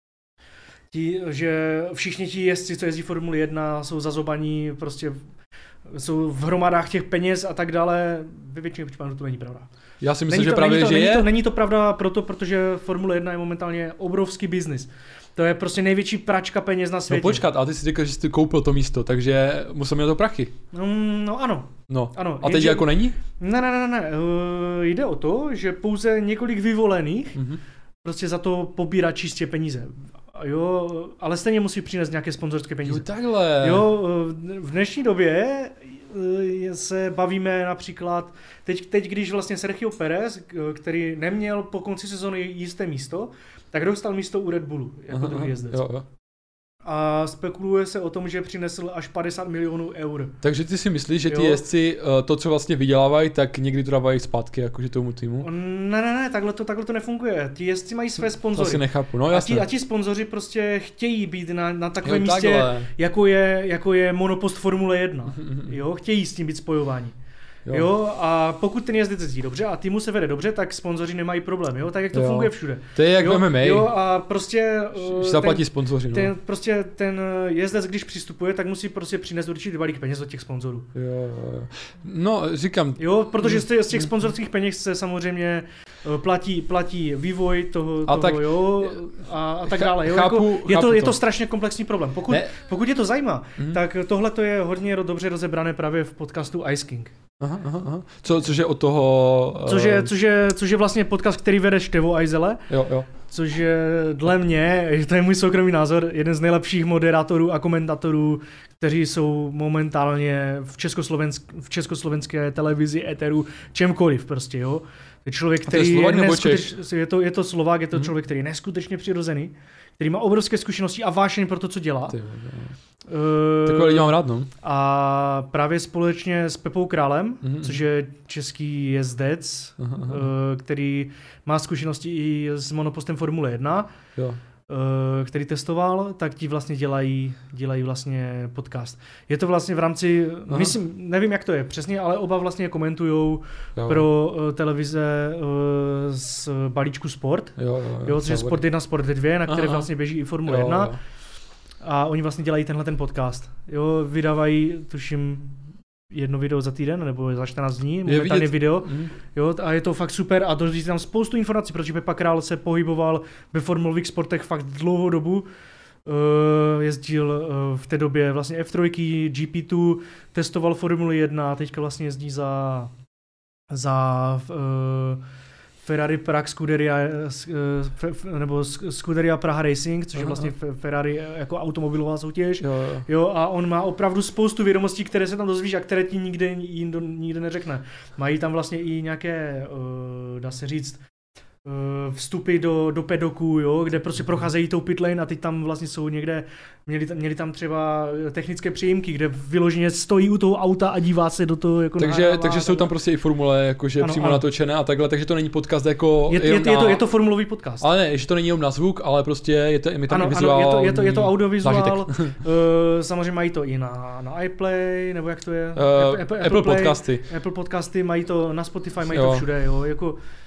S2: ti, že všichni ti jezdci, co jezdí Formuli jedna, jsou zazobaní, prostě jsou v hromadách těch peněz a tak dále, ve většině případů to není pravda.
S1: Já si myslím,
S2: není to,
S1: že právě,
S2: není to,
S1: že
S2: není
S1: je...
S2: To, není to pravda proto, protože Formule jedna je momentálně obrovský biznis. To je prostě největší pračka peněz na světě.
S1: No počkat, ale ty jsi říkal, že jsi koupil to místo, takže musel mít to prachy.
S2: Mm, no ano.
S1: No.
S2: ano.
S1: A teď
S2: Jenže...
S1: jako není?
S2: Ne, ne, ne, ne. Uh, jde o to, že pouze několik vyvolených mm-hmm. prostě za to pobírá čistě peníze. Jo, ale stejně musí přinést nějaké sponzorské peníze.
S1: Jo, takhle.
S2: Jo, v dnešní době se bavíme například, teď, teď když vlastně Sergio Perez, který neměl po konci sezóny jisté místo, tak dostal místo u Red Bullu jako
S1: aha,
S2: druhý jezdec.
S1: Jo, jo.
S2: A spekuluje se o tom, že přinesl až padesát milionů eur.
S1: Takže ty si myslíš, že ty
S2: jo.
S1: jezdci to, co vlastně vydělávají, tak někdy to dávají zpátky jakože tomu týmu?
S2: Ne, ne, ne, takhle to, takhle to nefunguje. Ti jezdci mají své sponzory.
S1: To si nechápu, no jasně.
S2: A ti, a ti sponzoři prostě chtějí být na, na takovém
S1: jo,
S2: místě, jako je, jako je monopost Formule jedna. Jo, chtějí s tím být spojováni. Jo. jo, a pokud ten jezdec jezdí dobře a týmu se vede dobře, tak sponzoři nemají problém, jo, tak jak to jo. funguje všude.
S1: To je jak
S2: jo,
S1: v M M A.
S2: Jo, a prostě
S1: že zaplatí sponzoři, no.
S2: Ten, prostě ten jezdec, když přistupuje, tak musí prostě přinést určitý balík peněz od těch sponzorů.
S1: Jo, jo. No, říkám.
S2: Jo, protože z těch sponzorských peněz se samozřejmě platí, platí vývoj toho,
S1: a
S2: toho
S1: tak,
S2: jo, a, a tak dále. Jo,
S1: chápu,
S2: jako, je,
S1: chápu
S2: to,
S1: to.
S2: je to strašně komplexní problém. Pokud, pokud je to zajímá, mm. tak tohle to je hodně dobře rozebrané právě v podcastu Ice King.
S1: Aha, aha, aha. Co, což je od toho... Uh...
S2: Což, je, což, je, což je vlastně podcast, který vede Števo Ajzele.
S1: Jo, jo.
S2: Což je dle mě, to je můj soukromý názor, jeden z nejlepších moderátorů a komentátorů, kteří jsou momentálně v, československ, v československé televizi, éteru, čemkoliv prostě, jo. Je člověk, který
S1: je,
S2: je, neskuteč, je, to, je to Slovák, je to hmm. člověk, který je neskutečně přirozený, který má obrovské zkušenosti a vášeň pro to, co dělá.
S1: Ty, uh, Takové lidi mám rád, no.
S2: A právě společně s Pepou Králem,
S1: mm-hmm.
S2: což je český jezdec, aha, aha. Uh, který má zkušenosti i s monopostem Formule jedna,
S1: jo.
S2: Uh, který testoval, tak ti vlastně dělají, dělají vlastně podcast. Je to vlastně v rámci, aha. myslím, nevím jak to je přesně, ale oba vlastně komentujou jo. pro uh, televize uh, z balíčku Sport,
S1: jo, jo, jo,
S2: jo, což je Sport jedna, Sport dva, na které aha. vlastně běží i Formule
S1: jo,
S2: jedna.
S1: Jo.
S2: A oni vlastně dělají tenhle ten podcast. Jo, vydávají, tuším, jedno video za týden, nebo za čtrnáct dní, momentálně video. Mm. Jo, a je to fakt super a dozvíte tam spoustu informací, protože Pepa Král se pohyboval ve formulových sportech fakt dlouhou dobu. Uh, jezdil uh, v té době vlastně F tři, G P dva, testoval Formule jedna, teďka vlastně jezdí za za uh, Ferrari Prague Scuderia, nebo Scuderia Praha Racing, což je vlastně Ferrari jako automobilová soutěž.
S1: Jo, jo.
S2: jo, a on má opravdu spoustu vědomostí, které se tam dozvíš a které ti nikde, nikde, nikde neřekne. Mají tam vlastně i nějaké, dá se říct, vstupy do, do pedoku, jo, kde prostě procházejí tou pitlane a teď tam vlastně jsou někde, měli, měli tam třeba technické příjemky, kde vyloženě stojí u toho auta a dívá se do toho jako
S1: takže,
S2: nahrává,
S1: takže jsou tam prostě i formule jakože ano, přímo ano. natočené a takhle, takže to není podcast jako
S2: je, je, je, to, je to formulový podcast.
S1: Ale ne, že to není jenom na zvuk, ale prostě je to, je tam
S2: ano,
S1: i vizuální
S2: ano, je to, je to, je to audiovizuál, uh,
S1: zážitek.
S2: samozřejmě mají to i na, na iPlay, nebo jak to je?
S1: Uh, Apple, Apple, Apple
S2: Play,
S1: podcasty.
S2: Apple podcasty, mají to na Spotify, mají jo. to všude, jo, jako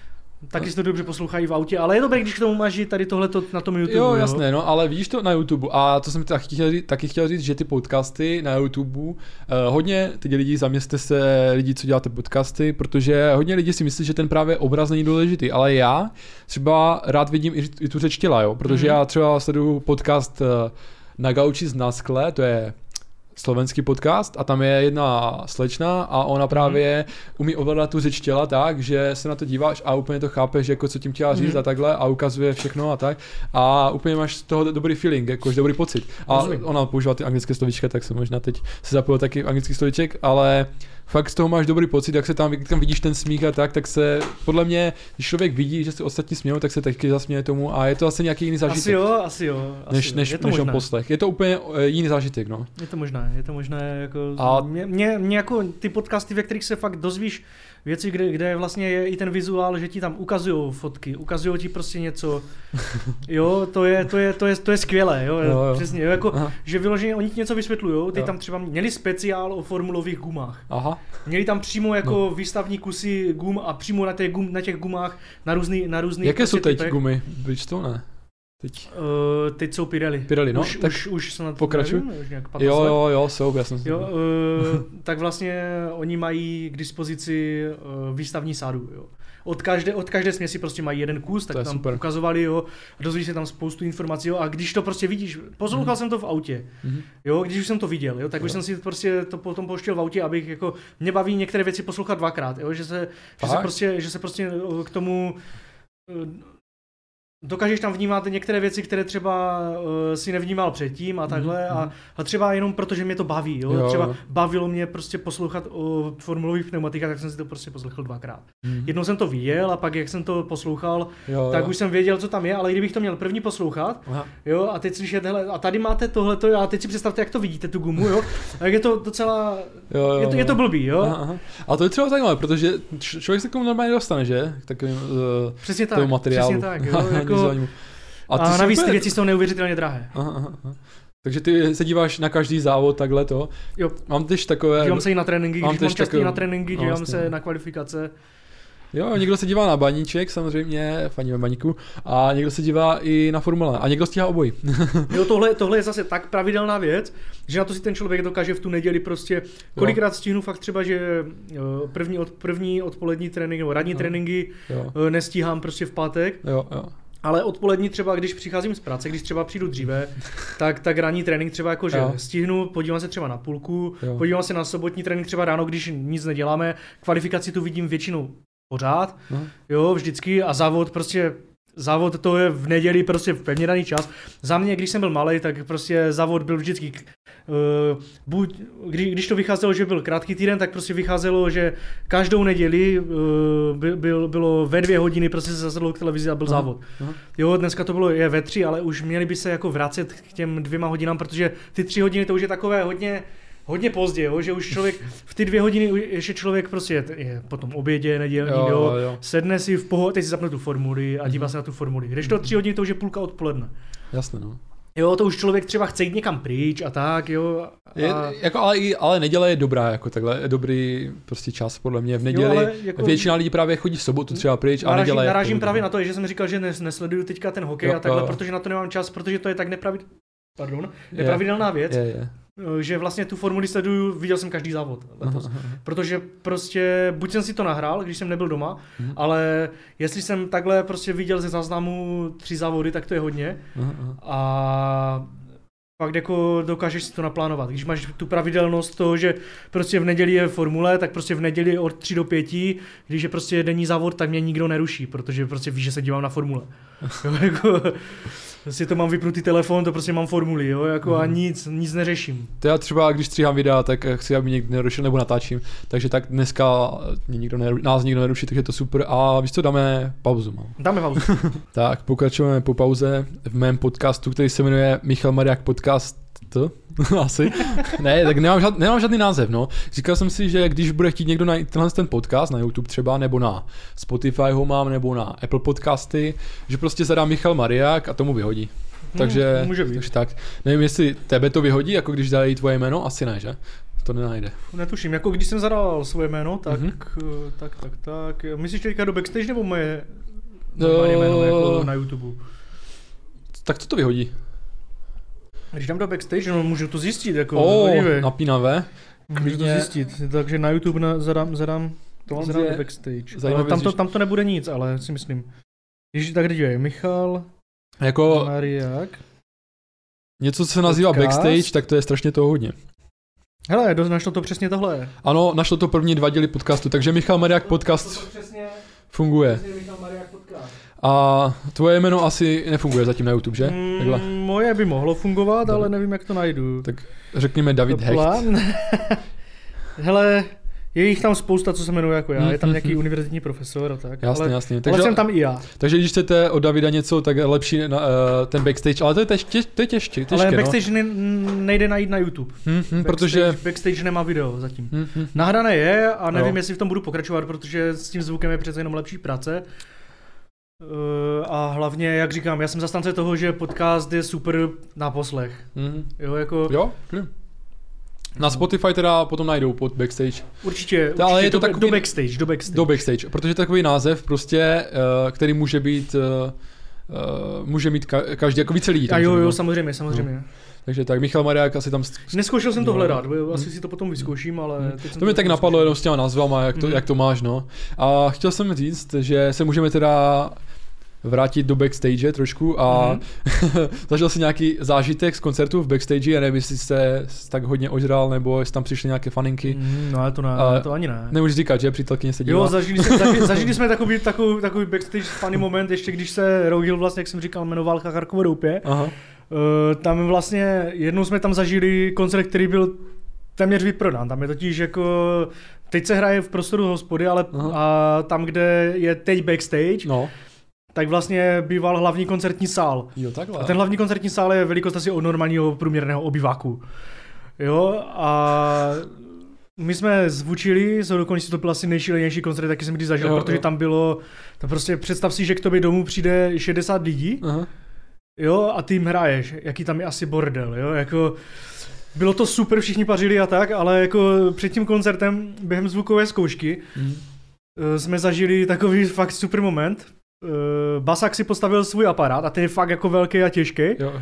S2: Taky si to dobře poslouchají v autě, ale je dobré, když k tomu máš tady tohleto na tom YouTube.
S1: Jo, jasné, jo? No, ale vidíš to na YouTube a to jsem taky chtěl, říct, taky chtěl říct, že ty podcasty na YouTube, uh, hodně ty lidi, zaměřte se lidi, co děláte podcasty, protože hodně lidí si myslí, že ten právě obraz není důležitý, ale já třeba rád vidím i, i tu řeč těla, jo, protože mm-hmm. já třeba sleduju podcast uh, Na gauči z Naskle, to je slovenský podcast a tam je jedna slečna a ona právě umí ovládat tu řeč těla tak, že se na to díváš a úplně to chápeš, jako co tím chtěla říct mm. a takhle a ukazuje všechno a tak a úplně máš z toho dobrý feeling, jakož dobrý pocit. A Rozumím. Ona používá ty anglické slovíčka, tak jsem možná teď se zapojil taky v anglických slovíček, ale fakt z toho máš dobrý pocit, jak se tam, jak tam vidíš ten smích a tak, tak se podle mě, když člověk vidí, že se ostatní smějou, tak se taky zasměje tomu a je to asi nějaký jiný zážitek.
S2: Asi jo, asi jo. Asi
S1: než, než,
S2: je to
S1: než
S2: možné.
S1: on poslech. Je to úplně jiný zážitek, no.
S2: Je to možné, je to možné, jako,
S1: a...
S2: mě, mě, mě jako ty podcasty, ve kterých se fakt dozvíš věci, kde, kde vlastně je i ten vizuál, že ti tam ukazujou fotky, ukazujou ti prostě něco, jo, to je, to je, to je, to je skvělé, jo, jo, jo. Přesně, jo, jako, že vyloženě oni ti něco vysvětlujou, ty jo. Tam třeba měli speciál o formulových gumách.
S1: Aha.
S2: Měli tam přímo jako no. výstavní kusy gum a přímo na těch, gum, na těch gumách na různý, na různý.
S1: Jaké jsou teď typek. Gumy? Bridgestone, ne? Teď.
S2: Uh, teď jsou Pirelli.
S1: Pirelli, no.
S2: Už,
S1: tak
S2: už, už se na to
S1: pokračuj. Jo, jo, jo, jsou, jasně.
S2: Jo, uh, tak vlastně oni mají k dispozici uh, výstavní sádu, jo. Od každé, od každé směsi prostě mají jeden kus, tak tam super. Ukazovali, jo, a dozvíš se tam spoustu informací, jo, a když to prostě vidíš, poslouchal mm. jsem to v autě, mm. jo, když už jsem to viděl, jo, tak jo. Už jsem si prostě to potom pouštěl v autě, abych jako, mě baví některé věci poslouchat dvakrát, jo, že se, že se prostě, že se prostě k tomu dokážeš tam vnímat některé věci, které třeba uh, si nevnímal předtím a takhle mm, a, a třeba jenom protože mě to baví, jo? Jo, třeba bavilo mě prostě poslouchat o formulových pneumatikách, tak jsem si to prostě poslechl dvakrát. Mm. Jednou jsem to viděl a pak jak jsem to poslouchal, jo, tak jo. Už jsem věděl, co tam je, ale kdybych to měl první poslouchat, aha. Jo, a teď slyšet, hele, a tady máte tohleto a teď si představte, jak to vidíte, tu gumu, jo, tak je to docela, jo, jo, je, to, je to blbý, jo.
S1: Aha, aha. A to je třeba zajímavé, protože člověk se k tomu normálně dostane, že? K takovým uh,
S2: přesně tak,
S1: materiálu.
S2: Přesně tak, jo, jako, a, a navíc super. Ty věci jsou neuvěřitelně drahé.
S1: Aha, aha. Takže ty se díváš na každý závod takhle to.
S2: Jo.
S1: Mám tež takové...
S2: Dívám se i na tréninky, když mám často takové... na tréninky, dívám no, vlastně. se na kvalifikace.
S1: Jo, někdo se dívá na baníček, samozřejmě, faníme baníku, a někdo se dívá i na formule, a někdo stíhá obojí.
S2: Jo, tohle, tohle je zase tak pravidelná věc, že na to si ten člověk dokáže v tu neděli prostě, kolikrát stihnu fakt třeba, že první, od, první odpolední trénink, nebo ranní jo. tréninky jo. nestíhám prostě v pátek.
S1: Jo, jo.
S2: Ale odpolední třeba, když přicházím z práce, když třeba přijdu dříve, tak, tak ranní trénink třeba jakože jo. stihnu, podívám se třeba na půlku, jo. podívám se na sobotní trénink třeba ráno, když nic neděláme, kvalifikaci tu vidím většinou pořád, no. jo, vždycky a závod prostě, závod to je v neděli prostě v pevně daný čas. Za mě, když jsem byl malej, tak prostě závod byl vždycky, uh, buď, kdy, když to vycházelo, že byl krátký týden, tak prostě vycházelo, že každou neděli uh, by, byl, bylo ve dvě hodiny, prostě se zasedlo k televizi a byl aha, závod. Aha. Jo, dneska to bylo je ve tři, ale už měli by se jako vracet k těm dvěma hodinám, protože ty tři hodiny to už je takové hodně, hodně pozdě, jo, že už člověk v ty dvě hodiny, ještě člověk prostě je, je potom obědě nedělní, jo, jo, jo. sedne si v pohodě, teď si zapne tu formuli a dívá se na tu formuli. Když to tři hodiny, to už je půlka odpoledne.
S1: Jasně, no.
S2: Jo, to už člověk třeba chce jít někam pryč a tak, jo. A...
S1: Je, jako, ale, ale neděle je dobrá, jako takhle, je dobrý prostě čas podle mě. V neděli jo, jako... většina lidí právě chodí v sobotu třeba pryč a neděle je...
S2: Narážím právě na to, že jsem říkal, že nes, nesleduju teďka ten hokej jo, a takhle, jo. protože na to nemám čas, protože to je tak nepravid... Pardon, je pravidelná věc. Je, je. Že vlastně tu formuli sleduju, viděl jsem každý závod letos. Aha, aha. Protože prostě, buď jsem si to nahrál, když jsem nebyl doma, aha. ale jestli jsem takhle prostě viděl ze záznamu tři závody, tak to je hodně. Aha, aha. A pak jako dokážeš si to naplánovat. Když máš tu pravidelnost toho, že prostě v neděli je formule, tak prostě v neděli od tři do pěti, když je prostě denní závod, tak mě nikdo neruší, protože prostě víš, že se dívám na formule. Jo, jako, si to mám vypnutý telefon, to prostě mám formuli, jo, jako a nic, nic neřeším.
S1: To já třeba, když stříhám videa, tak chci, aby mě někdo nerušil nebo natáčím, takže tak dneska mě nikdo neruší, nás nikdo neruší, takže je to super a víš co, dáme pauzu. Mám.
S2: Dáme pauzu.
S1: Tak, pokračujeme po pauze v mém podcastu, který se jmenuje Michal Mariák podcast. To? Asi. Ne, tak nemám, žád, nemám žádný název, no. Říkal jsem si, že když bude chtít někdo najít tenhle ten podcast na YouTube třeba, nebo na Spotify ho mám, nebo na Apple podcasty, že prostě zadá Michal Mariák a tomu vyhodí. Takže,
S2: hmm, může být.
S1: takže tak. Nevím, jestli tebe to vyhodí, jako když dají tvoje jméno, asi ne, že? To nenajde.
S2: Netuším, jako když jsem zadal svoje jméno, tak, mm-hmm. tak, tak, tak, tak. Myslíš teďka do backstage nebo moje normálně jméno jako na YouTube.
S1: Tak co to vyhodí?
S2: Když tam do backstage, no můžu to zjistit, jako
S1: oh, napínavé.
S2: Můžu to zjistit, takže na YouTube na, zadám, zadám, to zadám do backstage. Ale tam, to, tam to nebude nic, ale si myslím. Když tak dívej, Michal
S1: jako
S2: Mariák.
S1: Něco, co se nazývá podcast. Backstage, tak to je strašně toho hodně.
S2: Hele, našlo to přesně tohle.
S1: Ano, našlo to první dva díly podcastu, takže Michal Mariák podcast to přesně, funguje. Přesně Michal Mariák podcast. A tvoje jméno asi nefunguje zatím na YouTube, že?
S2: Mm, moje by mohlo fungovat, David. Ale nevím, jak to najdu.
S1: Tak řekněme David Hecht.
S2: Hele, je jich tam spousta, co se jmenuje jako já. Je tam nějaký univerzitní profesor a tak.
S1: Jasně,
S2: ale,
S1: jasně.
S2: Takže, ale jsem tam i já.
S1: Takže když chcete od Davida něco, tak lepší na, uh, ten backstage, ale to je, těž, těž, to je těžké, těžké.
S2: Ale backstage no. nejde najít na YouTube.
S1: Hmm, hmm,
S2: backstage,
S1: protože...
S2: backstage nemá video zatím.
S1: Hmm, hmm.
S2: Nahrané je a nevím, jo. jestli v tom budu pokračovat, protože s tím zvukem je přece jenom lepší práce. Uh, a hlavně, jak říkám, já jsem zastánce toho, že podcast je super na poslech.
S1: Mm.
S2: Jo, jako...
S1: Jo, na Spotify teda potom najdou pod backstage.
S2: Určitě, určitě
S1: ale je to
S2: do,
S1: takový,
S2: do backstage, do backstage.
S1: Do backstage, protože takový název prostě, uh, který může být, uh, uh, může mít ka- každý, jako více lidí.
S2: A jo, jo, samozřejmě, samozřejmě.
S1: No. Takže tak, Michal Mariák asi tam...
S2: Neskoušel jsem to hledat, asi si to potom vyzkouším, ale... Teď
S1: to mi tak napadlo jenom s těma názvama, jak to, mm. jak to máš, no. A chtěl jsem říct, že se můžeme teda vrátit do backstage trošku a mm. zažil jsi nějaký zážitek z koncertu v backstage, já nevím, jestli jste tak hodně ožral, nebo jestli tam přišly nějaké faninky.
S2: Mm, no ale to, ne, a to ani ne.
S1: Nemůžeš říkat, že přítelkyně se dívá.
S2: Jo, zažili jsme, zažili, zažili jsme takový, takový, takový backstage funny moment, ještě když se Rohil vlastně, jak jsem říkal, jmenoval Chacharkovo doupě.
S1: Aha.
S2: Uh, tam vlastně, jednou jsme tam zažili koncert, který byl téměř vyprodán. Tam je totiž jako, teď se hraje v prostoru hospody, ale a tam, kde je teď backstage,
S1: no.
S2: tak vlastně býval hlavní koncertní sál.
S1: Jo, takhle.
S2: A ten hlavní koncertní sál je velikost asi od normálního průměrného obyváku. Jo, a my jsme zvučili, jsou dokonce to byl asi nejšílenější koncert, jaký jsem kdy zažil, jo, protože jo. tam bylo, to prostě představ si, že k tobě domů přijde šedesát lidí, aha. jo, a ty jim hraješ, jaký tam je asi bordel, jo, jako... Bylo to super, všichni pařili a tak, ale jako před tím koncertem během zvukové zkoušky mm. jsme zažili takový fakt super moment. Basák si postavil svůj aparát a ten je fakt jako velký a těžký. Jo.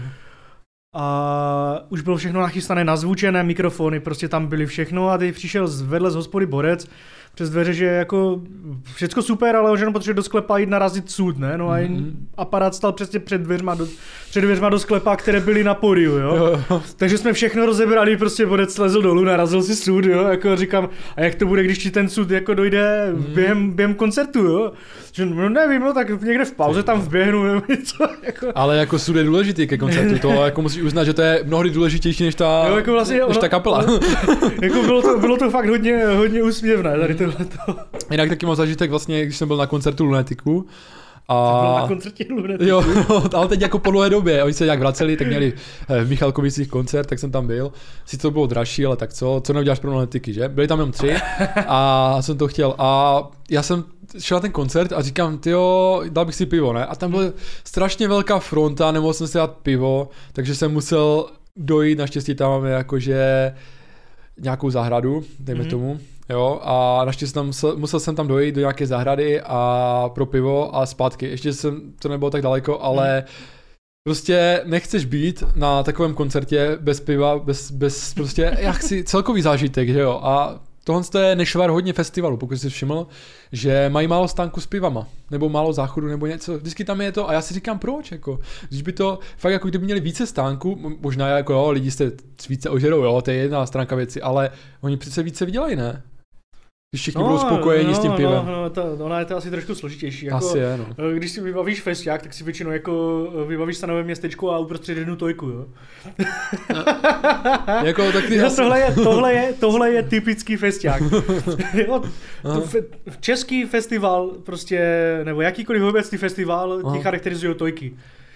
S2: A už bylo všechno nachystané, nazvučené, mikrofony, prostě tam byly všechno a teď přišel vedle z hospody borec přes dveře, že jako všecko super, ale už jenom potřebuje do sklepa jít narazit sud, ne? No a mm-hmm. aparát stal přesně před dveřma do, před dveřma do sklepa, které byly na pódiu, jo? jo. Takže jsme všechno rozebrali, prostě borec slezl dolů, narazil si sud, jo? Jako říkám, a jak to bude, když ti ten sud jako dojde mm. během, během koncertu, jo? Že no nevím, no tak někde v pauze tam vběhnu, nebo něco, jako.
S1: Ale jako sud je důležitý ke koncertu, to jako musíš uznat, že to je mnohdy důležitější než ta, jo, jako vlastně, než ono, ta kapela.
S2: Jako bylo to, bylo to fakt hodně, hodně úsměvné, tady tohleto.
S1: Jinak taky mám zážitek vlastně, když jsem byl na koncertu Lunatiku. A...
S2: Byl na koncertě Lunatiku?
S1: Jo, ale teď jako po dlouhé době, oni se nějak vraceli, tak měli v Michalkovicích koncert, tak jsem tam byl. Sice to bylo dražší, ale tak co, co neuděláš pro Lunatiky, že? Byli tam jenom tři a jsem to chtěl. A já jsem šel na ten koncert a říkám, tyjo, dal bych si pivo, ne? A tam byla strašně velká fronta, nemohl jsem si dát pivo, takže jsem musel dojít, naštěstí tam máme jakože nějakou zahradu, dejme mm-hmm. tomu. Jo, a naštěstí tam musel, musel jsem tam dojít do nějaké zahrady a pro pivo a zpátky. Ještě jsem, to nebylo tak daleko, ale hmm. prostě nechceš být na takovém koncertě bez piva, bez, bez prostě, jak si celkový zážitek, že jo. A tohle je nešvar hodně festivalu, pokud jsi všiml, že mají málo stánku s pivama, nebo málo záchodu, nebo něco. Vždycky tam je to a já si říkám proč, jako. Když by to fakt jako kdyby měli více stánků, možná jako jo, lidi se více ožerou, jo, to je jedna stránka věci, ale oni přece více vydělají, ne? Když všichni no, budou spokojení no, s tím pivem.
S2: No, no, to, ona je to asi trošku složitější. Jako,
S1: asi je, no.
S2: Když si vybavíš festiák, tak si většinou jako vybavíš stanovém městečko a uprostřed jednu tojku, jo.
S1: No. jako, tak ty
S2: no, asi... tohle, je, tohle, je, tohle je typický festiák. jo, to fe, český festival prostě, nebo jakýkoliv obecný festival, ti charakterizují tojky.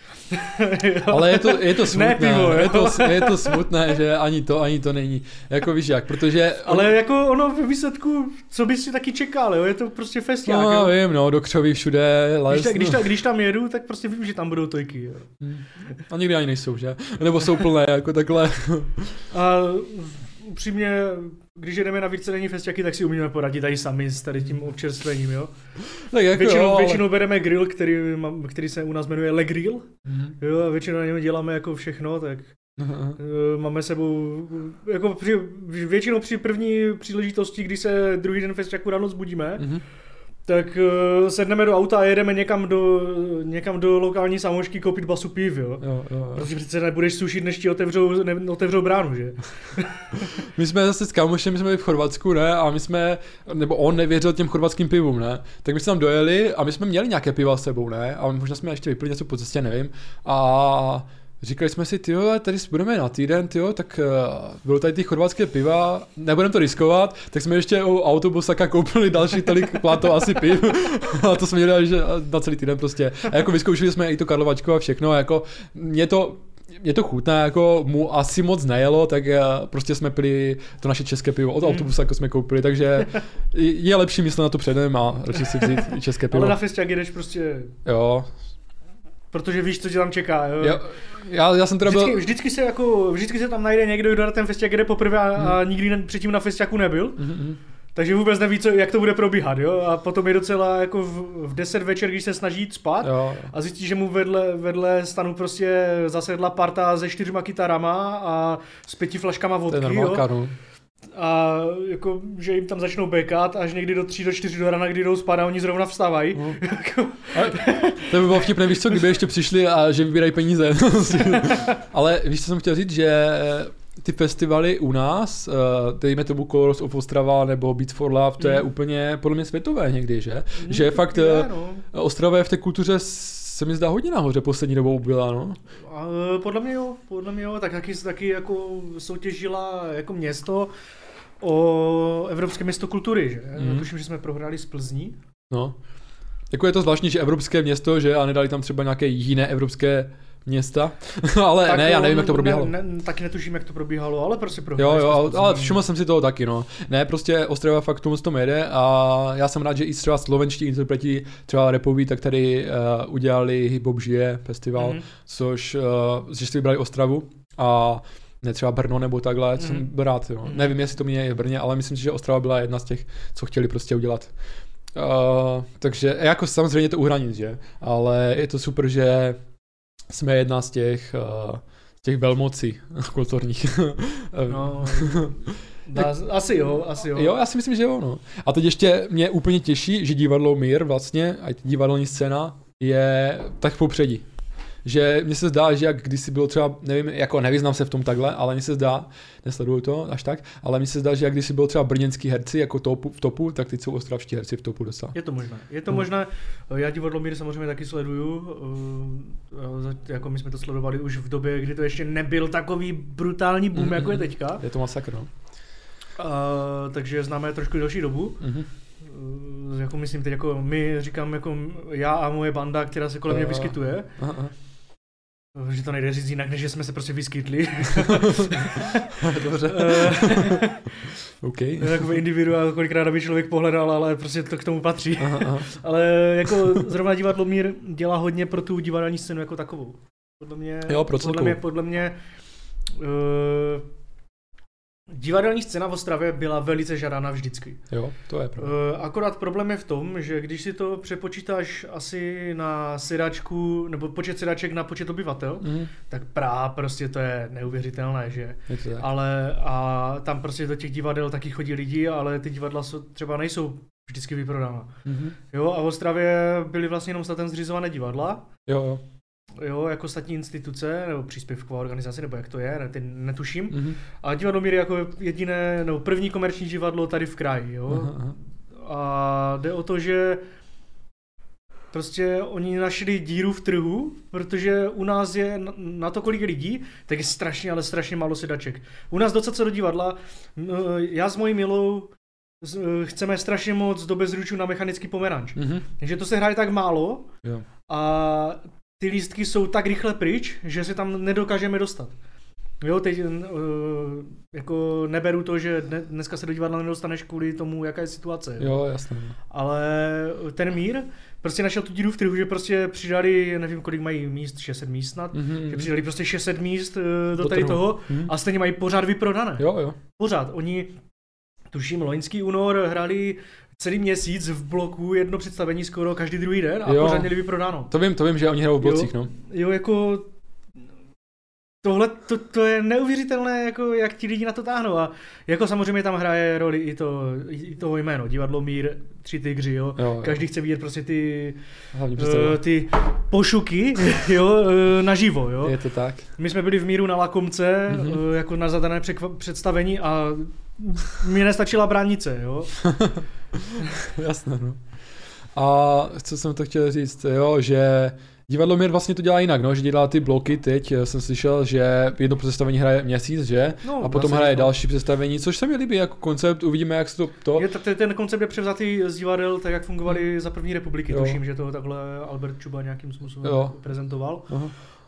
S1: Ale je to, je to smutné,
S2: pivo,
S1: je, to, je to smutné, že ani to, ani to není, jako víš jak, protože...
S2: Ale on... jako ono v výsledku, co bys si taky čekal, jo, je to prostě festiák.
S1: No
S2: jo?
S1: vím, no, do křoví všude les.
S2: Když, ta, když, ta, když tam jedu, tak prostě vím, že tam budou tojky, jo.
S1: A nikdy ani nejsou, že? Nebo jsou plné, jako takhle.
S2: A upřímně, když jdeme na vícedenní festiaky, tak si umíme poradit tady sami s tady tím občerstvením, jo.
S1: Tak jako
S2: většinou,
S1: jo, ale...
S2: většinou bereme grill, který, který se u nás jmenuje Le Grill,
S1: mm-hmm.
S2: jo, a většinou na něm děláme jako všechno, tak uh, máme sebou, jako při, většinou při první příležitosti, kdy se druhý den festiaku ráno zbudíme, mm-hmm. tak uh, sedneme do auta a jedeme někam do, někam do lokální samošky koupit basu piv, jo.
S1: Jo, jo, jo.
S2: Protože přece nebudeš sušit, než ti otevřou, ne, otevřou bránu, že?
S1: My jsme zase s kámošem, my jsme byli v Chorvatsku, ne, a my jsme, nebo on nevěřil těm chorvatským pivům, ne, tak my jsme tam dojeli a my jsme měli nějaké piva s sebou, ne, a možná jsme ještě vypili něco po cestě, nevím, a říkali jsme si, tyjo, tady budeme na týden, tyjo, tak uh, bylo tady ty chorvatské piva, nebudeme to riskovat, tak jsme ještě u autobusaka koupili další tolik plato asi piv a to jsme dělali že na celý týden prostě. A jako vyzkoušeli jsme i to Karlovačko a všechno, a jako mě to, mě to chutná, jako mu asi moc nejelo, tak uh, prostě jsme pili to naše české pivo, od autobusaka jsme koupili, takže je lepší myslet na to předem a radši si vzít české pivo.
S2: Ale na festiak jdeš prostě...
S1: Jo.
S2: Protože víš, co tě tam čeká, jo.
S1: jo já, já jsem teda
S2: vždycky,
S1: byl...
S2: vždycky, se jako, vždycky se tam najde někdo, kdo na ten festiak jde poprvé a, hmm. a nikdy předtím na festiaku nebyl. Hmm. Takže vůbec neví, co, jak to bude probíhat, jo. A potom je docela jako v, v deset večer, když se snaží jít spát
S1: jo.
S2: a zjistí, že mu vedle, vedle stanu prostě zasedla parta se čtyřma kytarama a s pěti flaškama vodky, jo. A jako, že jim tam začnou bekat až někdy do tří do čtyři do rána, kdy jdou spát a oni zrovna vstávají. No.
S1: To by bylo vtipné, víš co, kdyby ještě přišli a že vybírají peníze. Ale víš, co jsem chtěl říct, že ty festivaly u nás, dejme tomu Colors of Ostrava nebo Beats for Love, to je mm. úplně podle mě světové někdy, že? Mm, že fakt je, no. Ostrava je v té kultuře se mi zdá hodně nahoře poslední dobou byla, no.
S2: A, podle mě jo, podle mě jo, tak taky, taky jako soutěžila jako město o Evropské město kultury, že? Mm. Tuším, že jsme prohráli z Plzní.
S1: No. Jako je to zvláštní, že evropské město, že a nedali tam třeba nějaké jiné evropské města, ale tak ne, já nevím, jak to probíhalo.
S2: Ne, ne, taky netuším, jak to probíhalo, ale prostě prohráli.
S1: Jo, jo, ale všiml jsem si toho taky, no. Ne, prostě Ostrava fakt tomu tom jede a já jsem rád, že i třeba slovenští interpreti, třeba rapoví, tak tady uh, udělali Hip Hop žije festival, mm-hmm. což, uh, že si vybrali Ostravu a ne třeba Brno nebo takhle, mm-hmm. jsem byl rád, no. Mm-hmm. Nevím, jestli to mě je v Brně, ale myslím si, že Ostrava byla jedna z těch, co chtěli prostě udělat. Uh, takže jako samozřejmě to uhranit, že? Ale je to super, že jsme jedna z těch, uh, z těch velmocí kulturních.
S2: No, dá, asi jo, asi jo.
S1: Jo, já si myslím, že jo, no. A teď ještě mě úplně těší, že divadlo Mír vlastně, a divadelní scéna, je tak v popředí. Že mně se zdá, že jak kdysi bylo třeba, nevím, jako nevyznám se v tom takhle, ale mně se zdá, nesleduju to až tak, ale mně se zdá, že jak kdysi bylo třeba brněnský herci jako topu, v topu, tak teď jsou ostravští herci v topu docela.
S2: Je to možné, je to hmm. možné, já divadlo Mír samozřejmě taky sleduju, jako my jsme to sledovali už v době, kdy to ještě nebyl takový brutální boom, mm-hmm. jako je teďka.
S1: Je to masakr, no.
S2: Uh, takže známe trošku delší dobu. Mm-hmm. Uh, jako myslím teď jako my, říkám jako já a moje banda, která se kolem uh, mě vyskytuje. Uh, uh. Že to nejde říct jinak, než že jsme se prostě vyskytli.
S1: Dobře. OK.
S2: Takové individuál, kolikrát by člověk pohledal, ale prostě to k tomu patří. Aha, aha. Ale jako zrovna divadlo Mír dělá hodně pro tu divadelní scénu jako takovou. Podle mě,
S1: jo, pro
S2: podle mě, podle mě uh, divadelní scéna v Ostravě byla velice žádána vždycky.
S1: Jo, to je pravda.
S2: Uh, akorát problém je v tom, že když si to přepočítáš asi na sedačku, nebo počet sedaček na počet obyvatel, mm. tak Praha prostě to je neuvěřitelné, že?
S1: Je to tak.
S2: Ale a tam prostě do těch divadel taky chodí lidi, ale ty divadla jsou, třeba nejsou vždycky vyprodána. Mm-hmm. Jo, a v Ostravě byly vlastně jenom státem zřizované divadla.
S1: Jo, jo.
S2: Jo, jako státní instituce, nebo příspěvková organizace, nebo jak to je, ne, netuším. Mm-hmm. A divadlo Mír je jako jediné, nebo první komerční divadlo tady v kraji, jo. Aha. A jde o to, že prostě oni našli díru v trhu, protože u nás je na to, kolik lidí, tak je strašně, ale strašně málo sedaček. U nás docela co do divadla, já s mojí milou chceme strašně moc do Bezručů na mechanický pomeranč. Mm-hmm. Takže to se hraje tak málo
S1: jo.
S2: a ty lístky jsou tak rychle pryč, že se tam nedokážeme dostat. Jo, teď uh, jako neberu to, že dneska se do divadla nedostaneš kvůli tomu, jaká je situace.
S1: Jo, jo jasně.
S2: Ale ten mír prostě našel tu díru v trhu, že prostě přidali, nevím kolik mají míst, šest set míst snad, mm-hmm. že přidali prostě šest set míst uh, do, do tady trhu. Toho mm-hmm. a stejně mají pořád vyprodané.
S1: Jo, jo.
S2: Pořád. Oni, tuším, loňský únor hráli celý měsíc v bloku jedno představení skoro každý druhý den a jo. Pořád měli vyprodáno.
S1: To vím, to vím, že oni hrajou v blocích,
S2: jo,
S1: no.
S2: Jo, jako tohle, to, to je neuvěřitelné, jako jak ti lidi na to táhnou a jako samozřejmě tam hraje roli i to, i toho jméno, divadlo Mír, Tři tygři, jo. Jo, jo. Každý chce vidět prostě ty, uh, ty pošuky, jo, naživo, jo.
S1: Je to tak.
S2: My jsme byli v Míru na Lakomce, mm-hmm. uh, jako na zadané překva- představení a mi nestačila bránice, jo.
S1: Jasné, no. A co jsem to chtěl říct, jo, že divadlo Mír vlastně to dělá jinak, no, že dělá ty bloky teď, jsem slyšel, že jedno představení hraje měsíc, že? No, a potom hraje no. další představení, což se mi líbí jako koncept, uvidíme, jak se to... to...
S2: Je t- ten koncept je převzatý z divadel, tak jak fungovaly hmm. za první republiky, jo. Tuším, že to takhle Albert Čuba nějakým způsobem jo. prezentoval. Uh,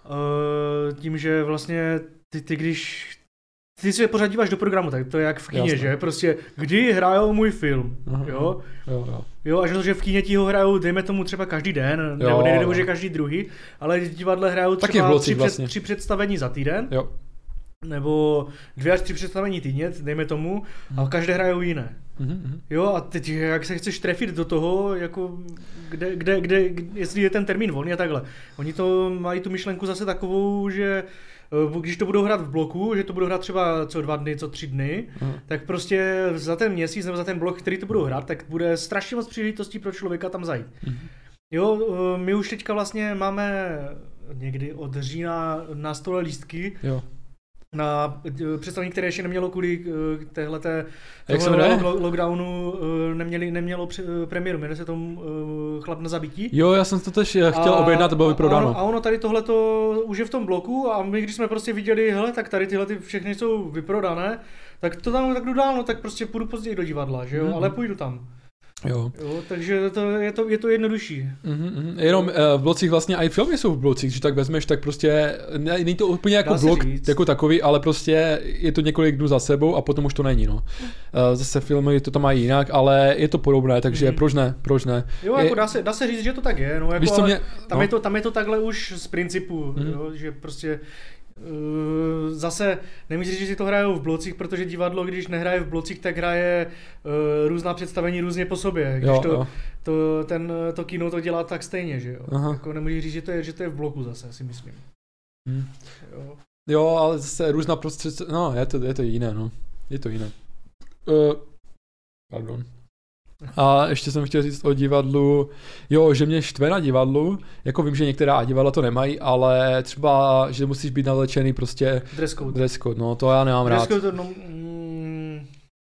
S2: tím, že vlastně ty, ty když... Ty si pořád díváš do programu, tak to je jak v kíně, jasně. Že? Prostě kdy hrajou můj film, aha, jo? Jo, jo. Jo, až to, že v kíně ti ho hrajou, dejme tomu třeba každý den, jo, nebo nejde nebo že každý druhý, ale v divadle hrajou třeba tři, vlastně. před, tři představení za týden, jo. Nebo dvě až tři představení týdně, dejme tomu, hmm. a každé hrajou jiné. Hmm. Jo, a teď jak se chceš trefit do toho, jako kde, kde, kde, jestli je ten termín volný a takhle. Oni to mají tu myšlenku zase takovou, že když to budou hrát v bloku, že to budou hrát třeba co dva dny, co tři dny, mm. tak prostě za ten měsíc nebo za ten blok, který to budou hrát, tak bude strašně moc příležitostí pro člověka tam zajít. Mm. Jo, my už teďka vlastně máme někdy od října na stole lístky, jo. Na představení, které ještě nemělo kvůli téhleté lockdownu, neměli, nemělo premiéru, jmenuje se tomu Chlap na zabití.
S1: Jo, já jsem to tež chtěl a, objednat, to bylo vyprodáno.
S2: A ono tady tohleto už je v tom bloku a my, když jsme prostě viděli, hele, tak tady tyhle ty všechny jsou vyprodané, tak to tam tak jdu dál, no tak prostě půjdu později do divadla, že jo, mm. ale půjdu tam. Jo. Jo, takže to, je, to, je to jednodušší. Mm-hmm.
S1: Jenom uh, v blocích vlastně i filmy jsou v blocích, že tak vezmeš, tak prostě ne, není to úplně jako blok jako takový, ale prostě je to několik dnů za sebou a potom už to není, no. Uh, zase filmy to tam mají jinak, ale je to podobné, takže mm-hmm. proč ne, proč ne.
S2: Jo, jako je, dá, se, dá se říct, že to tak je, no, jako, víš, co mě, tam,
S1: no.
S2: je to, tam je to takhle už z principu, mm-hmm. jo, že prostě Uh, zase nemůžu říct, že si to hrajou v blocích, protože divadlo, když nehraje v blocích, tak hraje uh, různá představení různě po sobě. Když jo, to, jo. To, ten, to kino to dělá tak stejně, že jo. Jako nemůžu říct, že to je, že to je v bloku zase, si myslím.
S1: Hmm. Jo. jo, ale zase různá prostředí, no je to, je to jiné, no. Je to jiné. Uh, pardon. A ještě jsem chtěl říct o divadlu, jo, že mě štve na divadlu, jako vím, že některá divadla to nemají, ale třeba, že musíš být navlečený prostě
S2: dress code,
S1: dress code no to já nemám dress rád.
S2: Code, no, mm,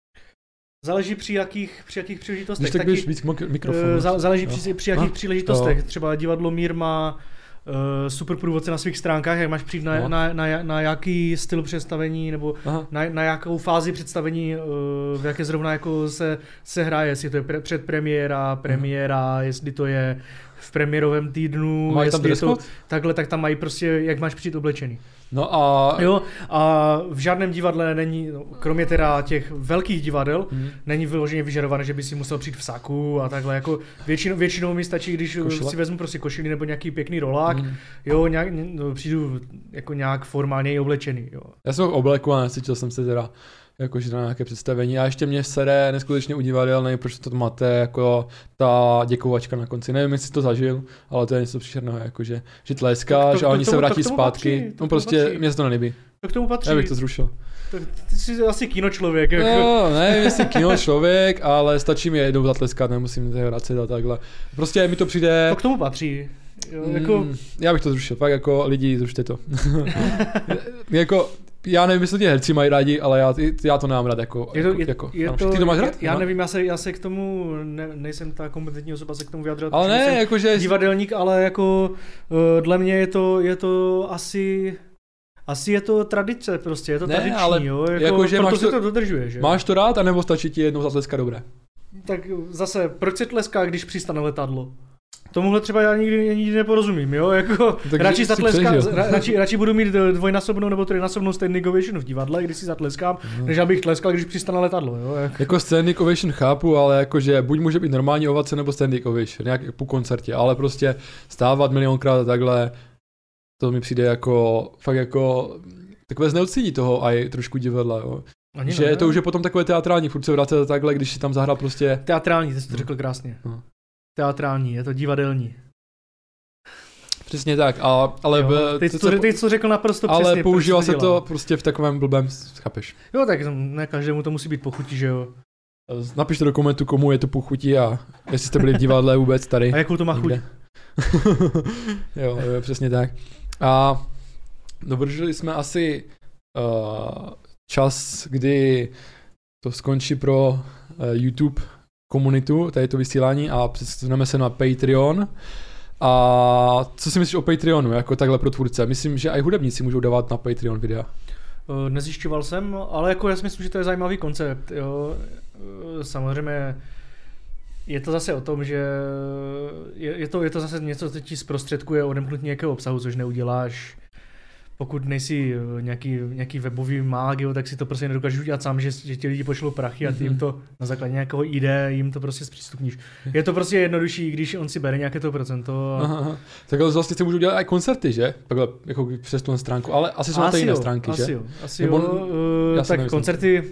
S2: záleží při jakých, při jakých příležitostech.
S1: Když tak běž víc mikrofonu.
S2: Záleží při, při jakých no. příležitostech, no. Třeba divadlo Mír má Uh, super průvodce na svých stránkách, jak máš přijít na, no. na, na, na jaký styl představení nebo na, na jakou fázi představení, uh, v jaké zrovna jako se, se hraje, jestli to je pre, předpremiéra, premiéra, mm. jestli to je v premiérovém týdnu,
S1: mají
S2: jestli
S1: tam
S2: je to takhle, tak tam mají prostě, jak máš přijít oblečený.
S1: No a...
S2: Jo, a v žádném divadle není, no, kromě teda těch velkých divadel, mm. není vyloženě vyžadované, že by si musel přijít v saku a takhle, jako většinou, většinou mi stačí, když Košile? si vezmu prostě košili nebo nějaký pěkný rolák, mm. jo, nějak, no, přijdu jako nějak formálně oblečený, jo.
S1: Já jsem v obleku a necítil jsem se teda jakože na nějaké představení a ještě mě sere neskutečně u divadel, nevím, proč to máte, jako ta děkovačka na konci, nevím, jestli to zažil, ale to je něco příšerného, jakože, že tleskáš to, to, a oni tomu, se vrátí zpátky, patří, no prostě patří. Mě se to nelíbí.
S2: To k tomu patří.
S1: Já bych to zrušil.
S2: Tak ty jsi asi kinočlověk. Jako.
S1: No, nevím, jestli kinočlověk, ale stačí mi jednou zatleskat, nemusím to vracet a takhle. Prostě mi to přijde...
S2: To k tomu patří. Jo, jako...
S1: mm, já bych to zrušil, fakt jako lidi, zrušte to. jako... Já nevím, jestli tě herci mají rádi, ale já, já to nemám rád jako,
S2: je to, je,
S1: jako
S2: je
S1: to, ty to máš rád?
S2: Já, já nevím, já se, já se k tomu, ne, nejsem ta kompetentní osoba se k tomu vyjadřovat.
S1: Ale ne, jakože...
S2: Divadelník, ale jako uh, dle mě je to, je to asi... Asi je to tradice prostě, je to ne, tradiční, ale jo, jako, jako, že proto se to, to dodržuje, že?
S1: Máš to rád, anebo stačí ti jednou zatleska dobré?
S2: Tak zase, proč se tleská, když přistane letadlo? Tomuhle třeba já nikdy, nikdy neporozumím, jo, jako radši, zatleskám, ra, radši, radši budu mít dvojnásobnou nebo trojnásobnou standing ovation v divadle, když si zatleskám, no. než abych tleskal, když přistane letadlo, jo. Jako,
S1: jako standing ovation chápu, ale jakože buď může být normální ovace nebo standing ovation, nějak po koncertě, ale prostě stávat milionkrát a takhle, to mi přijde jako, fakt jako, takové zneuctění toho a i trošku divadla, jo. Ani že ne, to už je potom takové teatrální, furt se vracet takhle, když si tam zahrál prostě.
S2: Teatrální, ty jsi to řekl krásně. No. Teatrální, je to divadelní.
S1: Přesně tak, a, ale...
S2: Jo, teď, to, teď to řekl naprosto
S1: ale
S2: přesně.
S1: Ale používá se to prostě v takovém blbém, chápeš?
S2: Jo, tak ne každému to musí být pochutí, že jo.
S1: Napište do komentu, komu je to pochutí a jestli jste byli v divadle vůbec tady.
S2: A jakou to má chuť?
S1: jo, jo, přesně tak. A dodrželi jsme asi uh, čas, kdy to skončí pro uh, YouTube komunitu, tady to vysílání a přesuneme se na Patreon. A co si myslíš o Patreonu, jako takhle pro tvůrce? Myslím, že i hudebníci můžou dávat na Patreon videa.
S2: Nezjišťoval jsem, ale jako já si myslím, že to je zajímavý koncept. Jo. Samozřejmě je to zase o tom, že je, je, to, je to zase něco, co ti zprostředkuje odemknutí nějakého obsahu, což neuděláš. Pokud nejsi nějaký, nějaký webový mág, jo, tak si to prostě nedokážeš udělat sám, že, že ti lidi pošlou prachy a ty jim to na základě nějakého I D jim to prostě zpřístupníš. Je to prostě jednodušší, když on si bere nějaké to procento. A...
S1: Aha, takhle vlastně se můžou dělat i koncerty, že? Takhle jako přes tu stránku, ale asi jsou na té jiné stránky,
S2: asi
S1: že?
S2: Jo, asi Nebo, jo, uh, tak koncerty...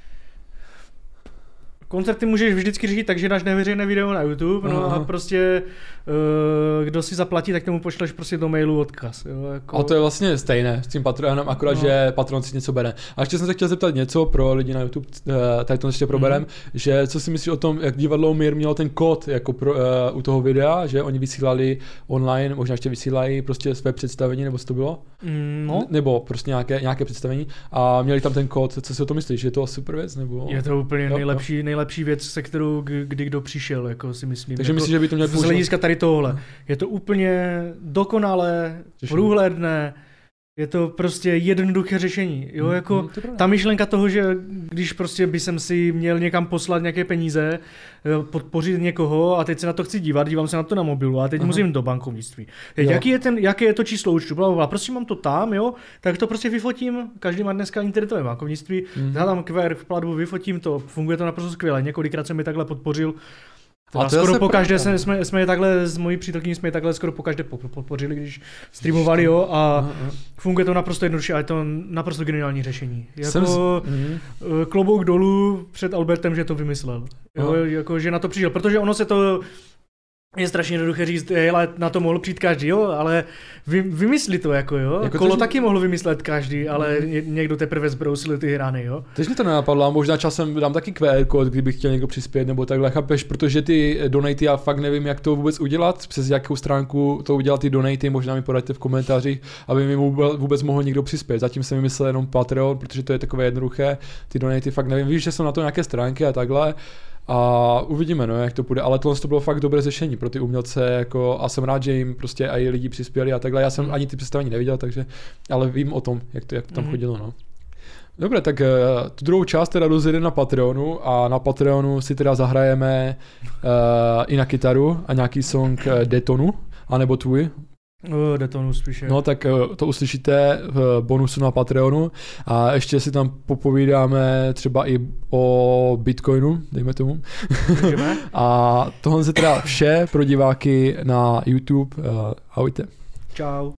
S2: Koncerty můžeš vždycky řídit tak, že dáš neveřejné video na YouTube, no Aha. a prostě uh, kdo si zaplatí, tak tomu pošleš prostě do mailu odkaz. Jo, jako...
S1: A to je vlastně stejné s tím Patronem, akorát, no. že Patron si něco bere. A ještě jsem se chtěl zeptat něco pro lidi na YouTube, tady to ještě proberem, mm. že co si myslíš o tom, jak divadlo Mír mělo ten kód jako pro, uh, u toho videa, že oni vysílali online, možná ještě vysílají prostě své představení, nebo co to bylo?
S2: Mm, no.
S1: Nebo prostě nějaké, nějaké představení a měli tam ten kód, co si o tom myslíš, že je to super věc? Nebo...
S2: Je to úplně jo, nejlepší, jo. nejlepší věc, se kterou kdy kdo přišel, jako si myslím.
S1: Takže
S2: jako
S1: myslíš, že by to měl
S2: použít? Z hlediska tady tohle. Je to úplně dokonalé, průhledné, je to prostě jednoduché řešení. Jo, hmm, jako hmm, ta myšlenka toho, že když prostě by jsem si měl někam poslat nějaké peníze, podpořit někoho a teď se na to chci dívat, dívám se na to na mobilu a teď Aha. musím do bankovnictví. Teď, jaký je ten, jaké je to číslo účtu? Blablabla. Prostě mám to tam, jo, tak to prostě vyfotím. Každý má dneska internetové bankovnictví. Hmm. Já tam Q R v platbu, vyfotím to, funguje to naprosto skvěle. Několikrát jsem mi takhle podpořil. A skoro po každé jsme, jsme, jsme je takhle, s mojí přítelkyní jsme je takhle skoro po každé podpořili, když streamovali, jo, a funguje to naprosto jednoduše a je to naprosto geniální řešení. Jako z... klobouk dolů před Albertem, že to vymyslel. Jo, jako, že na to přišel, protože ono se to je strašně jednoduché říct, hele, na to mohl přijít každý, jo, ale vy, vymysli to, jako jo. Jako Kolo to, taky že... mohl vymyslet každý, ale mm. někdo teprve zbrousil ty hrany, jo.
S1: Teď mi to nenapadlo, a možná časem dám taky Q R kód, kdyby chtěl někdo přispět, nebo takhle, chápeš, protože ty donaty, já fakt nevím, jak to vůbec udělat, přes jakou stránku to udělat ty donaty, možná mi poraďte v komentářích, aby mi vůbec mohl někdo přispět. Zatím jsem vymyslel jenom Patreon, protože to je takové jednoduché, ty donaty fakt nevím, víš, že jsou na to nějaké stránky a takhle. A uvidíme, no, jak to půjde, ale tohle to bylo fakt dobré řešení pro ty umělce, jako, a jsem rád, že jim prostě i lidi přispěli a takhle, já jsem mm. ani ty představení neviděl, takže, ale vím o tom, jak to, jak to tam mm. chodilo, no. Dobře, tak uh, tu druhou část teda rozjede na Patreonu a na Patreonu si teda zahrajeme uh, i na kytaru a nějaký song uh, Detonu, anebo tvůj.
S2: Uh, detonu spíše.
S1: No tak uh, to uslyšíte v bonusu na Patreonu a ještě si tam popovídáme třeba i o Bitcoinu, dejme tomu. A tohle je teda vše pro diváky na YouTube. Uh, ahojte.
S2: Čau.